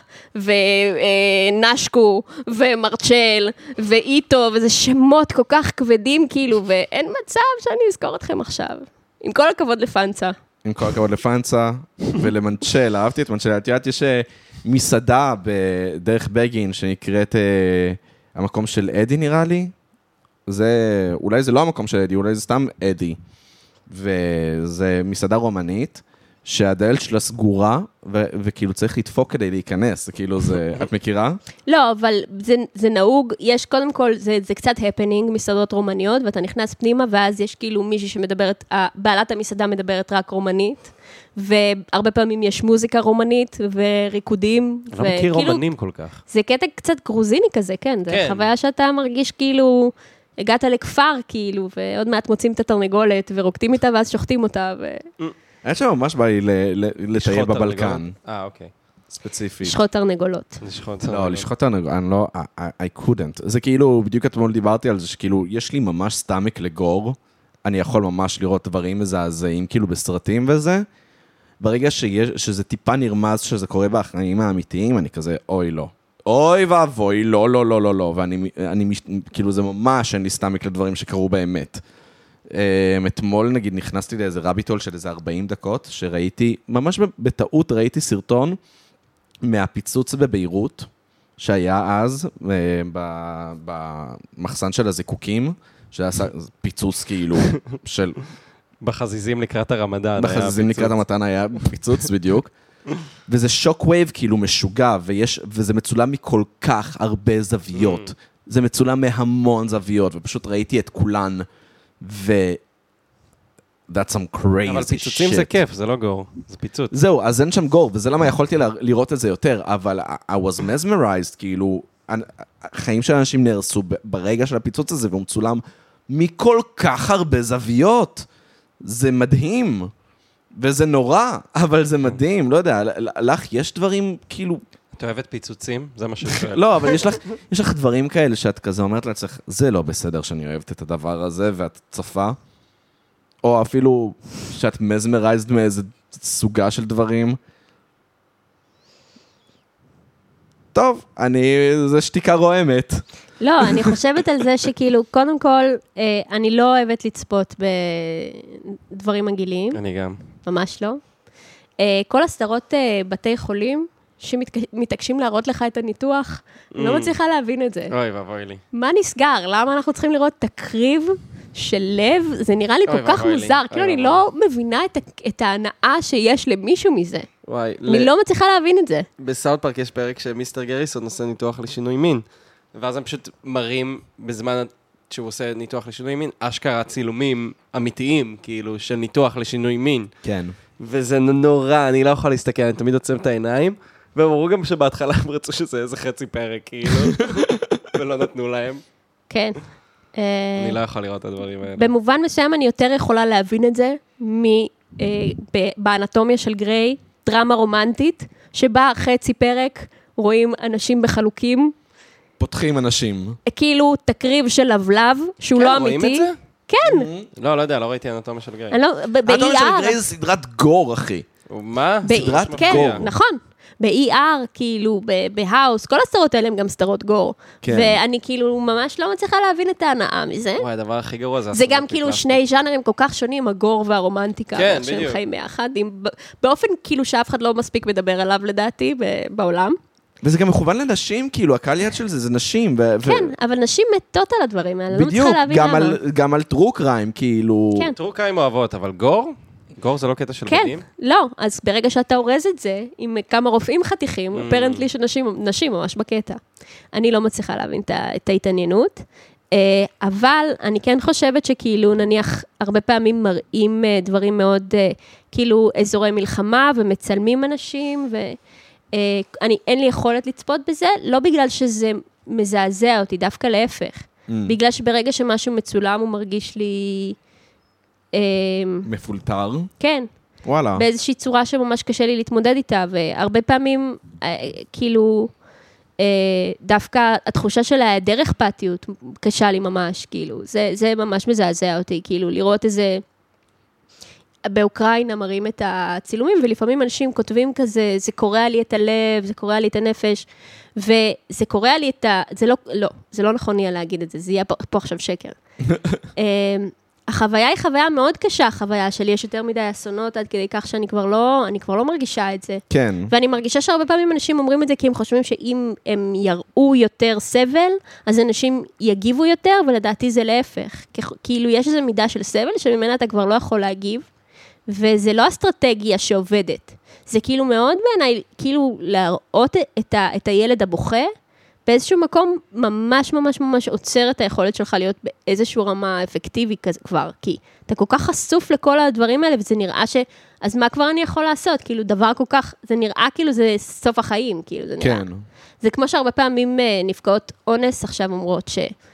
ונשקו, ומרצ'ל, ואיטו, וזה שמות כל כך כבדים כאילו, ואין מצב שאני אזכור אתכם עכשיו. עם כל הכבוד לפנצה.
עם כל הכבוד לפנצה ולמנצ'ל, אהבתי את מנצ'ל, את יודעת, יש מסעדה בדרך בגין שנקראת המקום של אדי נראה לי, זה, אולי זה לא המקום של אדי, אולי זה סתם אדי, וזה מסעדה רומנית, שהדלת שלה סגורה, ו- וכאילו צריך לדפוק כדי להיכנס, כאילו זה, את מכירה?
לא, אבל זה, זה נהוג, יש קודם כל, זה, זה קצת הפנינג, מסעדות רומניות, ואתה נכנס פנימה, ואז יש כאילו מישהי שמדברת, בעלת המסעדה מדברת רק רומנית, והרבה פעמים יש מוזיקה רומנית, וריקודים.
אני לא מכיר רומנים כל כך.
זה קטע קצת גרוזיני כזה, כן, זה כן. חוויה שאתה מרגיש כאילו, הגעת לכפר כאילו, ועוד מעט מוצאים את התרנגולת, ורוקדים איתה, ואז שוחטים אותה, ו...
היה שם ממש בא לי לטייל בבלקן.
אה, אוקיי.
ספציפי.
לשחוט תרנגולות.
לא, לשחוט תרנגולות, אני לא, I couldn't. זה כאילו, בדיוק אתמול דיברתי על זה, שכאילו, יש לי ממש סטאמק לגור, אני יכול ממש לראות דברים מזעזעים, כאילו בסרטים וזה, ברגע שיש, שזה טיפה נרמז שזה קורה בחיים האמיתיים, אני כזה, אוי לא. אוי ואבוי, לא, לא, לא, לא, לא, ואני, אני, כאילו, זה ממש אין לי סטאמק לדברים שקרו באמת. אתמול, נגיד, נכנסתי לאיזה רביטול של איזה ארבעים דקות, שראיתי, ממש בטעות ראיתי סרטון מהפיצוץ בביירות, שהיה אז במחסן של הזיקוקים, שהיה פיצוץ כאילו של...
בחזיזים לקראת הרמדאן.
בחזיזים לקראת המתן היה פיצוץ בדיוק. וזה שוק וייב כאילו משוגע, ויש, וזה מצולם מכל כך הרבה זוויות. זה מצולם מהמון זוויות, ופשוט ראיתי את כולן, ו... That's some crazy shit.
אבל פיצוצים זה כיף, זה לא גור, זה פיצוץ.
זהו, אז אין שם גור, וזה למה יכולתי לראות את זה יותר, אבל I was mesmerized, כאילו, החיים של אנשים נהרסו ברגע של הפיצוץ הזה, והוא מצולם מכל כך הרבה זוויות. זה מדהים, וזה נורא, אבל זה מדהים, לא יודע, לך יש דברים כאילו...
את אוהבת פיצוצים? זה מה ששואל.
לא, אבל יש לך, יש לך דברים כאלה שאת כזה אומרת לעצמך, זה לא בסדר שאני אוהבת את הדבר הזה, ואת צופה, או אפילו שאת מזמרייזד מאיזה סוגה של דברים. טוב, אני, זה שתיקה רועמת.
לא, אני חושבת על זה שכאילו, קודם כל, אני לא אוהבת לצפות בדברים מגעילים.
אני גם.
ממש לא. כל הסדרות בתי חולים, שמתעקשים להראות לך את הניתוח, אני לא מצליחה להבין את זה.
אוי, ואבוי לי.
מה נסגר? למה אנחנו צריכים לראות תקריב של לב, זה נראה לי כל כך מוזר, כאילו אני לא מבינה את ההנאה שיש למישהו מזה. אני לא מצליחה להבין את זה.
בסאוט פארק יש פרק שמיסטר גריסון עושה ניתוח לשינוי מין, ואז הם פשוט מראים בזמן שהוא עושה ניתוח לשינוי מין, אשכרה צילומים אמיתיים, כאילו, של ניתוח לשינוי מין.
כן.
וזה נורא, אני לא יכול להסתכל, אני תמיד עוצם את העיניים, והם אמרו גם שבהתחלה הם רצו שזה איזה חצי פרק, כאילו, ולא נתנו להם.
כן.
אני לא יכול לראות את הדברים האלה.
במובן מסוים אני יותר יכולה להבין את זה, באנטומיה של גריי, דרמה רומנטית, שבה חצי פרק רואים אנשים בחלוקים,
פותחים אנשים.
כאילו תקריב של לבלב, שהוא לא אמיתי.
כן, רואים את זה?
כן.
לא, לא יודע, לא ראיתי אנטומיה של גריי.
אנטומיה של גריי זה סדרת גור, אחי.
מה?
סדרת גור.
כן, נכון. ב-אי אר, כאילו, בהאוס, כל הסדרות האלה הם גם סדרות גור. ואני כאילו ממש לא מצליחה להבין את ההנאה מזה.
וואי, הדבר הכי גרוע זה...
זה גם כאילו שני ז'אנרים כל כך שונים, הגור והרומנטיקה.
כן,
שהם
בדיוק.
חיים ביחד, באופן כאילו שאף אחד לא מספיק מדבר עליו לדעתי בעולם.
וזה גם מכוון לנשים, כאילו, הקהל יד של זה, זה נשים.
כן, אבל נשים מתות על הדברים האלה, לא מצליחה להבין למה.
בדיוק, גם על טרו קריים, כאילו...
טרו קריים אוהבות, אבל גור? גור זה לא קטע של בדים?
כן, לא, אז ברגע שאתה אורז את זה, עם כמה רופאים חתיכים, אפרנטלי שנשים, נשים ממש בקטע. אני לא מצליחה להבין את ההתעניינות, אבל אני כן חושבת שכאילו, נניח, הרבה פעמים מראים דברים מאוד, כאילו, אזורי מלחמה, ומצלמים אנשים, ואני, אין לי יכולת לצפות בזה, לא בגלל שזה מזעזע אותי, דווקא להפך. בגלל שברגע שמשהו מצולם, הוא מרגיש לי...
מפולטר?
כן.
וואלה.
באיזושהי צורה שממש קשה לי להתמודד איתה, והרבה פעמים, כאילו, דווקא התחושה של היעדר אכפתיות קשה לי ממש, כאילו, זה, זה ממש מזעזע אותי, כאילו, לראות איזה, באוקראינה מראים את הצילומים, ולפעמים אנשים כותבים כזה, זה קורע לי את הלב, זה קורע לי את הנפש, וזה קורע לי את ה... זה לא, לא, זה לא נכון יהיה להגיד את זה, זה יהיה פה, פה עכשיו שקר. החוויה היא חוויה מאוד קשה, החוויה שלי, יש יותר מדי אסונות, עד כדי כך שאני כבר לא, אני כבר לא מרגישה את זה.
כן.
ואני מרגישה שהרבה פעמים אנשים אומרים את זה, כי הם חושבים שאם הם יראו יותר סבל, אז אנשים יגיבו יותר, ולדעתי זה להפך. כאילו, יש איזו מידה של סבל, שממנה אתה כבר לא יכול להגיב, וזה לא אסטרטגיה שעובדת. זה כאילו מאוד בעיניי, כאילו להראות את, ה, את הילד הבוכה, באיזשהו מקום ממש ממש ממש עוצר את היכולת שלך להיות באיזשהו רמה אפקטיבי כזה כבר, כי אתה כל כך חשוף לכל הדברים האלה, וזה נראה ש... אז מה כבר אני יכול לעשות? כאילו דבר כל כך... זה נראה כאילו זה סוף החיים, כאילו זה נראה.
כן.
זה כמו שהרבה פעמים נפגעות אונס עכשיו אומרות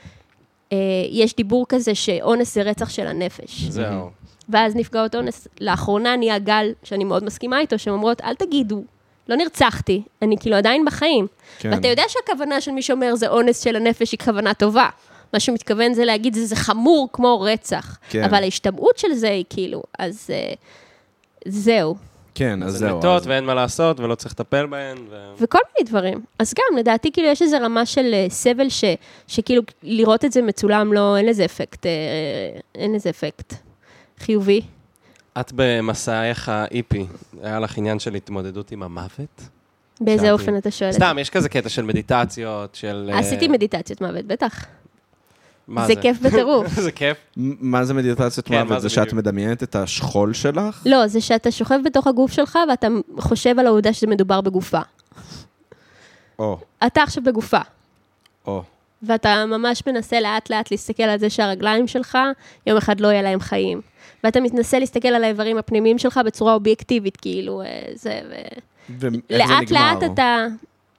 שיש דיבור כזה שאונס זה רצח של הנפש.
זהו.
ואז נפגעות אונס, לאחרונה נהיה גל, שאני מאוד מסכימה איתו, שהן אומרות, אל תגידו, לא נרצחתי, אני כאילו עדיין בחיים. כן. ואתה יודע שהכוונה של מי שאומר זה אונס של הנפש היא כוונה טובה. מה שהוא מתכוון זה להגיד, זה, זה חמור כמו רצח. כן. אבל ההשתמעות של זה היא כאילו, אז uh, זהו.
כן, אז זהו.
זה מתות אז... ואין מה לעשות ולא צריך לטפל בהן. ו...
וכל מיני דברים. אז גם, לדעתי כאילו יש איזו רמה של uh, סבל ש, שכאילו לראות את זה מצולם לא, אין לזה אפקט, uh, אין לזה אפקט חיובי.
את במסעייך האיפי, היה לך עניין של התמודדות עם המוות?
באיזה אופן אתה שואל?
סתם, יש כזה קטע של מדיטציות, של...
עשיתי מדיטציות מוות, בטח. זה כיף בטירוף.
זה כיף.
מה זה מדיטציות מוות? זה שאת מדמיינת את השכול שלך?
לא, זה שאתה שוכב בתוך הגוף שלך, ואתה חושב על העובדה שזה מדובר בגופה.
או.
אתה עכשיו בגופה.
או.
ואתה ממש מנסה לאט לאט להסתכל על זה שהרגליים שלך, יום אחד לא יהיה להם חיים. ואתה מתנסה להסתכל על האיברים הפנימיים שלך בצורה אובייקטיבית, כאילו, זה, ו... לאט לאט אתה...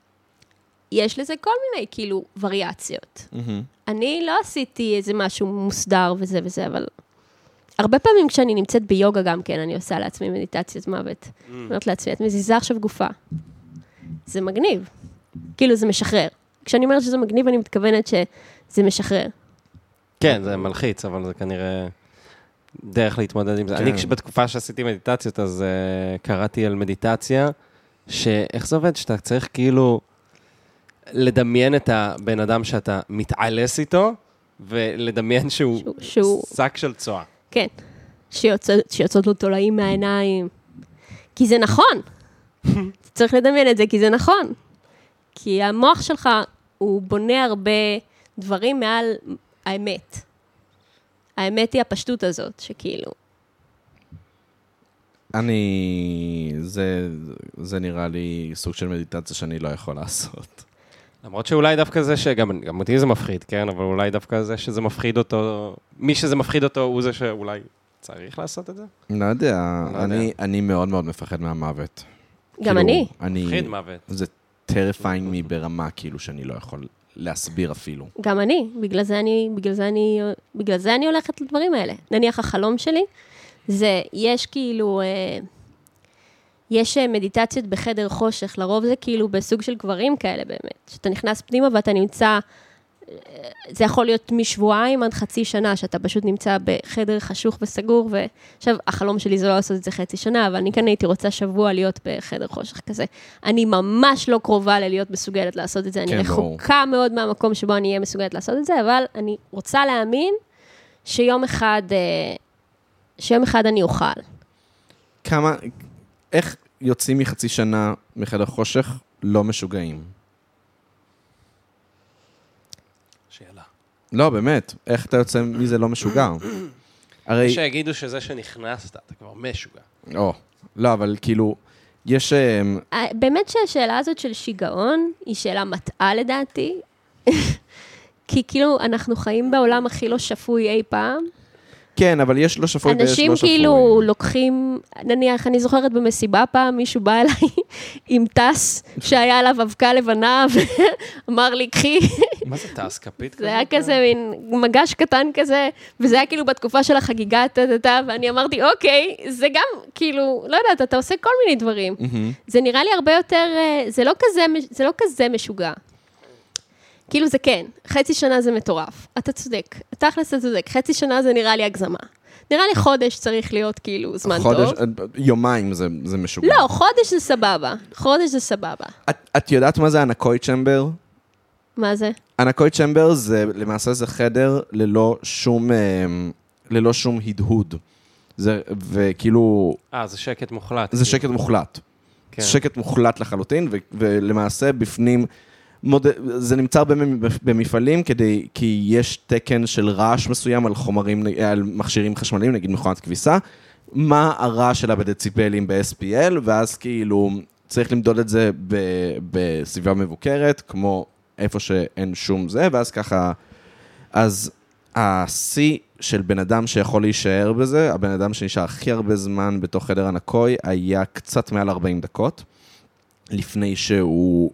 יש לזה כל מיני, כאילו, וריאציות. אני לא עשיתי איזה משהו מוסדר וזה וזה, אבל... הרבה פעמים כשאני נמצאת ביוגה גם כן, אני עושה לעצמי מדיטציות מוות. אני אומרת לעצמי, את מזיזה עכשיו גופה. זה מגניב. כאילו, זה משחרר. כשאני אומרת שזה מגניב, אני מתכוונת שזה משחרר.
כן, זה מלחיץ, אבל זה כנראה דרך להתמודד עם זה. אני בתקופה שעשיתי מדיטציות, אז קראתי על מדיטציה, שאיך זה עובד? שאתה צריך כאילו לדמיין את הבן אדם שאתה מתעלס איתו, ולדמיין שהוא שק של צועה.
כן, שיוצאות לו תולעים מהעיניים. כי זה נכון. צריך לדמיין את זה, כי זה נכון. כי המוח שלך, הוא בונה הרבה דברים מעל האמת. האמת היא הפשטות הזאת, שכאילו...
אני... זה, זה נראה לי סוג של מדיטציה שאני לא יכול לעשות.
למרות שאולי דווקא זה שגם, גם אותי זה מפחיד, כן? אבל אולי דווקא זה שזה מפחיד אותו, מי שזה מפחיד אותו הוא זה שאולי צריך לעשות את זה?
לא יודע,
לא
אני,
יודע.
אני מאוד מאוד מפחד מהמוות.
גם
כאילו,
אני.
אני...
מפחיד מוות.
זה terrifying me ברמה, כאילו, שאני לא יכול להסביר אפילו.
גם אני, בגלל זה אני, בגלל זה אני, בגלל זה אני הולכת לדברים האלה. נניח החלום שלי, זה, יש כאילו, אה, יש מדיטציות בחדר חושך, לרוב זה כאילו בסוג של גברים כאלה באמת, שאתה נכנס פנימה ואתה נמצא, זה יכול להיות משבועיים עד חצי שנה, שאתה פשוט נמצא בחדר חשוך וסגור, ועכשיו החלום שלי זה לא לעשות את זה חצי שנה, אבל אני כאן הייתי רוצה שבוע להיות בחדר חושך כזה. אני ממש לא קרובה ללהיות מסוגלת לעשות את זה, אני רחוקה מאוד מהמקום שבו אני אהיה מסוגלת לעשות את זה, אבל אני רוצה להאמין שיום אחד, שיום אחד אני אוכל.
כמה, איך יוצאים מחצי שנה מחדר חושך לא משוגעים?
שאלה.
לא, באמת, איך אתה יוצא מזה לא משוגע? הרי...
שיגידו שזה שנכנסת, אתה כבר משוגע.
או, לא, אבל כאילו, יש...
באמת שהשאלה הזאת של שיגעון היא שאלה מטעה לדעתי, כי כאילו אנחנו חיים בעולם הכי לא שפוי אי פעם.
כן, אבל יש לא שפוי ויש לא שפוי.
אנשים כאילו לוקחים, נניח, אני זוכרת במסיבה פעם, מישהו בא אליי עם טס שהיה עליו אבקה לבנה, ואמר לי, קחי.
מה זה טס? כפית כזה?
זה היה כזה מין מגש קטן כזה, וזה היה כאילו בתקופה של החגיגה, ואני אמרתי, אוקיי, זה גם כאילו, לא יודעת, אתה עושה כל מיני דברים. זה נראה לי הרבה יותר, זה לא כזה, זה לא כזה משוגע. כאילו זה כן, חצי שנה זה מטורף, אתה צודק, תכלס אתה צודק, חצי שנה זה נראה לי הגזמה. נראה לי חודש צריך להיות כאילו זמן
חודש,
טוב.
יומיים זה, זה משוגע.
לא, חודש זה סבבה, חודש זה סבבה.
את, את יודעת מה זה אנקוי צ'מבר?
מה זה?
אנקוי צ'מבר זה, למעשה זה חדר ללא שום, ללא שום הדהוד. זה, וכאילו...
אה, זה שקט מוחלט.
זה שקט מוחלט.
כן.
זה שקט מוחלט לחלוטין, ו, ולמעשה בפנים... מוד... זה נמצא במפעלים כדי, כי יש תקן של רעש מסוים על חומרים, על מכשירים חשמליים, נגיד מכונת כביסה, מה הרעש שלה בדציבלים ב-אס פי אל, ואז כאילו צריך למדוד את זה ב... בסביבה מבוקרת, כמו איפה שאין שום זה, ואז ככה, אז ה-C של בן אדם שיכול להישאר בזה, הבן אדם שנשאר הכי הרבה זמן בתוך חדר אנקוי, היה קצת מעל ארבעים דקות, לפני שהוא...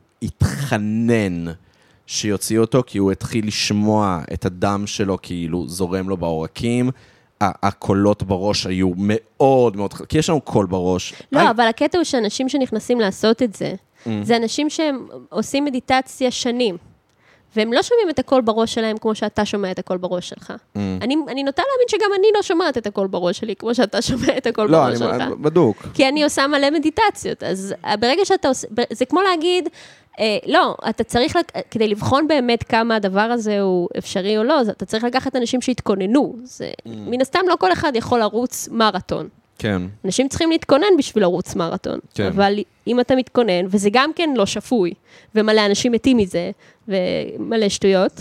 התחנן שיוציא אותו, כי הוא התחיל לשמוע את הדם שלו, כאילו זורם לו בעורקים, הקולות בראש היו מאוד מאוד, כי יש לנו קול בראש.
לא, אבל הקטע הוא שאנשים שנכנסים לעשות את זה, זה אנשים שהם עושים מדיטציה שנים, והם לא שומעים את הקול בראש שלהם כמו שאתה שומע את הקול בראש שלך. אני, אני נוטה להאמין שגם אני לא שומעת את הקול בראש שלי, כמו שאתה שומע את הקול בראש שלך.
לא, אני בדוק.
כי אני עושה מלא מדיטציות, אז ברגע שאתה עושה, זה כמו להגיד, אה, לא, אתה צריך, כדי לבחון באמת כמה הדבר הזה הוא אפשרי או לא, אתה צריך לקחת אנשים שהתכוננו. זה, מן הסתם לא כל אחד יכול לרוץ מרתון.
כן.
אנשים צריכים להתכונן בשביל לרוץ מרתון. כן. אבל אם אתה מתכונן, וזה גם כן לא שפוי, ומלא אנשים מתים מזה, ומלא שטויות,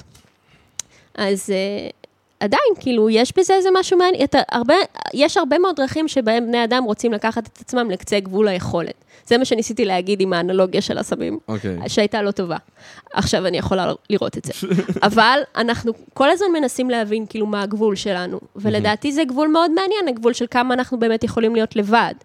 אז uh, עדיין, כאילו, יש בזה איזה משהו מעניין. אתה, הרבה, יש הרבה מאוד דרכים שבהם בני אדם רוצים לקחת את עצמם לקצה גבול היכולת. זה מה שניסיתי להגיד עם האנלוגיה של הסמים,
okay.
שהייתה לא טובה. עכשיו אני יכולה לראות את זה. אבל אנחנו כל הזמן מנסים להבין כאילו מה הגבול שלנו, ולדעתי זה גבול מאוד מעניין, הגבול של כמה אנחנו באמת יכולים להיות לבד,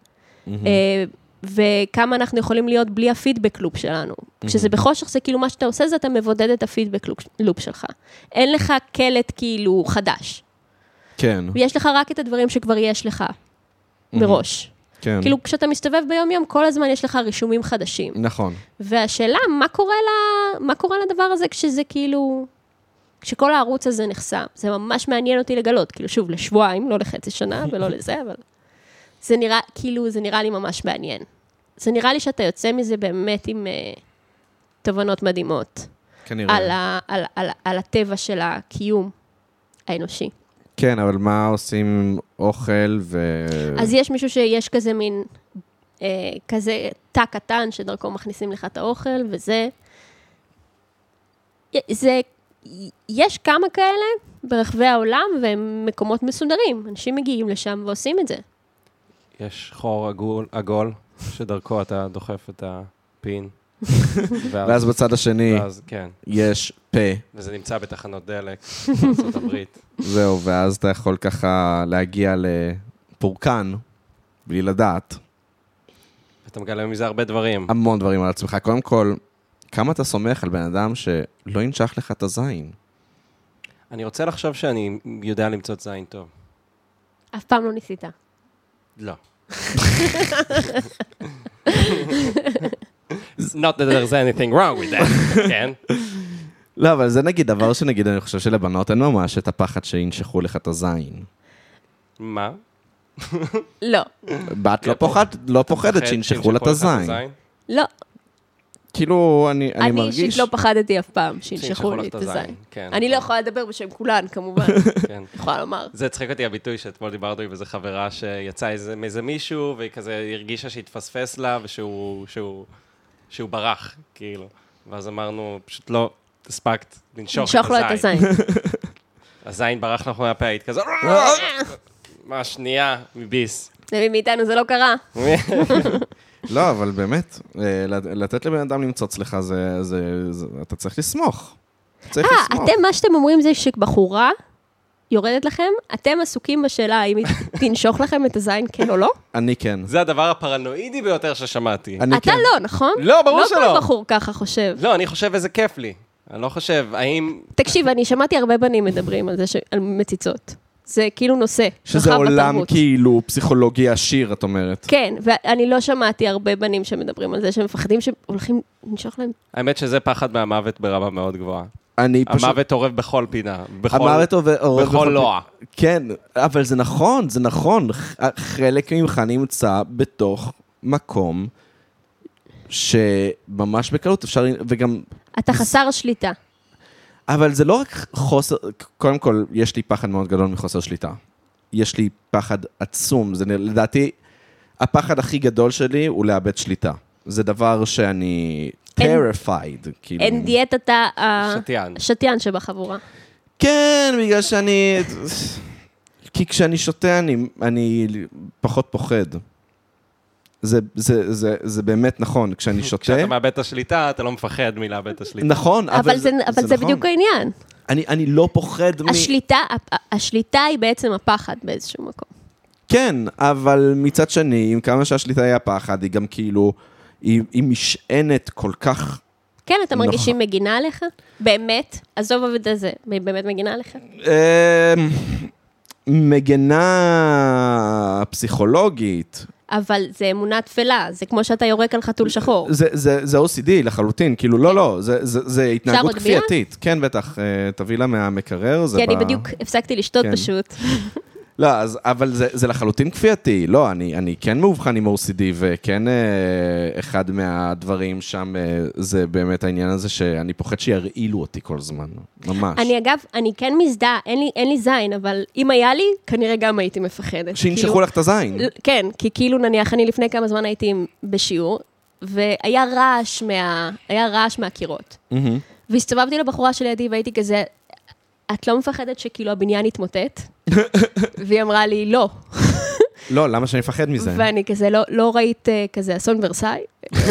וכמה אנחנו יכולים להיות בלי הפידבק לופ שלנו. כשזה בחושך, זה כאילו מה שאתה עושה, זה אתה מבודד את הפידבק לופ שלך. אין לך קלט כאילו חדש.
כן.
ויש לך רק את הדברים שכבר יש לך מראש.
כן.
כאילו, כשאתה מסתובב ביום יום, כל הזמן יש לך רישומים חדשים.
נכון.
והשאלה, מה קורה לה, מה קורה לדבר הזה כשזה כאילו, כשכל הערוץ הזה נחסם? זה ממש מעניין אותי לגלות, כאילו, שוב, לשבועיים, לא לחצי שנה ולא לזה, אבל זה נראה, כאילו, זה נראה לי ממש מעניין. זה נראה לי שאתה יוצא מזה באמת עם uh, תובנות מדהימות.
כנראה.
על, ה, על, על, על הטבע של הקיום האנושי.
כן, אבל מה עושים עם אוכל ו...
אז יש מישהו שיש כזה מין, אה, כזה תא קטן שדרכו מכניסים לך את האוכל, וזה, זה יש כמה כאלה ברחבי העולם, והם מקומות מסודרים. אנשים מגיעים לשם ועושים את זה.
יש חור עגול, עגול שדרכו אתה דוחף את הפין.
ואז בצד השני
ואז, כן.
יש פה.
וזה נמצא בתחנות דלק, בארצות הברית.
זהו, ואז אתה יכול ככה להגיע לפורקן, בלי לדעת.
ואתה מגלה מזה הרבה דברים.
המון דברים על עצמך. קודם כל, כמה אתה סומך על בן אדם שלא ינשך לך את הזין?
אני רוצה לחשוב שאני יודע למצוא את זין טוב.
אף פעם לא ניסית.
לא. Not that there's anything wrong with that, כן?
לא, אבל זה נגיד דבר שנגיד, אני חושב שלבנות אין ממש את הפחד שינשכו לך את הזין.
מה?
לא.
בת לא פוחד, לא פוחדת שינשכו לה את הזין.
לא.
כאילו, אני אני
אני
מרגיש...
אישית לא פחדתי אף פעם שינשכו לי את הזין. אני לא יכולה לדבר בשם כולן, כמובן. יכולה לומר.
זה צחיק אותי הביטוי שאתמול דיברנו עם איזו חברה שיצא איזה מישהו, והיא כזה הרגישה שהתפספס לה, ושהוא ברח, כאילו. ואז אמרנו, פשוט לא הספקת לנשוך את הזין.
לנשוך לו את הזין.
הזין ברח לך מהפה, היית כזה... מה, שנייה, מביס.
מאיתנו זה לא קרה.
לא, אבל באמת, לתת לבן אדם למצוץ לך, אתה צריך לסמוך.
אה, אתם, מה שאתם אומרים זה שבחורה יורדת לכם, אתם עסוקים בשאלה האם היא תנשוך לכם את הזין, כן או לא?
אני כן.
זה הדבר הפרנואידי ביותר ששמעתי.
אתה לא, נכון?
לא, ברור שלא.
לא כל בחור ככה חושב.
לא, אני חושב איזה כיף לי. אני לא חושב, האם...
תקשיב, אני שמעתי הרבה בנים מדברים על זה, על מציצות. זה כאילו נושא.
שזה עולם כאילו פסיכולוגי עשיר, את אומרת.
כן, ואני לא שמעתי הרבה בנים שמדברים על זה, שמפחדים שהולכים לנשוך להם.
האמת שזה פחד מהמוות ברמה מאוד גבוהה.
אני פשוט...
המוות עורב בכל פינה.
המוות עורב
בכל לוע.
כן, אבל זה נכון, זה נכון. חלק ממך נמצא בתוך מקום שממש בקלות אפשר... וגם...
אתה חסר שליטה.
אבל זה לא רק חוסר, קודם כל, יש לי פחד מאוד גדול מחוסר שליטה. יש לי פחד עצום. זה, לדעתי, הפחד הכי גדול שלי הוא לאבד שליטה. זה דבר שאני terrified. כאילו.
אין דיאטת
שטיין.
השטיין שבחבורה.
כן, בגלל שאני... כי כשאני שותה, אני, אני פחות פוחד. זה, זה, זה, זה באמת נכון, כשאני שותה...
כשאתה מאבד את השליטה, אתה לא מפחד מלאבד את השליטה.
נכון, אבל,
אבל זה,
זה,
אבל
זה,
זה
זה נכון.
בדיוק העניין.
אני, אני לא פוחד
השליטה, מ... השליטה היא בעצם הפחד באיזשהו מקום.
כן, אבל מצד שני, עם כמה שהשליטה היא הפחד, היא גם כאילו, היא, היא משענת כל כך...
כן, אתה מרגיש שהיא מגינה עליך? באמת? עזוב עבודה זה, היא באמת מגינה עליך?
מגינה פסיכולוגית.
אבל זה אמונה תפלה, זה כמו שאתה יורק על חתול שחור.
זה, זה, זה או סי די לחלוטין, כאילו לא, לא, זה, זה, זה התנהגות כפייתית. כן, בטח, תביא לה מהמקרר.
כי אני בדיוק הפסקתי לשתות פשוט.
לא, אז, אבל זה, זה לחלוטין כפייתי. לא, אני, אני כן מאובחן עם או סי די, וכן אה, אחד מהדברים שם אה, זה באמת העניין הזה שאני פוחד שירעילו אותי כל זמן. ממש.
אני אגב, אני כן מזדהה, אין לי, אין לי זין, אבל אם היה לי, כנראה גם הייתי מפחדת.
שינשכו
כאילו,
לך את הזין.
כן, כי כאילו נניח אני לפני כמה זמן הייתי בשיעור, והיה רעש מה, היה רעש מהקירות. Mm-hmm. והסתובבתי לבחורה שלידי והייתי כזה, את לא מפחדת שכאילו הבניין יתמוטט? והיא אמרה לי, לא.
לא, למה שאני מפחד מזה?
ואני כזה, לא, לא ראית כזה אסון ורסאי?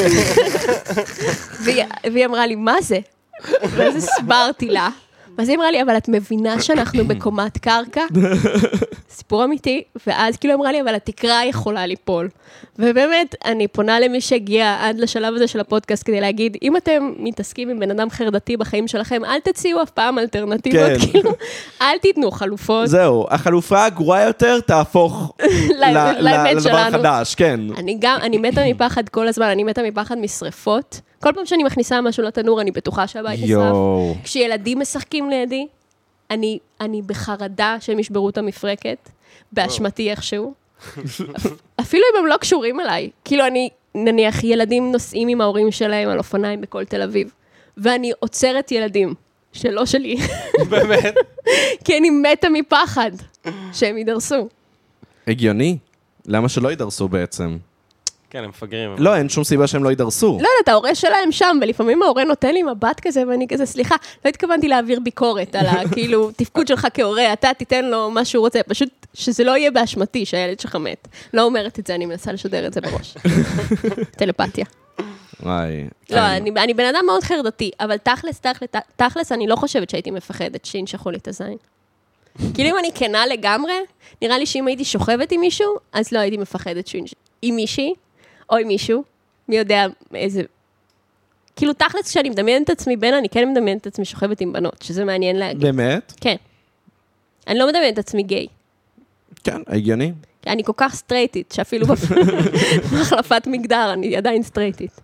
והיא אמרה לי, מה זה? ואז הסברתי לה. ואז היא אמרה לי, אבל את מבינה שאנחנו בקומת קרקע? סיפור אמיתי. ואז כאילו אמרה לי, אבל התקרה יכולה ליפול. ובאמת, אני פונה למי שהגיע עד לשלב הזה של הפודקאסט, כדי להגיד, אם אתם מתעסקים עם בן אדם חרדתי בחיים שלכם, אל תציעו אף פעם אלטרנטיבות, כאילו, אל תיתנו חלופות.
זהו, החלופה הגרועה יותר תהפוך לדבר חדש, כן.
אני גם, אני מתה מפחד כל הזמן, אני מתה מפחד משריפות. כל פעם שאני מכניסה משהו לתנור, אני בטוחה שהבית נשרף. כשילדים משחקים לידי, אני, אני בחרדה שהם ישברו את המפרקת, באשמתי איכשהו. אפילו אם הם לא קשורים אליי. כאילו אני, נניח, ילדים נוסעים עם ההורים שלהם על אופניים בכל תל אביב, ואני עוצרת ילדים, שלא שלי.
באמת?
כי אני מתה מפחד שהם יידרסו.
הגיוני? למה שלא יידרסו בעצם?
כן, הם מפגרים.
לא, אין שום סיבה שהם לא יידרסו.
לא יודעת, ההורה שלהם שם, ולפעמים ההורה נותן לי מבט כזה, ואני כזה, סליחה, לא התכוונתי להעביר ביקורת על הכאילו, תפקוד שלך כהורה, אתה תיתן לו מה שהוא רוצה, פשוט שזה לא יהיה באשמתי, שהילד שלך מת. לא אומרת את זה, אני מנסה לשדר את זה בראש. טלפתיה.
וואי.
לא, אני, אני בן אדם מאוד חרדתי, אבל תכלס, תכלס, תכלס, אני לא חושבת שהייתי מפחדת שינשכו לי את הזין. כאילו אם אני כנה לגמרי, נראה לי שאם הייתי שוכבת עם מישהו, אז לא הייתי מפחדת שינש... עם מישהי, או עם מישהו, מי יודע איזה... כאילו תכלס כשאני מדמיינת את עצמי בין, אני כן מדמיינת את עצמי שוכבת עם בנות, שזה מעניין להגיד.
באמת?
כן. אני לא מדמיינת את עצמי גיי.
כן, הגיוני.
אני כל כך סטרייטית, שאפילו בהחלפת מגדר, אני עדיין סטרייטית.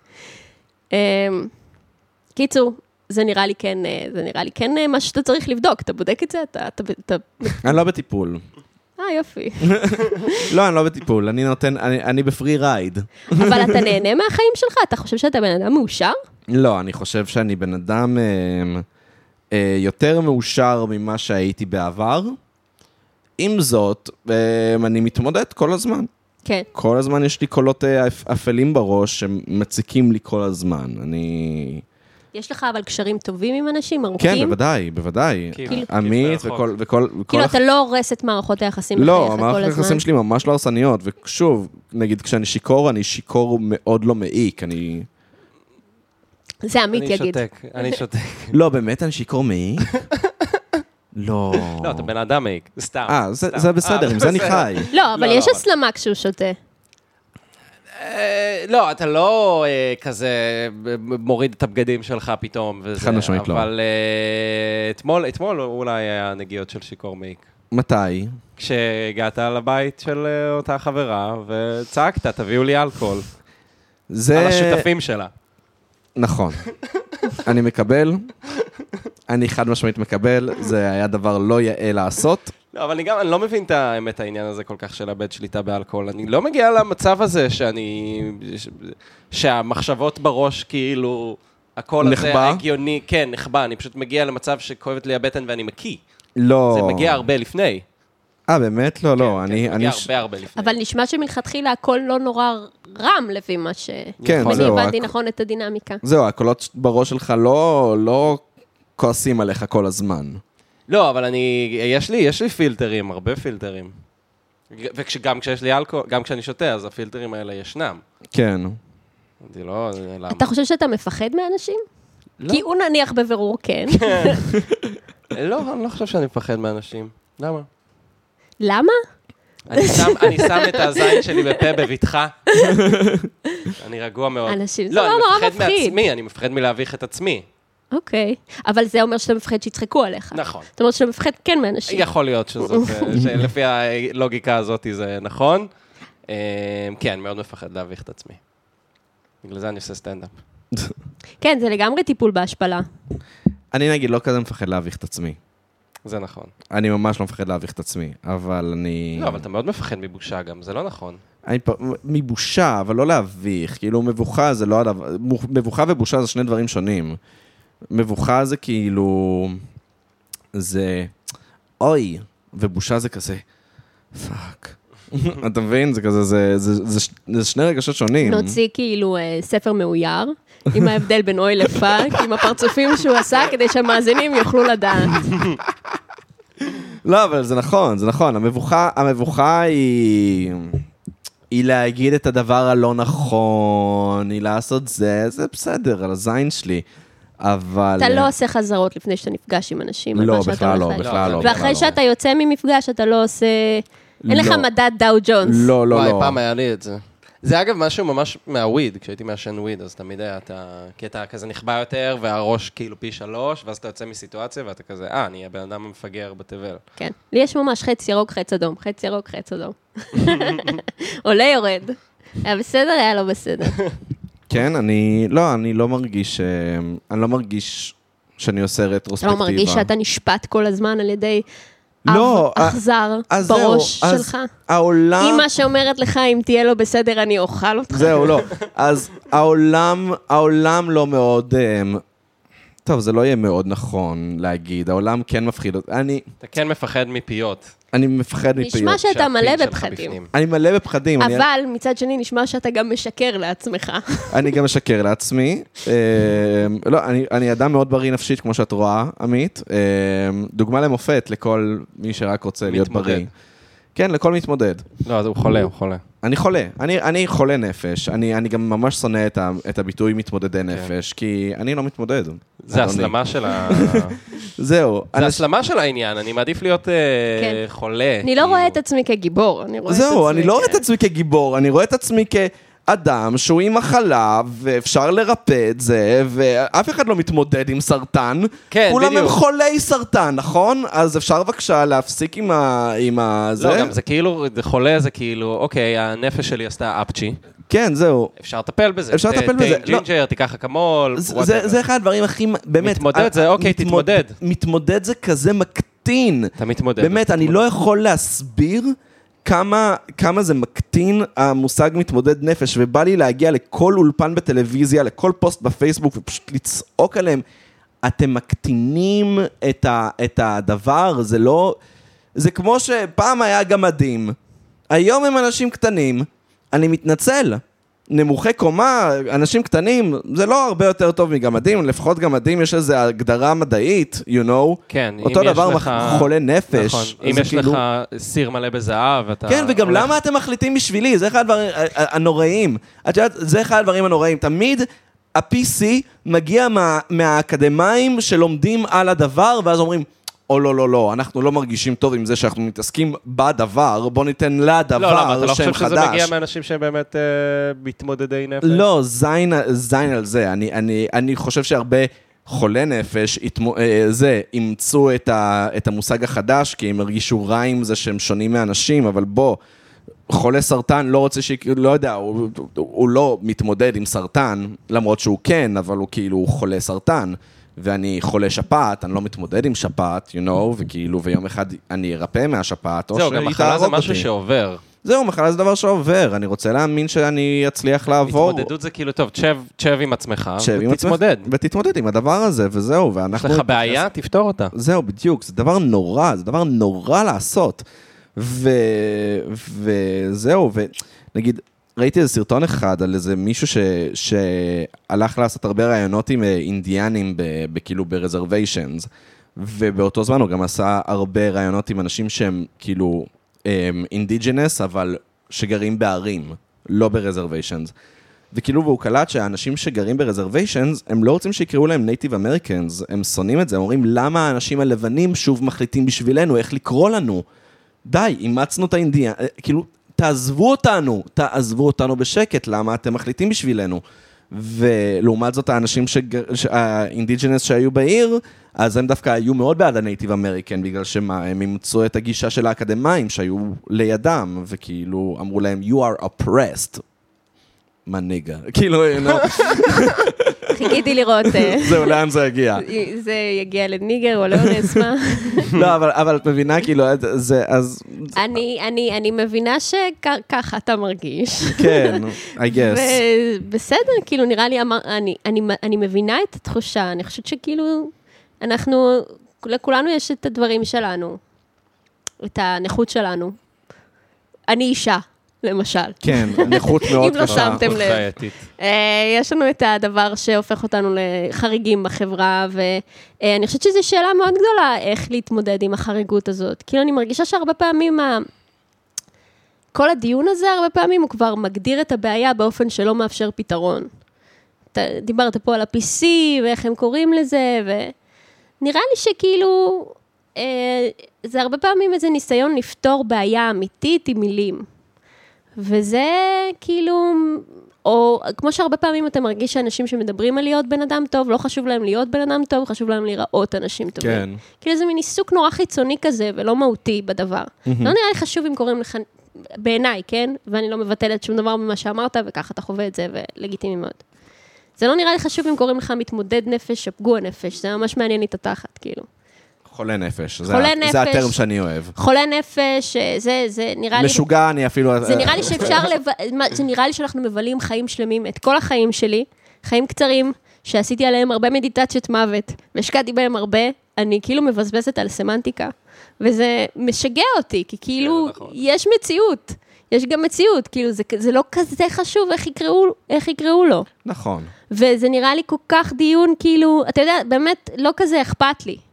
קיצור, זה נראה לי כן, זה נראה לי כן מה שאתה צריך לבדוק. אתה בודק את זה? אתה, אתה, אתה...
אני לא בטיפול.
אה, יופי.
לא, אני לא בטיפול. אני נותן, אני, אני בפרי רייד.
אבל אתה נהנה מהחיים שלך? אתה חושב שאתה בן אדם מאושר?
לא, אני חושב שאני בן אדם אה, אה, יותר מאושר ממה שהייתי בעבר. עם זאת, אה, אני מתמודד כל הזמן.
כן.
כל הזמן יש לי קולות אה, אפלים בראש שמציקים לי כל הזמן. אני...
יש לך אבל קשרים טובים עם אנשים, ארוכים?
כן, בוודאי, בוודאי.
כאילו,
עמית
כאילו,
וכל... וכל, וכל
כאילו,
אח...
אתה לא הורס את מערכות היחסים
לא,
בחייך כל הזמן.
המערכות היחסים שלי ממש לא הרסניות, ושוב, נגיד, כשאני שיקור, אני שיקור מאוד לא מעיק, אני...
זה עמית
אני
יגיד.
שותק, אני שותק.
לא, באמת אני שיקור מעיק? לא.
לא, אתה בן אדם מעיק, סתם.
אה, זה, זה בסדר, עם זה אני חי.
לא, אבל
לא,
יש
לא,
הסלמה כשהוא שותה.
אה, לא, אתה לא אה, כזה מוריד את הבגדים שלך פתאום. וזה,
חד משמעית לא.
אבל אה, אתמול, אתמול אולי היה נגיעות של שיקור מעיק.
מתי?
כשהגעת לבית של אה, אותה חברה, וצעקת, תביאו לי אלכוהול.
זה...
על השותפים שלה.
נכון. אני מקבל, אני חד משמעית מקבל, זה היה דבר לא יאה לעשות.
לא, אבל אני גם, אני לא מבין את האמת העניין הזה כל כך של הבית שליטה באלכוהול. אני לא מגיע למצב הזה שאני, שהמחשבות בראש כאילו, הכל הזה הגיוני, כן, נחבא, אני פשוט מגיע למצב שכואבת לי הבטן ואני מקיא.
לא.
זה מגיע הרבה לפני.
אה, באמת? לא, לא.
כן,
אני...
כן, מגיע
אני...
הרבה הרבה לפני.
אבל נשמע שמלכתחילה הכל לא נורא רם לפי מה ש...
כן,
אני
זהו.
הבנתי
רק-
נכון את הדינמיקה.
זהו, הקולות בראש שלך לא, לא כועסים עליך כל הזמן.
לא, אבל אני, יש לי, יש לי פילטרים, הרבה פילטרים. וגם כשיש לי אלכוהול, גם כשאני שותה, אז הפילטרים האלה ישנם.
כן.
אני לא, למה?
אתה חושב שאתה מפחד מאנשים?
לא.
כי הוא נניח בבירור כן.
לא, אני לא חושב שאני מפחד מאנשים. למה?
למה?
אני שם, אני שם את הזין שלי בפה בבטחה. אני רגוע מאוד.
אנשים, זה
לא,
לא
אני
נורא
מפחד
מפחיד.
מעצמי, אני מפחד מלהביך את עצמי.
אוקיי. אבל זה אומר שאתה מפחד שיצחקו עליך.
נכון.
זאת אומרת שאתה מפחד כן מאנשים.
יכול להיות שזאת, שלפי הלוגיקה הזאת זה נכון. כן, מאוד מפחד להביך את עצמי. בגלל זה אני עושה סטנדאפ.
כן, זה לגמרי טיפול בהשפלה.
אני נגיד לא כזה מפחד להביך את עצמי.
זה נכון.
אני ממש לא מפחד להביך את עצמי, אבל אני...
לא, אבל אתה מאוד מפחד מבושה גם, זה לא נכון.
אני פ... מבושה, אבל לא להביך. כאילו, מבוכה זה לא הדבר... מבוכה ובושה זה שני דברים שונים. מבוכה זה כאילו... זה... אוי, ובושה זה כזה... פאק. אתה מבין? זה כזה, זה, זה, זה, זה, זה שני רגשות שונים.
נוציא כאילו אה, ספר מאויר, עם ההבדל בין אוי לפאק, עם הפרצופים שהוא עשה, כדי שהמאזינים יוכלו לדעת.
לא, אבל זה נכון, זה נכון. המבוכה, המבוכה היא... היא להגיד את הדבר הלא נכון, היא לעשות זה, זה בסדר, על הזין שלי. אבל...
אתה לא עושה חזרות לפני שאתה נפגש עם אנשים. על
לא,
מה שאתה
בכלל לא,
הולך
בכלל
לעשות.
לא.
ואחרי
בכלל לא.
שאתה יוצא ממפגש, אתה לא עושה... אין לך
לא.
מדד דאו ג'ונס.
לא, לא,
וואי,
לא.
פעם היה לי את זה. זה אגב משהו ממש מהוויד, כשהייתי מעשן וויד, אז תמיד היה את ה... כי אתה כזה נכבה יותר, והראש כאילו פי שלוש, ואז אתה יוצא מסיטואציה, ואתה כזה, אה, אני הבן אדם המפגר בתבל.
כן. לי יש ממש חץ ירוק, חץ אדום. חץ ירוק, חץ אדום. עולה יורד. היה בסדר, היה לא בסדר.
כן, אני... לא, אני לא מרגיש... אה, אני לא מרגיש שאני עושה
אתה
רטרוספקטיבה.
לא מרגיש שאתה נשפט כל הזמן על ידי
לא,
אב אכזר
אז זהו,
בראש
אז
שלך?
העולם...
אמא שאומרת לך, אם תהיה לו בסדר, אני אוכל אותך.
זהו, לא. אז העולם, העולם לא מאוד... אמ, טוב, זה לא יהיה מאוד נכון להגיד, העולם כן מפחיד אותי. אני...
אתה כן מפחד מפיות.
אני מפחד מפיות.
נשמע שאתה מלא בפחדים.
אני מלא בפחדים.
אבל מצד שני נשמע שאתה גם משקר לעצמך.
אני גם משקר לעצמי. לא, אני אדם מאוד בריא נפשית, כמו שאת רואה, עמית. דוגמה למופת לכל מי שרק רוצה להיות בריא. כן, לכל מתמודד.
לא, הוא חולה, הוא חולה.
אני חולה, אני, אני חולה נפש, אני, אני גם ממש שונא את, ה, את הביטוי מתמודדי נפש, כי אני לא מתמודד.
זה הסלמה של ה...
זהו.
זה הסלמה של העניין, אני מעדיף להיות כן. חולה.
אני לא רואה את עצמי כגיבור, אני רואה
זהו,
את עצמי
אני לא רואה את עצמי כגיבור, אני רואה את עצמי כאדם שהוא עם מחלה, ואפשר לרפא את זה, ואף אחד לא מתמודד עם סרטן.
כן,
כולם
בדיוק.
הם חולי סרטן, נכון? אז אפשר בבקשה להפסיק עם ה... עם ה...
לא,
זה?
גם זה כאילו, חולה זה כאילו, אוקיי, הנפש שלי עשתה אפצ'י.
כן, זהו.
אפשר לטפל בזה.
אפשר לטפל בזה.
תן ג'ינג'ר, תיקח אקמול.
זה אחד הדברים הכי... באמת.
מתמודד זה, אוקיי, תתמודד.
מתמודד זה כזה מקטין.
אתה מתמודד.
באמת, אני לא יכול להסביר כמה, כמה זה מקטין המושג מתמודד נפש, ובא לי להגיע לכל אולפן בטלוויזיה, לכל פוסט בפייסבוק, ופשוט לצעוק עליהם. אתם מקטינים את, ה, את הדבר, זה לא... זה כמו שפעם היה גמדים. היום הם אנשים קטנים. אני מתנצל. נמוכי קומה, אנשים קטנים, זה לא הרבה יותר טוב מגמדים, לפחות גמדים יש איזו הגדרה מדעית, you know?
כן,
אותו דבר לך... חולה נפש.
נכון, אם יש כאילו... לך סיר מלא בזהב, אתה...
כן, וגם הולך... למה אתם מחליטים בשבילי? זה אחד הדברים הנוראים. את יודעת, זה אחד הדברים הנוראים. תמיד ה-פי סי מגיע מה... מהאקדמיים שלומדים על הדבר, ואז אומרים... או לא, לא, לא, אנחנו לא מרגישים טוב עם זה שאנחנו מתעסקים בדבר, בוא ניתן לדבר
לא, למה, אתה לא חושב
חדש.
שזה מגיע מאנשים שהם באמת אה, מתמודדי נפש?
לא, זין, זין על זה. אני, אני, אני חושב שהרבה חולי נפש יתמו, אה, זה, ימצאו את, ה, את המושג החדש, כי הם הרגישו רע עם זה שהם שונים מאנשים, אבל בוא, חולה סרטן לא רוצה ש... לא יודע, הוא, הוא לא מתמודד עם סרטן, למרות שהוא כן, אבל הוא כאילו הוא חולה סרטן. ואני חולה שפעת, אני לא מתמודד עם שפעת, you know, וכאילו, ויום אחד אני ארפא מהשפעת, או שהיא תהרוג אותי.
זהו, גם מחלה זה משהו שעובר.
זהו, מחלה זה דבר שעובר, אני רוצה להאמין שאני אצליח לעבור.
התמודדות זה כאילו, טוב, תשב עם עצמך, ותתמודד.
ותתמודד עם הדבר הזה, וזהו, ואנחנו...
יש לך בעיה, תפתור אותה.
זהו, בדיוק, זה דבר נורא, זה דבר נורא לעשות. וזהו, ונגיד... ראיתי איזה סרטון אחד על איזה מישהו ש, שהלך לעשות הרבה רעיונות עם אינדיאנים בכאילו ברזרוויישנס, ובאותו זמן הוא גם עשה הרבה רעיונות עם אנשים שהם כאילו אינדיג'נס, אבל שגרים בערים, לא ברזרוויישנס. וכאילו והוא קלט שהאנשים שגרים ברזרוויישנס, הם לא רוצים שיקראו להם נייטיב אמריקנס, הם שונאים את זה, הם אומרים למה האנשים הלבנים שוב מחליטים בשבילנו, איך לקרוא לנו? די, אימצנו את האינדיאן, כאילו... תעזבו אותנו, תעזבו אותנו בשקט, למה אתם מחליטים בשבילנו? ולעומת זאת, האנשים האינדיג'נס שהיו בעיר, אז הם דווקא היו מאוד בעד הנייטיב אמריקן, בגלל שמה, הם אימצו את הגישה של האקדמיים שהיו לידם, וכאילו אמרו להם, you are oppressed. מנהיגה. כאילו,
חיכיתי לראות.
זהו, לאן זה יגיע?
זה יגיע לניגר או לאונס, מה?
לא, אבל את מבינה, כאילו, זה, אז...
אני מבינה שככה אתה מרגיש.
כן, I guess.
בסדר, כאילו, נראה לי, אני מבינה את התחושה, אני חושבת שכאילו, אנחנו, לכולנו יש את הדברים שלנו, את הנכות שלנו. אני אישה. למשל.
כן, נכות מאוד קשה.
אם לא שמתם לב. יש לנו את הדבר שהופך אותנו לחריגים בחברה, ואני חושבת שזו שאלה מאוד גדולה, איך להתמודד עם החריגות הזאת. כאילו אני מרגישה שהרבה פעמים, כל הדיון הזה, הרבה פעמים הוא כבר מגדיר את הבעיה באופן שלא מאפשר פתרון. דיברת פה על ה-פי סי, ואיך הם קוראים לזה, ונראה לי שכאילו, זה הרבה פעמים איזה ניסיון לפתור בעיה אמיתית עם מילים. וזה כאילו, או כמו שהרבה פעמים אתה מרגיש שאנשים שמדברים על להיות בן אדם טוב, לא חשוב להם להיות בן אדם טוב, חשוב להם להיראות אנשים טובים. כן. כאילו זה מין עיסוק נורא חיצוני כזה, ולא מהותי בדבר. Mm-hmm. לא נראה לי חשוב אם קוראים לך, בעיניי, כן? ואני לא מבטלת שום דבר ממה שאמרת, וככה אתה חווה את זה, ולגיטימי מאוד. זה לא נראה לי חשוב אם קוראים לך מתמודד נפש, שפגוע נפש, זה ממש מעניין לי את התחת, כאילו.
חולה נפש, זה,
חולה נפש,
זה הטרם שאני אוהב.
חולה נפש, זה, זה נראה לי...
משוגע, אני אפילו...
זה נראה לי שאפשר, לב... זה נראה לי שאנחנו מבלים חיים שלמים, את כל החיים שלי, חיים קצרים, שעשיתי עליהם הרבה מדיטציות מוות, והשקעתי בהם הרבה, אני כאילו מבזבזת על סמנטיקה, וזה משגע אותי, כי כאילו יש מציאות, יש גם מציאות, כאילו זה, זה לא כזה חשוב איך יקראו, איך יקראו לו.
נכון.
וזה נראה לי כל כך דיון, כאילו, אתה יודע, באמת לא כזה אכפת לי.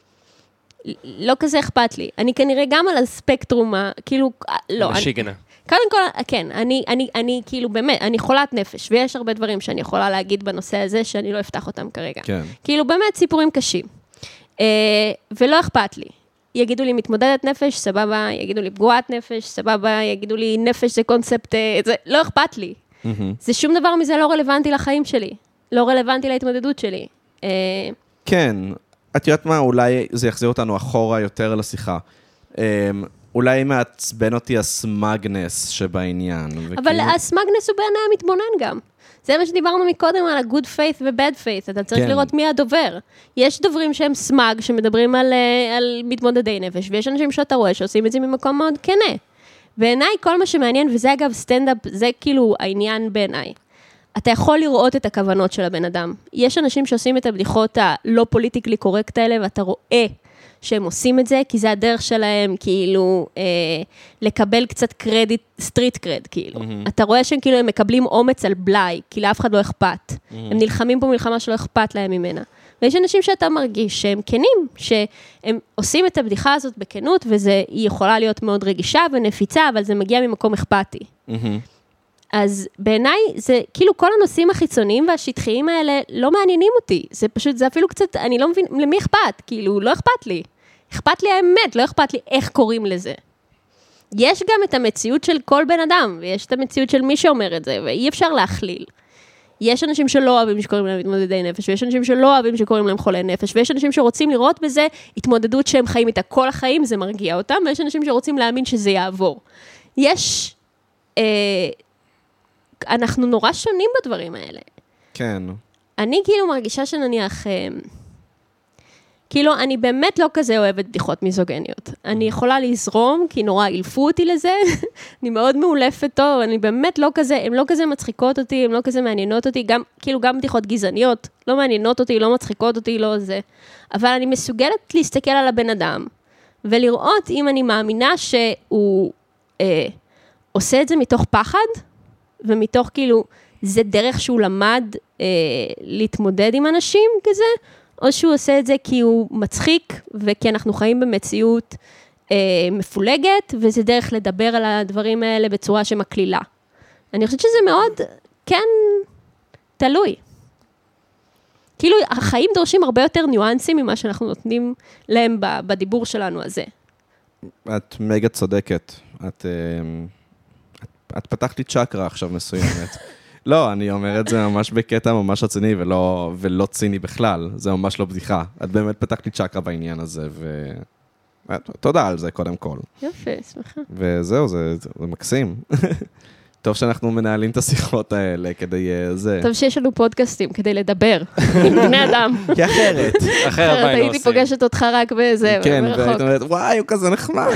לא כזה אכפת לי. אני כנראה גם על הספקטרום, כאילו, לא.
משיגנה.
קודם כל, כן, אני, אני, אני, כאילו, באמת, אני חולת נפש, ויש הרבה דברים שאני יכולה להגיד בנושא הזה, שאני לא אפתח אותם כרגע.
כן.
כאילו, באמת, סיפורים קשים. אה, ולא אכפת לי. יגידו לי מתמודדת נפש, סבבה, יגידו לי פגועת נפש, סבבה, יגידו לי נפש זה קונספט, זה לא אכפת לי. Mm-hmm. זה שום דבר מזה לא רלוונטי לחיים שלי, לא רלוונטי להתמודדות שלי. אה,
כן, את יודעת מה, אולי זה יחזיר אותנו אחורה יותר לשיחה. אולי מעצבן אותי הסמאגנס שבעניין.
אבל הסמאגנס הוא בעיני המתבונן גם. זה מה שדיברנו מקודם על ה-good faith ו-bad faith, אתה צריך לראות מי הדובר. יש דוברים שהם סמאג, שמדברים על, על מתמודדי נפש, ויש אנשים שאתה רואה שעושים את זה ממקום מאוד כנה. בעיניי כל מה שמעניין, וזה אגב סטנדאפ, זה כאילו העניין בעיניי. אתה יכול לראות את הכוונות של הבן אדם. יש אנשים שעושים את הבדיחות הלא פוליטיקלי קורקט האלה, ואתה רואה שהם עושים את זה, כי זה הדרך שלהם, כאילו, אה, לקבל קצת קרדיט, סטריט קרד, כאילו. Mm-hmm. אתה רואה שהם כאילו, הם מקבלים אומץ על בלי, כי לאף אחד לא אכפת. Mm-hmm. הם נלחמים פה מלחמה שלא אכפת להם ממנה. ויש אנשים שאתה מרגיש שהם כנים, שהם עושים את הבדיחה הזאת בכנות, וזה, היא יכולה להיות מאוד רגישה ונפיצה, אבל זה מגיע ממקום אכפתי. Mm-hmm. אז בעיניי, זה כאילו כל הנושאים החיצוניים והשטחיים האלה לא מעניינים אותי. זה פשוט, זה אפילו קצת, אני לא מבין, למי אכפת? כאילו, לא אכפת לי. אכפת לי האמת, לא אכפת לי איך קוראים לזה. יש גם את המציאות של כל בן אדם, ויש את המציאות של מי שאומר את זה, ואי אפשר להכליל. יש אנשים שלא אוהבים שקוראים להם מתמודדי נפש, ויש אנשים שלא אוהבים שקוראים להם חולי נפש, ויש אנשים שרוצים לראות בזה התמודדות שהם חיים איתה כל החיים, זה מרגיע אותם, ויש אנשים שרוצים להאמין שזה יעבור. יש... אה, אנחנו נורא שונים בדברים האלה.
כן.
אני כאילו מרגישה שנניח, כאילו אני באמת לא כזה אוהבת בדיחות מיזוגניות. אני יכולה לזרום, כי נורא אילפו אותי לזה, אני מאוד מאולפת טוב, אני באמת לא כזה, הן לא כזה מצחיקות אותי, הן לא כזה מעניינות אותי, גם, כאילו גם בדיחות גזעניות, לא מעניינות אותי, לא מצחיקות אותי, לא זה. אבל אני מסוגלת להסתכל על הבן אדם, ולראות אם אני מאמינה שהוא אה, עושה את זה מתוך פחד, ומתוך כאילו, זה דרך שהוא למד אה, להתמודד עם אנשים כזה, או שהוא עושה את זה כי הוא מצחיק, וכי אנחנו חיים במציאות אה, מפולגת, וזה דרך לדבר על הדברים האלה בצורה שמקלילה. אני חושבת שזה מאוד, כן, תלוי. כאילו, החיים דורשים הרבה יותר ניואנסים ממה שאנחנו נותנים להם בדיבור שלנו הזה.
את מגה צודקת. את... את פתחת לי צ'קרה עכשיו מסוימת. לא, אני אומר את זה ממש בקטע ממש רציני ולא, ולא ציני בכלל. זה ממש לא בדיחה. את באמת פתחת לי צ'קרה בעניין הזה, ו... תודה על זה קודם כל.
יופי, שמחה.
וזהו, זה, זה מקסים. טוב שאנחנו מנהלים את השיחות האלה כדי זה.
טוב שיש לנו פודקאסטים כדי לדבר עם בני אדם.
כי אחרת.
אחרת מה
הייתי פוגשת אותך רק בזה.
כן, והיית אומרת, וואי, הוא כזה נחמד.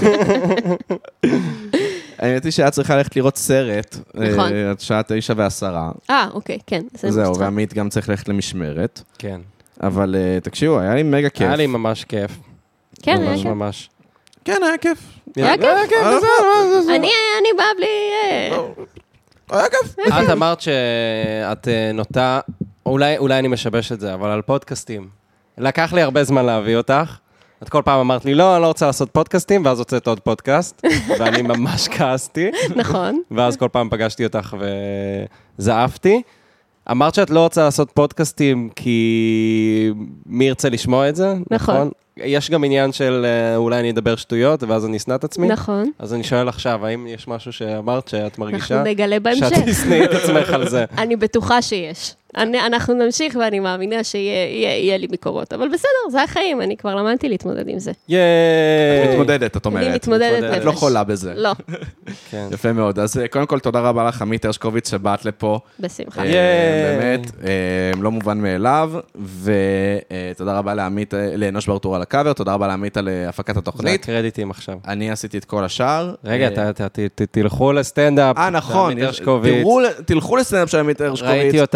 האמת היא שאת צריכה ללכת לראות סרט,
נכון.
עד שעה תשע ועשרה.
אה, אוקיי, כן.
זהו, ועמית גם צריך ללכת למשמרת.
כן.
אבל תקשיבו, היה לי מגה כיף.
היה לי ממש כיף.
כן, היה
ממש
כיף.
ממש.
כן, היה כיף.
היה כיף? אני בא בלי...
היה כיף.
את אמרת שאת נוטה, אולי אני משבש את זה, אבל על פודקאסטים. לקח לי הרבה זמן להביא אותך. את כל פעם אמרת לי, לא, אני לא רוצה לעשות פודקאסטים, ואז הוצאת עוד פודקאסט, ואני ממש כעסתי.
נכון.
ואז כל פעם פגשתי אותך וזעפתי. אמרת שאת לא רוצה לעשות פודקאסטים, כי מי ירצה לשמוע את זה?
נכון.
יש גם עניין של אולי אני אדבר שטויות, ואז אני אסנה את עצמי.
נכון.
אז אני שואל עכשיו, האם יש משהו שאמרת שאת מרגישה?
אנחנו נגלה בהמשך.
שאת תסני את עצמך על זה.
אני בטוחה שיש. אני, אנחנו נמשיך ואני מאמינה שיהיה יהיה, יהיה לי ביקורות. אבל בסדר, זה החיים, אני כבר למדתי להתמודד עם זה.
ייי!
את מתמודדת, את אומרת.
אני מתמודדת נפש.
את לא חולה בזה.
לא.
כן.
יפה מאוד. אז קודם כל, תודה רבה לך, עמית הרשקוביץ, שבאת לפה.
בשמחה.
באמת, לא מובן מאליו. ותודה רבה לעמית, לאנוש ברטור על הקאבר, תודה רבה לעמית על הפקת
זה
התוכנית.
הקרדיטים עכשיו.
אני עשיתי את כל השאר.
רגע, תלכו לסטנדאפ.
אה, נכון. תלכו לסטנדאפ של עמית הרשקוביץ.
ראיתי אותה עם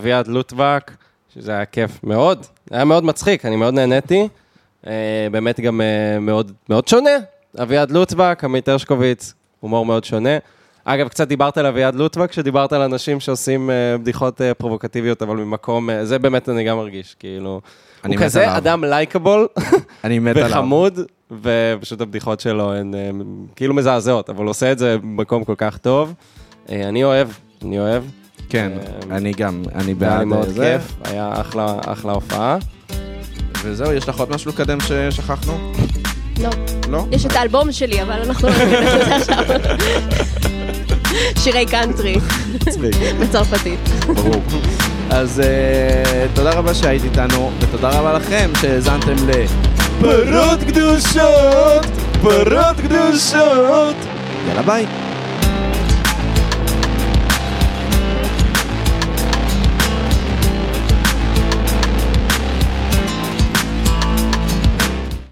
אביעד לוטבק, שזה היה כיף מאוד, היה מאוד מצחיק, אני מאוד נהניתי, באמת גם מאוד, מאוד שונה, אביעד לוטבק, עמית הרשקוביץ, הומור מאוד שונה. אגב, קצת דיברת על אביעד לוטבק, כשדיברת על אנשים שעושים בדיחות פרובוקטיביות, אבל ממקום, זה באמת אני גם מרגיש, כאילו, הוא כזה אדם לייקבול, וחמוד, ופשוט הבדיחות שלו הן כאילו מזעזעות, אבל הוא עושה את זה במקום כל כך טוב. אני אוהב, אני אוהב.
כן, אני גם, אני בעד זה.
היה לי מאוד כיף, היה אחלה, אחלה הופעה.
וזהו, יש לך עוד משהו לקדם ששכחנו?
לא.
לא?
יש את האלבום שלי, אבל אנחנו לא נקדם את זה עכשיו. שירי קאנטרי. בצרפתית.
ברור. אז תודה רבה שהיית איתנו, ותודה רבה לכם שהאזנתם לפרות קדושות, פרות קדושות. יאללה ביי.